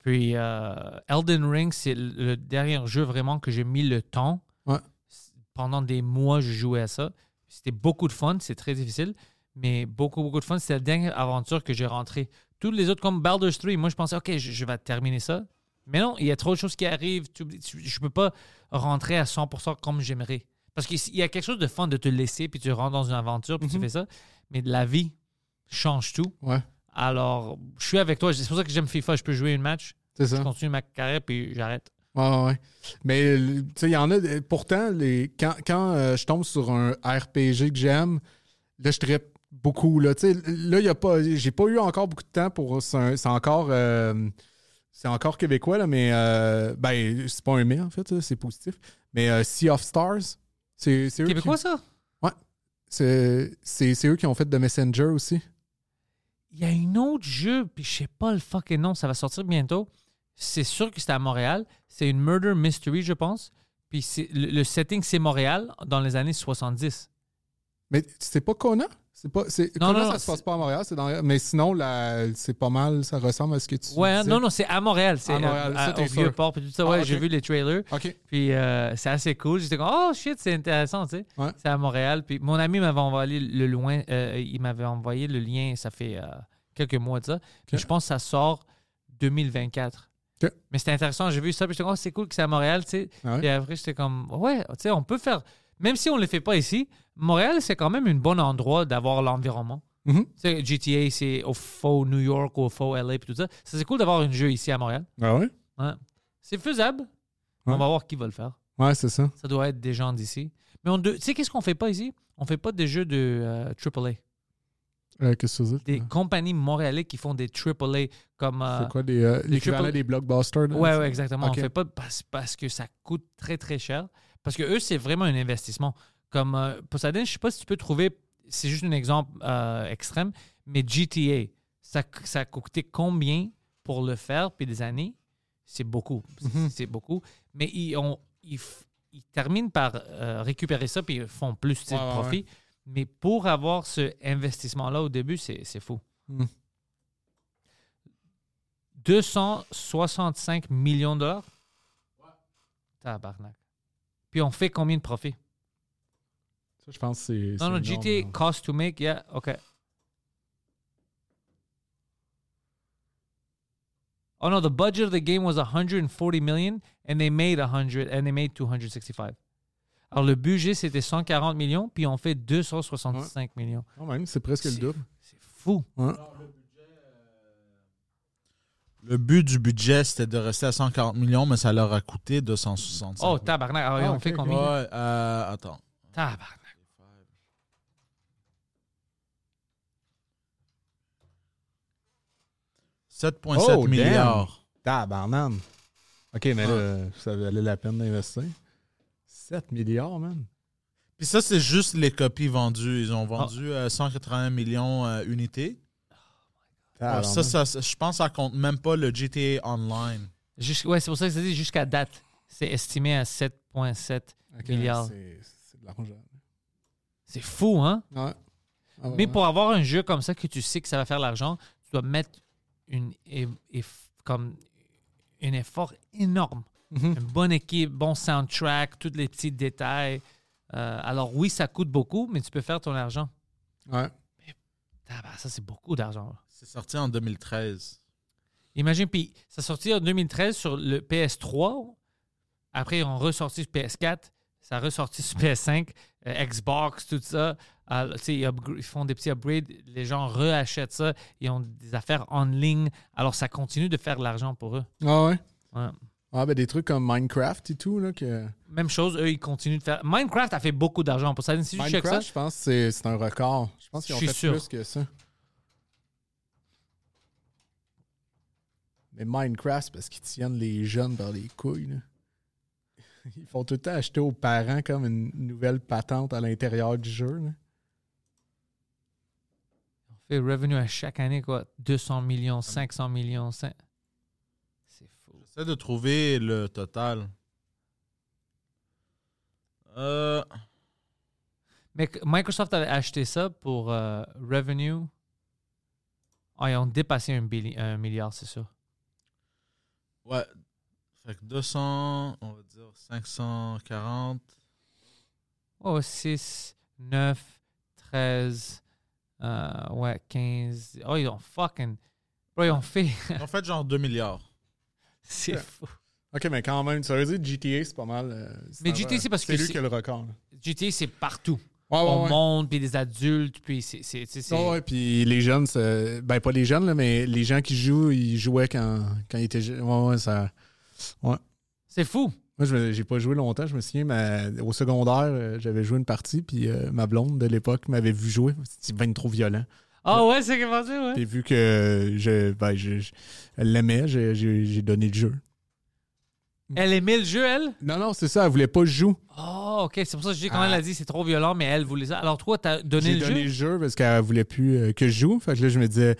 Puis euh, Elden Ring, c'est le, le dernier jeu vraiment que j'ai mis le temps. Ouais. Pendant des mois, je jouais à ça. C'était beaucoup de fun, c'est très difficile, mais beaucoup, beaucoup de fun. C'était la dernière aventure que j'ai rentrée. Toutes les autres, comme Baldur's trois, moi, je pensais, OK, je, je vais terminer ça. Mais non, il y a trop de choses qui arrivent. Tu, tu, je peux pas rentrer à cent pour cent comme j'aimerais. Parce qu'il y a quelque chose de fun de te laisser, puis tu rentres dans une aventure, puis mm-hmm. tu fais ça. Mais la vie change tout. Ouais. Alors, je suis avec toi. C'est pour ça que j'aime FIFA. Je peux jouer une match. C'est ça. Je continue ma carrière, puis j'arrête. Ouais, ouais. Mais, tu sais, il y en a... Pourtant, les, quand, quand euh, je tombe sur un R P G que j'aime, là, je trippe beaucoup. Là, tu sais, là, il y a pas... J'ai pas eu encore beaucoup de temps pour... C'est, un, c'est encore... Euh, c'est encore québécois, là, mais... Euh, ben, c'est pas un mais, en fait. Là, c'est positif. Mais euh, Sea of Stars... C'est, c'est eux québécois, qui... ça? Ouais. C'est, c'est, c'est eux qui ont fait The Messenger aussi. Il y a un autre jeu, puis je sais pas le fucking nom, ça va sortir bientôt. C'est sûr que c'était à Montréal. C'est une murder mystery, je pense. Puis c'est, le, le setting, c'est Montréal dans les années soixante-dix. Mais c'est pas Kona? C'est pas, c'est, non, Kona, non, ça non, se passe pas à Montréal. C'est dans, mais sinon, la, c'est pas mal, ça ressemble à ce que tu Ouais, disais. non, non, c'est à Montréal. C'est à Montréal, à, ça, à, t'es au sûr. Vieux-Port, puis tout ça. Ah, Ouais, okay. j'ai vu les trailers. OK. Puis euh, c'est assez cool. J'étais comme, oh shit, c'est intéressant, tu sais. Ouais. C'est à Montréal. Puis mon ami m'avait envoyé le loin, euh, il m'avait envoyé le lien, ça fait euh, quelques mois de ça. Puis je pense que ça sort deux mille vingt-quatre. Okay. Mais c'était intéressant, j'ai vu ça, puis j'étais comme, oh, c'est cool que c'est à Montréal, tu sais. Ah ouais. Et après, j'étais comme, ouais, tu sais, on peut faire, même si on ne le fait pas ici, Montréal, c'est quand même un bon endroit d'avoir l'environnement. Mm-hmm. Tu sais, G T A, c'est au faux New York ou au faux L A, puis tout ça. Ça, c'est cool d'avoir un jeu ici à Montréal. Ah ouais? Ouais. C'est faisable. Ouais. On va voir qui va le faire. Ouais, c'est ça. Ça doit être des gens d'ici. Mais on de... tu sais, qu'est-ce qu'on fait pas ici? On fait pas des jeux de euh, triple A. Euh, qu'est-ce que c'est? Des ouais. compagnies montréalaises qui font des triple A comme... Euh, c'est quoi, des, euh, l'équivalent triple... des blockbusters? Là, ouais, ouais, exactement. Okay. On fait pas parce, parce que ça coûte très, très cher. Parce que eux, c'est vraiment un investissement. Comme euh, Poseidon, je sais pas si tu peux trouver... C'est juste un exemple euh, extrême, mais G T A, ça, ça a coûté combien pour le faire, puis des années? C'est beaucoup. Mm-hmm. C'est beaucoup. Mais ils, ont, ils, ils terminent par euh, récupérer ça, puis ils font plus de ouais, profit. Ouais. Mais pour avoir ce investissement-là au début, c'est, c'est fou. Mm. deux cent soixante-cinq millions de dollars? Ouais. Tabarnak. Puis on fait combien de profit? Ça, je pense que c'est. Non, non, énorme, G T A non. cost to make, yeah, OK. Oh no, the budget of the game was one hundred forty million and they made one hundred and they made two hundred sixty-five. Alors le budget c'était cent quarante millions puis on fait deux cent soixante-cinq ouais. millions. Quand même, c'est presque c'est, le double. C'est fou. Ouais. Alors, le, budget, euh, le but du budget c'était de rester à cent quarante millions, mais ça leur a coûté deux cent soixante-cinq. Oh tabarnak, alors, ah, on okay, fait combien? Ouais, euh, attends. Tabarnak. sept virgule sept oh, milliards. Tabarnak. OK, mais là, ça valait la peine d'investir. sept milliards, man. Puis ça, c'est juste les copies vendues. Ils ont vendu oh. euh, cent quatre-vingts millions euh, unités. Oh Alors, ça, ça, ça, je pense que ça compte même pas le G T A Online. Jusqu', ouais, c'est pour ça que ça dit jusqu'à date. C'est estimé à sept virgule sept okay, milliards. C'est, c'est de l'argent. C'est fou, hein? Ouais. Ah, ouais mais ouais. pour avoir un jeu comme ça que tu sais que ça va faire l'argent, tu dois mettre une, comme un effort énorme. Mm-hmm. Une bonne équipe, bon soundtrack, tous les petits détails. Euh, alors oui, ça coûte beaucoup, mais tu peux faire ton argent. Ouais. Mais, ah, ça, c'est beaucoup d'argent. Là. C'est sorti en deux mille treize. Imagine, puis ça sorti en deux mille treize sur le P S trois. Après, ils ont ressorti sur P S quatre. Ça a ressorti sur P S cinq, euh, Xbox, tout ça. Euh, ils, upgra- ils font des petits upgrades. Les gens reachètent ça. Ils ont des affaires en ligne. Alors, ça continue de faire de l'argent pour eux. Ah ouais? Ouais. Ah ben des trucs comme Minecraft et tout. Là, que... Même chose, eux, ils continuent de faire... Minecraft a fait beaucoup d'argent. Pour ça, si Minecraft, ça, je pense que c'est, c'est un record. Je pense qu'ils ont fait sûr. plus que ça. Mais Minecraft, c'est parce qu'ils tiennent les jeunes par les couilles. Là. Ils font tout le temps acheter aux parents comme une nouvelle patente à l'intérieur du jeu. Là. On fait revenu à chaque année, quoi. deux cents millions, cinq cents millions. cinq... C'est fou. J'essaie de trouver le total. Euh... Mais Microsoft avait acheté ça pour euh, revenue. Oh, ils ont dépassé un, billi- un milliard, c'est sûr. Fait que deux cents, on va dire cinq cent quarante. Oh, six, neuf, treize, euh, ouais, quinze. Oh, ils ont fucking... Bro, ils ont fait... En fait, genre deux milliards. c'est fou. OK, mais quand même, ça veut dire que G T A, c'est pas mal. Euh, c'est Mais un- G T A, c'est parce que C'est lui c'est- qui a le record. là. G T A, c'est partout. Ouais, ouais, On ouais. monte, puis des adultes, puis c'est... c'est, c'est, c'est... Ah ouais, puis les jeunes, c'est- ben pas les jeunes, là, mais les gens qui jouent, ils jouaient quand, quand ils étaient jeunes. Ouais, ouais, ça. Ouais. c'est fou. Moi, je me- j'ai pas joué longtemps. Je me souviens, ma- au secondaire, euh, j'avais joué une partie, puis euh, ma blonde de l'époque m'avait vu jouer. C'était bien trop violent. Ah ouais, c'est comment ça, ouais. Puis vu que je, ben, je, je- elle l'aimait, j'ai, j'ai, j'ai donné le jeu. Elle aimait le jeu, elle? Non, non, c'est ça, elle voulait pas que je joue. Oh, OK. C'est pour ça que je dis quand Ah. elle a dit c'est trop violent, mais elle voulait ça. Alors toi, t'as donné J'ai le donné jeu? le jeu parce qu'elle voulait plus euh, que je joue. Fait que là, je me disais,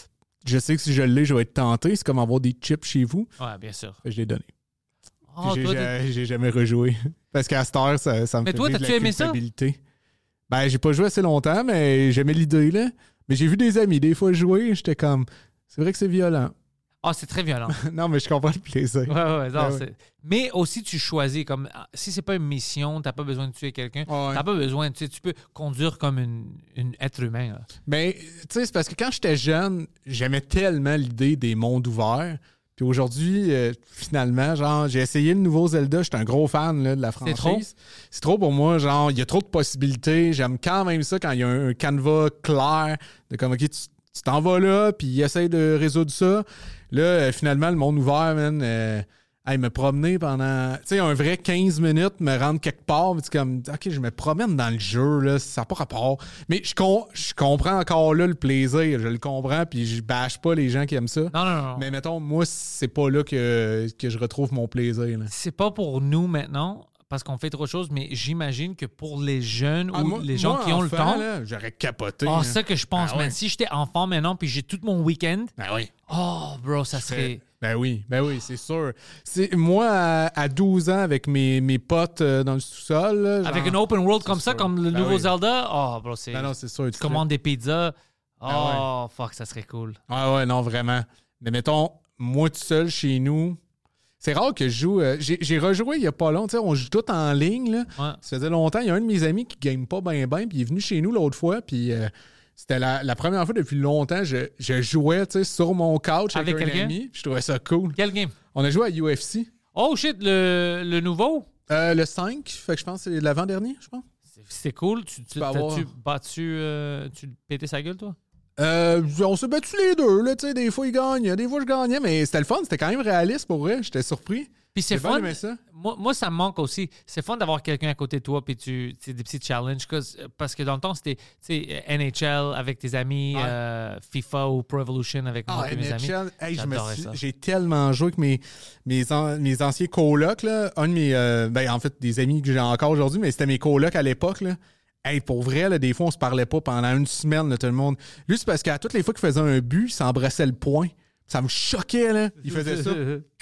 je sais que si je l'ai, je vais être tenté. C'est comme avoir des chips chez vous. Ouais, bien sûr. Fait que je l'ai donné. Oh, Puis j'ai, toi, t'es- j'ai, j'ai jamais rejoué. Parce qu'à cette heure, ça, ça me Mais fait toi, vivre de t'as-tu la aimé ça? culpabilité. Ben, j'ai pas joué assez longtemps, mais j'aimais l'idée, là. Mais j'ai vu des amis, des fois, jouer. J'étais comme, c'est vrai que c'est violent. Ah, c'est très violent. Non, mais je comprends le plaisir. Ouais, ouais, non, Ben ouais. c'est- Mais aussi, tu choisis comme si c'est pas une mission, t'as pas besoin de tuer quelqu'un, Ouais. t'as pas besoin, tu sais, tu peux conduire comme une, une être humain. Là. Mais, tu sais, c'est parce que quand j'étais jeune, j'aimais tellement l'idée des mondes ouverts. Puis aujourd'hui, euh, finalement, genre, j'ai essayé le nouveau Zelda. J'étais un gros fan là, de la franchise. trop? C'est trop pour moi. Genre, il y a trop de possibilités. J'aime quand même ça quand il y a un, un canevas clair de comme, OK, tu tu t'en vas là, puis il essaye de résoudre ça. Là, euh, finalement, le monde ouvert, man, euh, hey, me promener pendant, tu sais, un vrai quinze minutes, me rendre quelque part, puis c'est comme, OK, je me promène dans le jeu, là, ça n'a pas rapport. Mais je, com- je comprends encore là le plaisir, je le comprends, puis je bâche pas les gens qui aiment ça. Non, non, non. Mais mettons, moi, c'est pas là que, que je retrouve mon plaisir. Là. C'est pas pour nous maintenant, parce qu'on fait trop de choses, mais j'imagine que pour les jeunes Ah, ou moi- les gens moi, qui ont le enfant, temps. là, j'aurais capoté. Ah, là. ça que je pense, Ah, man. ouais. Si j'étais enfant maintenant, puis j'ai tout mon week-end, Ben oui. oh, bro, ça serait. Ben oui, ben oui, c'est sûr. C'est, moi, à, à douze ans, avec mes, mes potes euh, dans le sous-sol. là, genre- Avec une open world comme ça, sûr. comme le Ben nouveau oui. Zelda, oh, bro, c'est. Ben non, c'est sûr. tu commandes des pizzas. Oh, Ah fuck, ça serait cool. Ah ouais, non, vraiment. Mais mettons, moi tout seul chez nous, c'est rare que je joue. euh, j'ai, j'ai rejoué il y a pas longtemps. Tu sais, on joue tout en ligne. Là. Ouais. Ça faisait longtemps. Il y a un de mes amis qui game pas bien, bien, puis il est venu chez nous l'autre fois, puis euh, c'était la, la première fois depuis longtemps je, je jouais tu sais, sur mon couch avec, Avec un quelqu'un? ami. Je trouvais ça cool. Quel game? On a joué à U F C. Oh shit, le, le nouveau? Euh, le cinq, fait que je pense que c'est l'avant-dernier, je pense. C'est- C'est cool. Tu, tu, peux avoir- t'as-tu battu. Euh, tu pété sa gueule, toi? Euh, on s'est battus les deux, là, tu sais, des fois ils gagnent, des fois je gagnais, mais c'était le fun, c'était quand même réaliste pour vrai, j'étais surpris. Puis c'est J'ai bien fun. aimé ça. Moi, moi, ça me manque aussi. C'est fun d'avoir quelqu'un à côté de toi, puis tu, tu sais, des petits challenges. cause- Parce que dans le temps, c'était tu sais, N H L avec tes amis, Ouais. euh, FIFA ou Pro Evolution avec moi Ah, et mes amis. N H L, hey, je me J'adorais suis- ça. j'ai tellement joué avec mes, mes, an- mes anciens colocs, là. Un de mes, euh, ben, en fait, des amis que j'ai encore aujourd'hui, mais c'était mes colocs à l'époque, là. Hey, pour vrai, là, des fois, on se parlait pas pendant une semaine, là, tout le monde. Lui, c'est parce qu'à toutes les fois qu'il faisait un but, il s'embrassait le poing. Ça me choquait, là. Il faisait ça.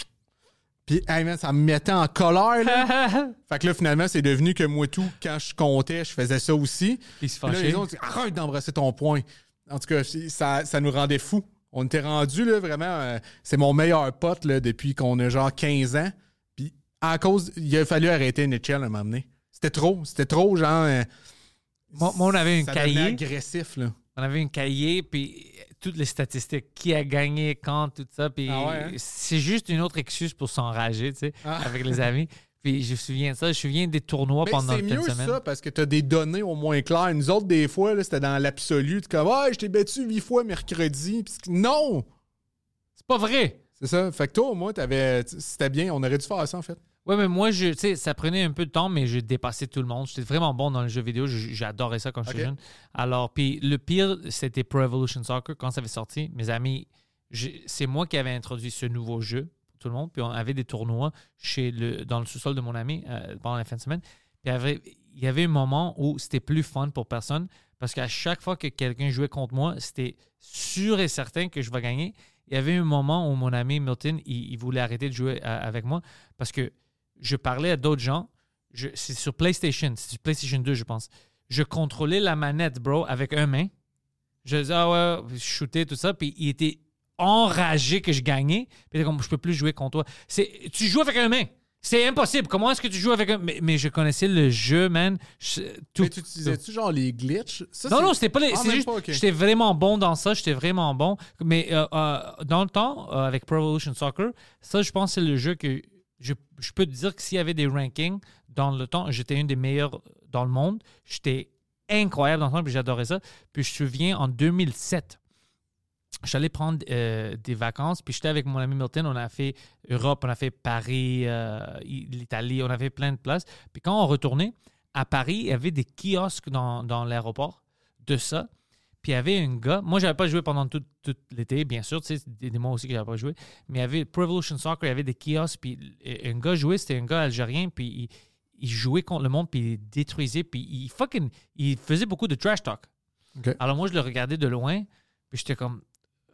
Puis, hey, man, ça me mettait en colère, là. Fait que là, finalement, c'est devenu que moi, tout, quand je comptais, je faisais ça aussi. Puis il se Puis là, fâchait. les autres, arrête d'embrasser ton poing. En tout cas, c'est- ça, ça nous rendait fous. On était rendus, là, vraiment. euh, c'est mon meilleur pote, là, depuis qu'on a genre quinze ans. Puis, à cause, il a fallu arrêter N H L à un moment donné. C'était trop. C'était trop, genre. euh, Moi, moi, on avait une ça devenait cahier. agressif, là. On avait une cahier, puis toutes les statistiques, qui a gagné, quand, tout ça. Puis Ah ouais, hein? c'est juste une autre excuse pour s'enrager, tu sais, Ah. avec les amis. Puis je me souviens de ça. Je me souviens des tournois Mais pendant c'est le fin de mieux semaine. ça parce que t'as des données au moins claires. Nous autres, des fois, là, c'était dans l'absolu. Tu comme, ah, je t'ai battu huit fois mercredi. Puis c'est- non! C'est pas vrai! C'est ça. Fait que toi, au moins, t'avais, c'était bien. On aurait dû faire ça, en fait. Ouais, mais moi, je, tu sais, ça prenait un peu de temps, mais j'ai dépassé tout le monde. J'étais vraiment bon dans le jeu vidéo. J- J'adorais ça quand j'étais Ok. jeune. Alors, puis le pire, c'était Pro Evolution Soccer. Quand ça avait sorti, mes amis, j'ai- c'est moi qui avais introduit ce nouveau jeu pour tout le monde. Puis on avait des tournois chez le, dans le sous-sol de mon ami euh, pendant la fin de semaine. Puis il y avait, il y avait un moment où c'était plus fun pour personne parce qu'à chaque fois que quelqu'un jouait contre moi, c'était sûr et certain que je vais gagner. Il y avait un moment où mon ami Milton, il, il voulait arrêter de jouer à- avec moi parce que je parlais à d'autres gens. Je- c'est sur PlayStation. C'est sur PlayStation deux, je pense. Je contrôlais la manette, bro, avec un main. Je disais, ah ouais, je shootais, tout ça. Puis il était enragé que je gagnais. Puis t'es comme, je peux plus jouer contre toi. C'est, tu joues avec un main. C'est impossible. Comment est-ce que tu joues avec un... Mais, mais je connaissais le jeu, man. Je, tout, mais tu utilisais-tu genre les glitches? Ça, non, c'est... non, c'était pas les... Ah, c'est juste... pas, okay. J'étais vraiment bon dans ça. J'étais vraiment bon. Mais euh, euh, dans le temps, euh, avec Pro Evolution Soccer, ça, je pense que c'est le jeu que... Je, je peux te dire que s'il y avait des rankings, dans le temps, j'étais une des meilleures dans le monde. J'étais incroyable dans le temps, puis j'adorais ça. Puis je me souviens, en deux mille sept... Je suis allé prendre euh, des vacances, puis j'étais avec mon ami Milton, on a fait Europe, on a fait Paris, euh, l'Italie, on a fait plein de places. Puis quand on retournait, à Paris, il y avait des kiosques dans, dans l'aéroport de ça. Puis il y avait un gars, moi, je n'avais pas joué pendant tout, tout l'été, bien sûr, tu sais, des, des mois aussi que je n'avais pas joué, mais il y avait Pro Evolution Soccer, il y avait des kiosques, puis un gars jouait, c'était un gars algérien, puis il, il jouait contre le monde, puis il détruisait, puis il fucking, il faisait beaucoup de trash talk. Okay. Alors moi, je le regardais de loin, puis j'étais comme...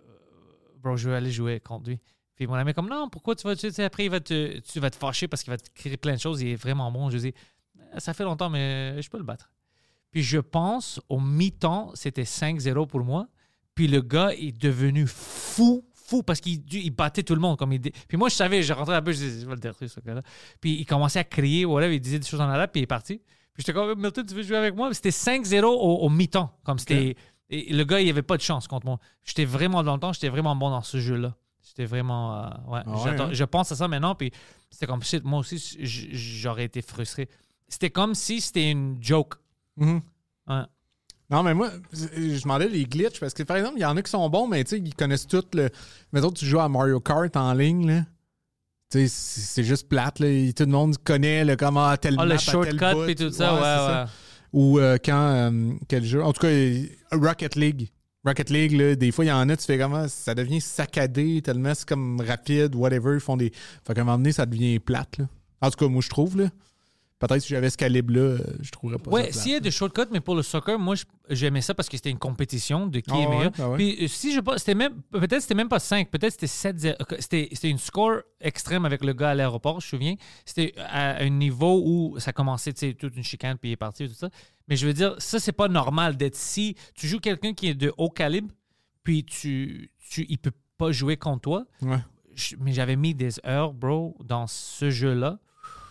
Bro, je veux aller jouer contre lui. Puis mon ami est comme, non, pourquoi tu vas, tu sais, après, il va te, tu vas te fâcher parce qu'il va te créer plein de choses. Il est vraiment bon. Je dis, ça fait longtemps, mais je peux le battre. Puis je pense, au mi-temps, c'était cinq zéro pour moi. Puis le gars est devenu fou, fou, parce qu'il il battait tout le monde. Comme il dit. Puis moi, je savais, je rentrais un peu, je disais, je vais le détruire, ce gars-là. Puis il commençait à crier, voilà, il disait des choses en arabe, puis il est parti. Puis j'étais comme, Milton, tu veux jouer avec moi? Puis c'était cinq zéro au, au mi-temps. Comme c'était... Okay. Et le gars, il avait pas de chance contre moi. J'étais vraiment dans le temps, j'étais vraiment bon dans ce jeu-là. J'étais vraiment... Euh, ouais, ah ouais hein? Je pense à ça maintenant, puis c'était comme, shit, moi aussi, j'aurais été frustré. C'était comme si c'était une joke. Mm-hmm. Ouais. Non, mais moi, je demandais les glitches, parce que, par exemple, il y en a qui sont bons, mais tu sais, ils connaissent tout le... Mettons, tu joues à Mario Kart en ligne, là. Tu sais, c'est juste plate, là. Tout le monde connaît le comment tel Ah, map le shortcut puis tout ça, ouais, ouais. Ça. Ou euh, quand... Euh, quel jeu? En tout cas, Rocket League. Rocket League, là, des fois, il y en a, tu fais comment? Ça devient saccadé, tellement c'est comme rapide, whatever. Ils font des... Fait qu'à un moment donné, ça devient plate, là. En tout cas, moi, je trouve, là. Peut-être si j'avais ce calibre-là, je trouverais pas ouais, ça plate. Ouais, s'il y a des shortcuts, mais pour le soccer, moi, j'aimais ça parce que c'était une compétition de qui oh, est meilleur. Ouais, ouais. Puis si je pas, c'était même, peut-être c'était même pas cinq, peut-être c'était sept zéro. C'était, c'était une score extrême avec le gars à l'aéroport, je me souviens. C'était à un niveau où ça commençait, tu sais, toute une chicane, puis il est parti, et tout ça. Mais je veux dire, ça, c'est pas normal d'être si... Tu joues quelqu'un qui est de haut calibre, puis tu, tu, il peut pas jouer contre toi. Ouais. Je, mais j'avais mis des heures, bro, dans ce jeu-là.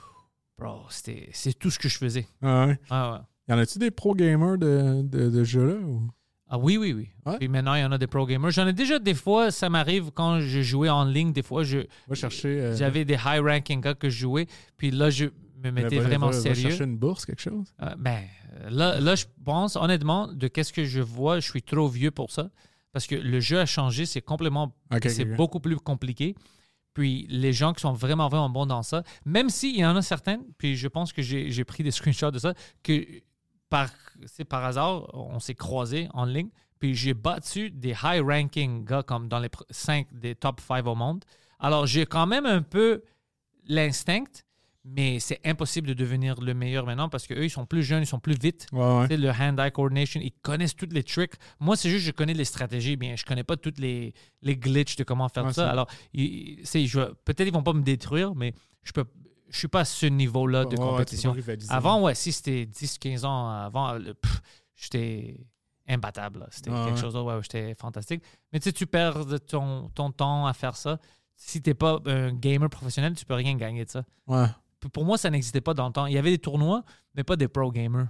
Bro, c'était, c'est tout ce que je faisais. Ah ouais. Ah ouais. Y en a-tu des pro gamers de, de, de jeu-là? Ou? Ah oui, oui, oui. Ouais? Puis maintenant, il y en a des pro gamers. J'en ai déjà des fois, ça m'arrive quand je jouais en ligne, des fois, je, va chercher, euh... j'avais des high ranking gars que je jouais. Puis là, je me mettais va, vraiment va, sérieux. Va chercher une bourse, quelque chose? Euh, ben, là, là, je pense, honnêtement, de qu'est-ce que je vois, je suis trop vieux pour ça. Parce que le jeu a changé, c'est complètement, okay, c'est okay. beaucoup plus compliqué. Puis les gens qui sont vraiment, vraiment bons dans ça, même s'il y en a certains, puis je pense que j'ai, j'ai pris des screenshots de ça, que par, c'est par hasard, on s'est croisés en ligne, puis j'ai battu des high-ranking gars comme dans les cinq des top cinq au monde. Alors, j'ai quand même un peu l'instinct, mais c'est impossible de devenir le meilleur maintenant parce qu'eux, ils sont plus jeunes, ils sont plus vite. Ouais, ouais. Tu sais, le hand-eye coordination, ils connaissent tous les tricks. Moi, c'est juste que je connais les stratégies, bien, je connais pas toutes les, les glitches de comment faire ouais, ça. c'est... Alors, ils, je, peut-être ils vont pas me détruire, mais je peux je suis pas à ce niveau-là de ouais, compétition. Ouais, avant, ouais, si c'était dix quinze ans avant, pff, j'étais imbattable. Là. C'était ouais, quelque ouais. chose, ouais, j'étais fantastique. Mais tu sais, tu perds ton, ton temps à faire ça. Si t'es pas un gamer professionnel, tu peux rien gagner de ça. Ouais. Pour moi, ça n'existait pas dans le temps. Il y avait des tournois, mais pas des pro gamers.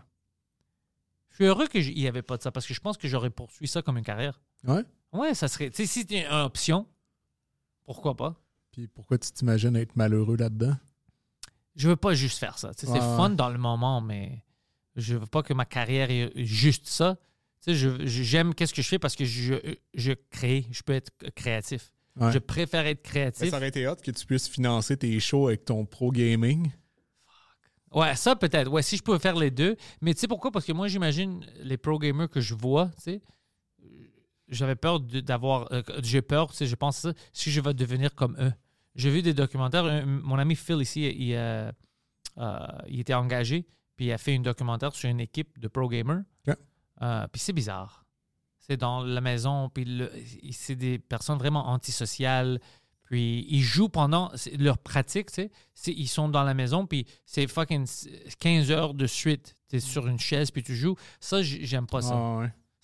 Je suis heureux qu'il n'y avait pas de ça parce que je pense que j'aurais poursuivi ça comme une carrière. Ouais? Ouais, ça serait... Tu sais, si c'était une option, pourquoi pas? Puis pourquoi tu t'imagines être malheureux là-dedans? Je veux pas juste faire ça. Tu sais, ouais, c'est ouais. fun dans le moment, mais je veux pas que ma carrière est juste ça. Tu sais, je, j'aime qu'est-ce que je fais parce que je, je crée. Je peux être créatif. Ouais. Je préfère être créatif. Mais ça aurait été hot que tu puisses financer tes shows avec ton pro gaming. Ouais, ça peut-être. Ouais, si je pouvais faire les deux. Mais tu sais pourquoi? Parce que moi, j'imagine les pro gamers que je vois, tu sais, j'avais peur de, d'avoir... Euh, j'ai peur, tu sais, je pense ça, si je vais devenir comme eux. J'ai vu des documentaires. Un, mon ami Phil ici, il, euh, euh, il était engagé, puis il a fait un documentaire sur une équipe de pro gamers. Okay. Euh, puis c'est bizarre. C'est dans la maison, puis le, c'est des personnes vraiment antisociales. Puis ils jouent pendant leur pratique, tu sais. C'est, ils sont dans la maison, puis c'est fucking quinze heures de suite. Tu es sur une chaise, puis tu joues. Ça, j'aime pas ça. Ah, ouais.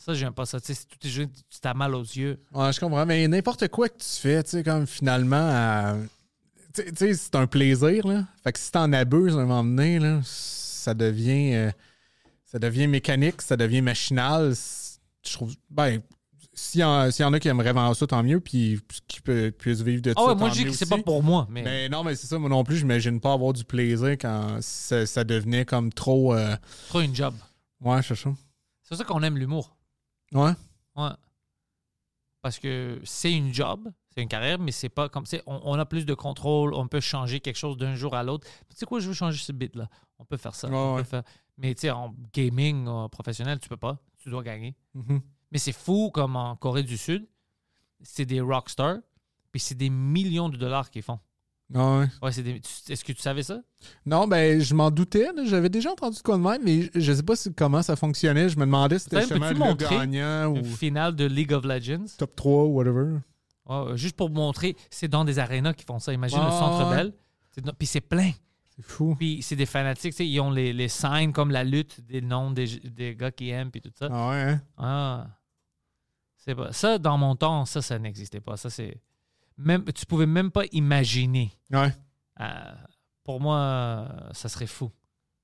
Ça, j'aime pas ça. Tu sais, si tout est juste, tu t'as mal aux yeux. Ouais, je comprends. Mais n'importe quoi que tu fais, tu sais, comme finalement, à... tu sais, c'est un plaisir, là. Fait que si t'en abuses à un moment donné, là, ça devient, euh, ça devient mécanique, ça devient machinal. Je trouve, ben, s'il y, en, s'il y en a qui aimeraient vraiment ça, tant mieux, puis qui peut, puissent vivre de Ah ça. ouais, moi, tant je dis mieux que c'est aussi. pas pour moi. Mais, Mais non, mais c'est ça, moi non plus, j'imagine pas avoir du plaisir quand ça, ça devenait comme trop. Euh... trop une job. Ouais, c'est ça. C'est pour ça qu'on aime l'humour. Ouais. Ouais. Parce que c'est une job, c'est une carrière, mais c'est pas comme. On, on a plus de contrôle, on peut changer quelque chose d'un jour à l'autre. Tu sais quoi, je veux changer ce bit-là. On peut faire ça. Ouais, on ouais. peut faire... Mais tu sais, en gaming euh, professionnel, tu peux pas. Tu dois gagner. Mm-hmm. Mais c'est fou comme en Corée du Sud, c'est des rockstars, puis c'est des millions de dollars qu'ils font. Ah ouais. Ouais, c'est des... Est-ce que tu savais ça? Non, ben, je m'en doutais. Là. J'avais déjà entendu de quoi de même, mais je, je sais pas si, comment ça fonctionnait. Je me demandais si c'était Peut-être, justement peux-tu le montrer gagnant Une ou finale de League of Legends. top trois ou whatever. Ouais, juste pour montrer, c'est dans des arénas qu'ils font ça. Imagine Ah, le Centre ouais. Bell. C'est dans- Puis c'est plein. C'est fou. Puis c'est des fanatiques, tu sais, ils ont les, les signs comme la lutte, des noms des, des gars qui aiment, puis tout ça. Ah ouais, hein? Ah. C'est pas... Ça, dans mon temps, ça, ça n'existait pas. Ça, c'est... Même... Tu pouvais même pas imaginer. Ouais. Euh, pour moi, euh, ça serait fou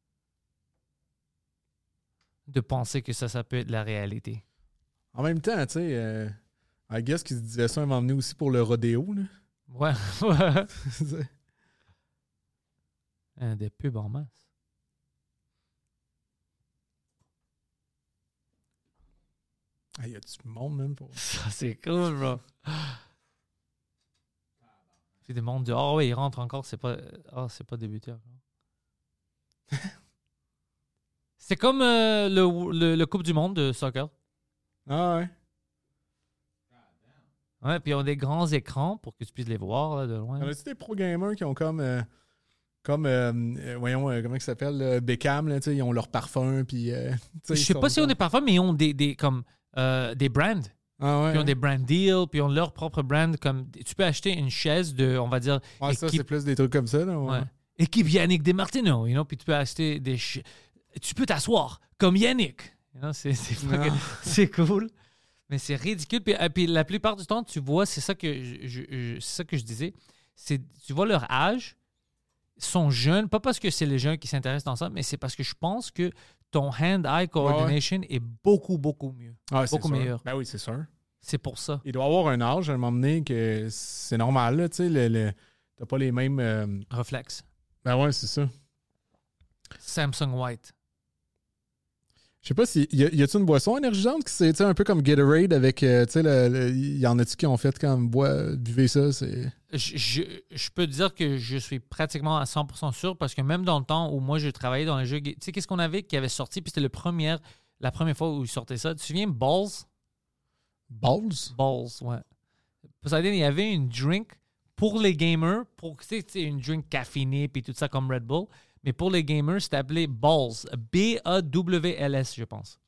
de penser que ça, ça peut être la réalité. En même temps, tu sais, euh, I guess qu'ils se disaient ça à un moment donné aussi pour le rodéo. Là. Ouais, ouais. Euh, des pubs en masse. Ah, y a du monde même pour. Ça, c'est cool, bro. C'est des mondes de. Ah ouais, ils rentrent encore, c'est pas. Ah, c'est pas débuté encore. C'est comme euh, le, le, le Coupe du Monde de soccer. Ah ouais. Ouais, puis ils ont des grands écrans pour que tu puisses les voir là, de loin. Y en a-tu des pro-gamers qui ont comme. Euh, comme, euh, euh, voyons, euh, comment ça s'appelle, euh, Beckham, là, tu sais, ils ont leur parfum, puis. Euh, Je sais pas si on est parfois, mais ils ont des, des, comme, euh, des brands. Ah ouais. Puis ils ont hein? des brand deals, puis ils ont leur propre brand. Comme, tu peux acheter une chaise de, on va dire, Ouais, ça, c'est équipe, plus des trucs comme ça, là. Ouais. ouais. équipe Yannick Desmartino, you know? Puis tu peux acheter des... ch- Tu peux t'asseoir comme Yannick. You know? C'est, c'est, fucking- c'est cool. Mais c'est ridicule. Puis, euh, puis la plupart du temps, tu vois, c'est ça que je, je- je- c'est ça que je disais, c'est, tu vois leur âge, ils sont jeunes, pas parce que c'est les jeunes qui s'intéressent dans ça, mais c'est parce que je pense que ton hand-eye coordination est beaucoup, beaucoup mieux. Ah, c'est beaucoup sûr. meilleur. Ben oui, c'est sûr. C'est pour ça. Il doit avoir un âge à un moment donné que c'est normal, là, tu sais, le, le- t'as pas les mêmes... euh, Reflex. Ben ouais, c'est ça. Samsung White. Je sais pas si... Y, a, y a-tu une boisson énergisante qui c'est, tu sais, un peu comme Gatorade avec, euh, tu sais, le, le- y en a-tu qui ont fait comme, bois, buvez ça, c'est... Je, je, je peux te dire que je suis pratiquement à cent pour cent sûr parce que même dans le temps où moi, je travaillais dans les jeux... Tu sais, qu'est-ce qu'on avait qui avait sorti? Puis c'était le premier, la première fois où ils sortaient ça. Tu te souviens, Balls? Balls? Balls, ouais. Poseidon, il y avait une drink pour les gamers, pour, tu sais, tu sais, une drink caféinée puis tout ça comme Red Bull. Mais pour les gamers, c'était appelé Balls. B A W L S, je pense.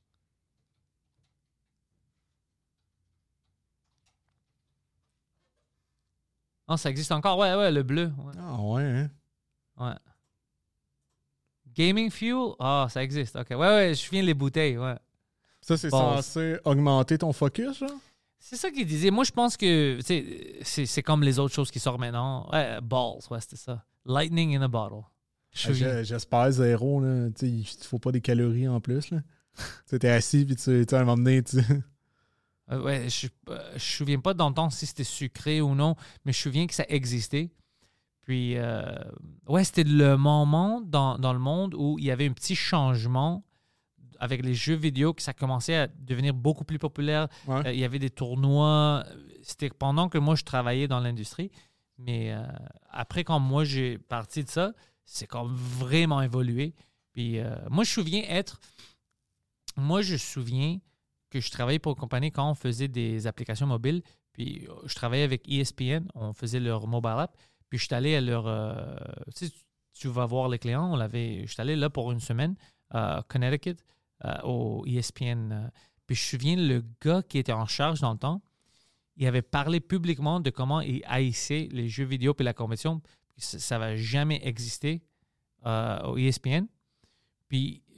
Ah, ça existe encore? Ouais, ouais, le bleu. Ouais. Ah ouais, hein? Ouais. Gaming Fuel? Ah, ça existe. OK. Ouais, ouais, je viens les bouteilles, ouais. Ça, c'est Balls. censé augmenter ton focus, genre? C'est ça qu'il disait. Moi, je pense que tu sais, c'est, c'est comme les autres choses qui sortent maintenant. Ouais, balls, ouais, c'était ça. Lightning in a bottle. Je Ah, suis- j'ai- J'espère zéro, là. Tu sais, il te faut pas des calories en plus, là. Tu sais, t'es assis, puis tu tu sais, à un moment donné, tu... Euh, ouais, je ne me souviens pas dans le temps si c'était sucré ou non, mais je me souviens que ça existait. Puis, euh, ouais, c'était le moment dans, dans le monde où il y avait un petit changement avec les jeux vidéo, que ça commençait à devenir beaucoup plus populaire. Ouais. Euh, il y avait des tournois. C'était pendant que moi, je travaillais dans l'industrie. Mais euh, après, quand moi, j'ai parti de ça, c'est comme vraiment évolué. Puis, euh, moi, je me souviens être... Moi, je me souviens que je travaillais pour une compagnie quand on faisait des applications mobiles. Puis, euh, je travaillais avec E S P N. On faisait leur mobile app. Puis, je suis allé à leur... euh, tu sais, tu vas voir les clients. On l'avait, je suis allé là pour une semaine à Connecticut, euh, au E S P N. euh. Puis, je me souviens, le gars qui était en charge dans le temps, il avait parlé publiquement de comment il haïssait les jeux vidéo et la compétition. Ça ne va jamais exister euh, au E S P N. Puis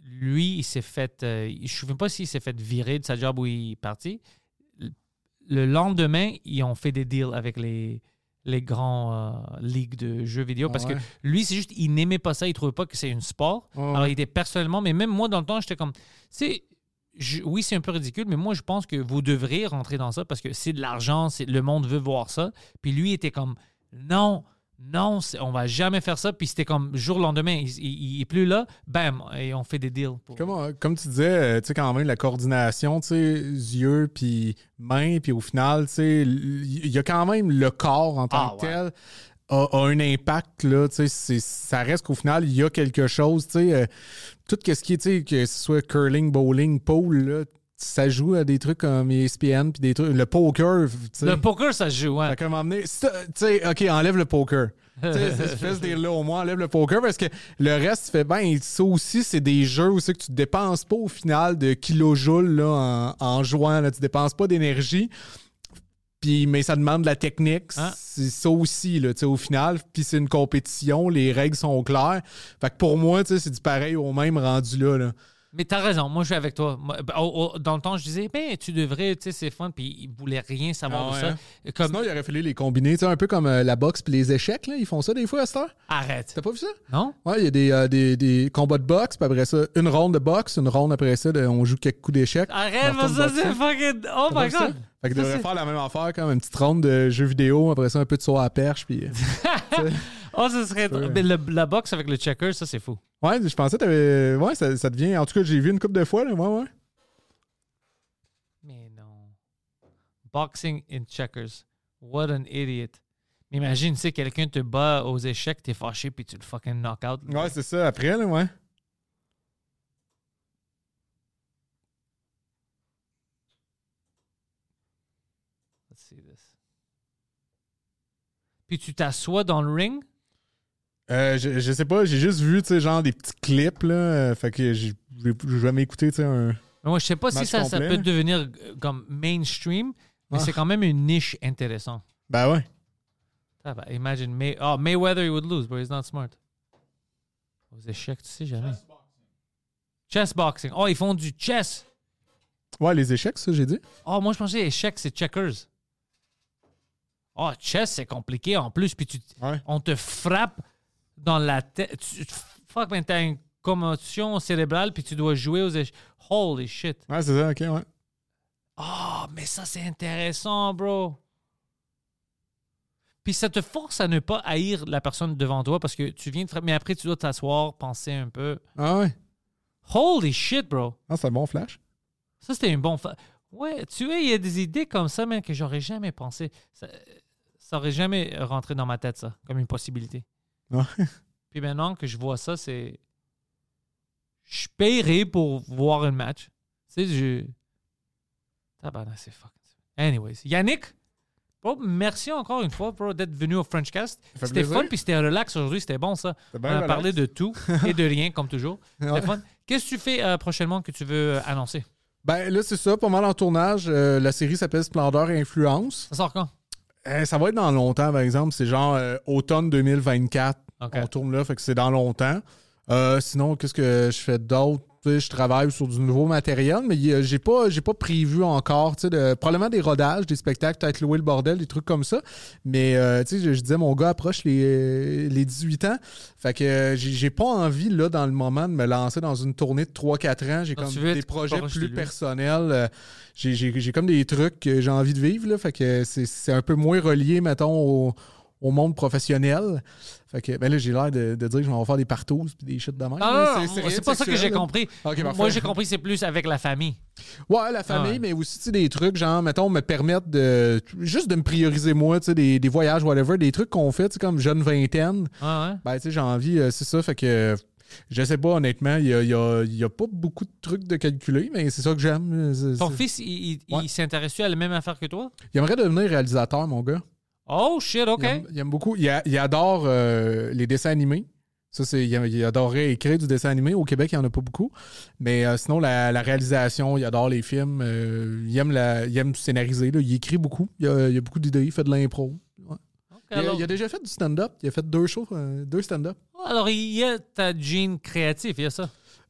lui, il s'est fait... Euh, je ne me souviens pas s'il s'est fait virer de sa job où il est parti. Le lendemain, ils ont fait des deals avec les, les grands euh, ligues de jeux vidéo parce ouais. que lui, c'est juste, il n'aimait pas ça. Il ne trouvait pas que c'est un sport. Ouais. Alors, il était personnellement... Mais même moi, dans le temps, j'étais comme... C'est... Je, oui, c'est un peu ridicule, mais moi, je pense que vous devriez rentrer dans ça parce que c'est de l'argent, c'est, le monde veut voir ça. Puis lui était comme, non, non, c'est, on va jamais faire ça. Puis c'était comme, jour le lendemain, il, il, il est plus là, bam, et on fait des deals. Pour... Comme, comme tu disais, tu sais, quand même, la coordination, tu sais, yeux, puis mains, puis au final, tu sais, il y a quand même le corps en tant Ah, que ouais. tel. A, a un impact, là, tu sais, c'est, ça reste qu'au final, il y a quelque chose, tu sais, euh, tout ce qui est, tu sais, que ce soit curling, bowling, pool, là, ça joue à des trucs comme E S P N, puis des trucs, le poker, tu sais. Le poker, ça se joue, ouais. Fait qu'à un moment donné, tu sais, OK, enlève le poker. Tu sais, cette espèce de là au moins, enlève le poker, parce que le reste, tu fais, ben, ça aussi, c'est des jeux où c'est que tu ne dépenses pas au final de kilojoules, là, en, en jouant, là, tu dépenses pas d'énergie. Puis, mais ça demande de la technique. Hein? C'est ça aussi, là, au final. Puis c'est une compétition, les règles sont claires. Fait que pour moi, c'est du pareil au même rendu là. là. Mais t'as raison, moi je suis avec toi. Moi, au- au- Dans le temps, je disais, ben tu devrais, tu sais, c'est fun, puis il voulait rien savoir Ah de ouais, ça. hein? Comme... Sinon, il aurait fallu les combiner, tu sais, un peu comme euh, la boxe puis les échecs. Là. Ils font ça des fois à cette heure. Arrête. T'as pas vu ça? Non? Ouais, il y a des, euh, des, des combats de boxe, puis après ça, une ronde de boxe, une ronde après ça, de- on joue quelques coups d'échecs. Arrête, On retourne ça boxer. c'est fucking. Oh T'as pas my vu ça? god! Fait que Ça, devrait c'est- faire la même affaire, comme une petite ronde de jeux vidéo, après ça, un peu de saut à la perche, puis... euh, Oh, ça serait. Ouais. Mais le- la boxe avec le checker, ça c'est fou. Ouais, je pensais que t'avais... Ouais, ça, ça devient... En tout cas, j'ai vu une couple de fois, là, ouais, ouais. Mais non. Boxing in checkers. What an idiot. Mais imagine, tu sais, quelqu'un te bat aux échecs, t'es fâché, puis tu le fucking knock out. Ouais, c'est ça, après, là, ouais. Let's see this. Puis tu t'assois dans le ring. Euh, je, je sais pas, j'ai juste vu, tu sais, genre des petits clips, là, euh, fait que j'ai j'ai- j'ai jamais écouté, tu sais, un... Mais moi, je sais pas si Match ça, ça complet, peut là. devenir euh, comme mainstream, mais Ah. c'est quand même une niche intéressante. Ben ouais. Ah, bah, imagine, May... oh, Mayweather, he would lose, but he's not smart. Aux échecs, tu sais jamais. Chess boxing. Oh, ils font du chess. Ouais, les échecs, ça, j'ai dit. Oh, moi, je pensais échecs, c'est checkers. Oh, chess, c'est compliqué en plus. Puis tu, Ouais. on te frappe dans la tête. Tu- Fuck, man, t'as une commotion cérébrale, puis tu dois jouer aux échecs. Holy shit. Ouais, c'est ça, ok, ouais. Oh, mais ça, c'est intéressant, bro. Puis ça te force à ne pas haïr la personne devant toi parce que tu viens de frapper, mais après, tu dois t'asseoir, penser un peu. Ah ouais. Holy shit, bro. Ah, c'est un bon flash. Ça, c'était un bon... Fa... Ouais, tu vois, il y a des idées comme ça, man, que j'aurais jamais pensé. Ça, ça aurait jamais rentré dans ma tête, ça, comme une possibilité. Ouais. Puis maintenant que je vois ça, c'est... Je paierais pour voir un match. Tu sais, je... Tabarnak, c'est fucking... Anyways, Yannick, bro, merci encore une fois, bro, d'être venu au Frenchcast. fait C'était plaisir. fun, puis c'était relax aujourd'hui, c'était bon, ça. C'était On bien a relax. parlé de tout et de rien, comme toujours. C'était Ouais. fun. Qu'est-ce que tu fais euh, prochainement que tu veux euh, annoncer? Ben là, c'est ça, pas mal en tournage. Euh, la série s'appelle Splendeur et Influence. Ça sort quand? Euh, ça va être dans longtemps, par exemple. C'est genre euh, automne deux mille vingt-quatre. OK. On tourne là, fait que c'est dans longtemps. Euh, sinon, qu'est-ce que je fais d'autre? Tu sais, je travaille sur du nouveau matériel, mais il y a- j'ai pas, j'ai pas prévu encore, tu sais, de- probablement des rodages, des spectacles, peut-être louer le bordel, des trucs comme ça. Mais, euh, tu sais, je, je disais, mon gars approche les, les dix-huit ans. Fait que euh, j'ai, j'ai pas envie, là, dans le moment, de me lancer dans une tournée de trois quatre ans. J'ai Donc, comme tu veux des être projets proche de plus lui. personnels. Euh, j'ai, j'ai, j'ai comme des trucs que j'ai envie de vivre, là. Fait que c'est, c'est un peu moins relié, mettons, au, au monde professionnel. Fait que, ben là, j'ai l'air de, de dire que je vais en faire des partous puis des shit de même. Ah, là. non, C'est- non, c'est rien c'est de pas ça que j'ai sexuel, là. compris. Ok, parfait. Moi, j'ai compris c'est plus avec la famille. Ouais, la famille, Ah ouais. mais aussi tu sais, des trucs, genre, mettons, me permettre de. Juste de me prioriser moi, tu sais, des, des voyages, whatever, des trucs qu'on fait, tu sais, comme jeune vingtaine. Ah ouais? Ben, tu sais, j'ai envie, euh, c'est ça, fait que. euh, Je sais pas, honnêtement, il y a, il y a- il y a pas beaucoup de trucs de calculer, mais c'est ça que j'aime. C'est- Ton c'est- fils, il, il, il Ouais. s'intéresse-tu à la même affaire que toi? Il aimerait devenir réalisateur, mon gars. Oh shit, OK. Il, aime, il aime beaucoup. Il, a- il adore euh, les dessins animés. Ça, c'est, il, il adorerait écrire du dessin animé. Au Québec, il n'y en a pas beaucoup. Mais euh, sinon, la, la réalisation, il adore les films. euh, il, aime la, il aime scénariser. Là. Il écrit beaucoup. Il a, il a beaucoup d'idées. Il fait de l'impro. Ouais. OK, Il, a, alors, il a déjà fait du stand-up. Il a fait deux shows, euh, deux stand-up. alors, il y a ta gene créatif, il y a ça.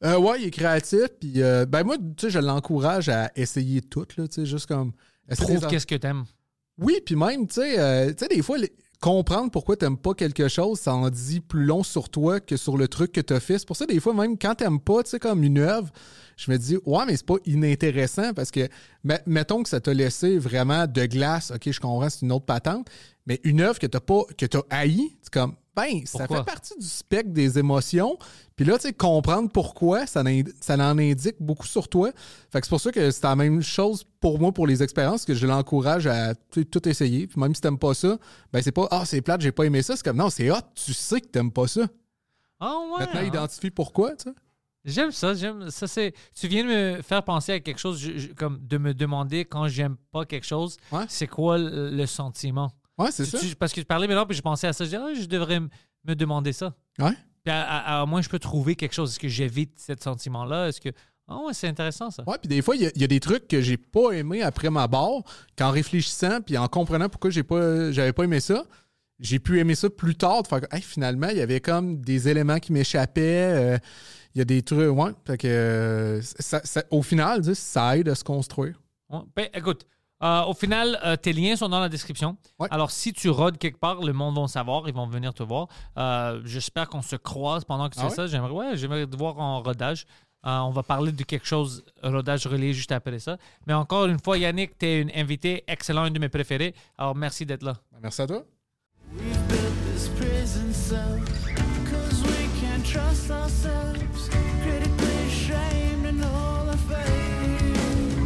Euh, ouais, il est créatif. Puis, euh, ben moi, tu sais, je l'encourage à essayer tout, là, tu sais, juste comme... Trouve des... qu'est-ce que t'aimes. Oui, puis même, tu sais, euh, tu sais, des fois, les... comprendre pourquoi t'aimes pas quelque chose, ça en dit plus long sur toi que sur le truc que t'as fait. C'est pour ça, des fois, même quand t'aimes pas, tu sais, comme une œuvre, je me dis, ouais, mais c'est pas inintéressant parce que, mettons que ça t'a laissé vraiment de glace, OK, je comprends, c'est une autre patente, mais une œuvre que t'as pas, que t'as haï, c'est comme, ben, ça Pourquoi? fait partie du spectre des émotions. Puis là, tu sais, comprendre pourquoi, ça, ça en indique beaucoup sur toi. Fait que c'est pour ça que c'est la même chose pour moi, pour les expériences, que je l'encourage à tout essayer. Puis même si t'aimes pas ça, ben c'est pas, ah, c'est plate, j'ai pas aimé ça. C'est comme, non, c'est hot, tu sais que t'aimes pas ça. Ah ouais. Maintenant, hein? identifie pourquoi, tu sais. J'aime ça, j'aime ça. C'est, tu viens de me faire penser à quelque chose, je- je- comme de me demander quand j'aime pas quelque chose, Ouais. c'est quoi le, le sentiment. Ouais, c'est Tu- ça. tu- parce que je parlais maintenant, puis je pensais à ça, je disais, ah, je devrais m- me demander ça. Ouais. Puis à, à- à moins je peux trouver quelque chose. Est-ce que j'évite ce sentiment-là? Est-ce que. Ah ouais, c'est intéressant ça. Ouais, puis des fois, il y, a- il y a des trucs que j'ai pas aimé après ma barre, qu'en réfléchissant puis en comprenant pourquoi j'ai pas, j'avais pas aimé ça, j'ai pu aimer ça plus tard. De faire que, hey, finalement, il y avait comme des éléments qui m'échappaient. euh, Il y a des trucs. Ouais. Fait que, euh, ça- ça- au final, tu sais, ça aide à se construire. Ouais. Ben, écoute, euh, au final, euh, tes liens sont dans la description. Ouais. Alors, si tu rodes quelque part, le monde va savoir, ils vont venir te voir. Euh, j'espère qu'on se croise pendant que tu Ah fais ouais? ça. J'aimerais, ouais, j'aimerais te voir en rodage. Euh, on va parler de quelque chose, rodage relais, juste après ça. Mais encore une fois, Yannick, tu es une invité excellent, un de mes préférés. Alors, merci d'être là. Ben, merci à toi. We've built this prison cell cause we can't trust ourselves. Critically ashamed and all our faith.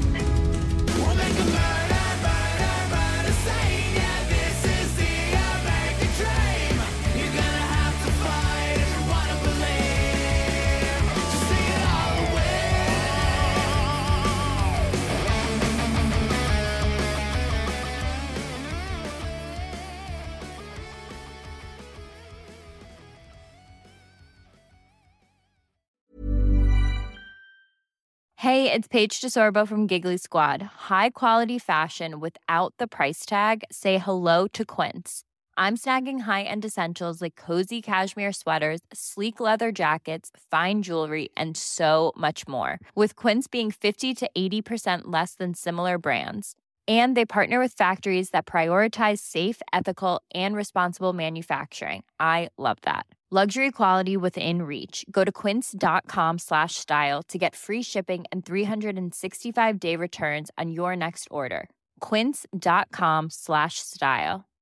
We'll make a murder, murder, murder scene. Yeah, this is the American dream. You're gonna have to fight if you wanna believe. To see it all away. Hey, it's Paige DeSorbo from Giggly Squad. High quality fashion without the price tag. Say hello to Quince. I'm snagging high-end essentials like cozy cashmere sweaters, sleek leather jackets, fine jewelry, and so much more. With Quince being fifty to eighty percent less than similar brands. And they partner with factories that prioritize safe, ethical, and responsible manufacturing. I love that. Luxury quality within reach. Go to quince.com slash style to get free shipping and three sixty-five day returns on your next order. Quince.com slash style.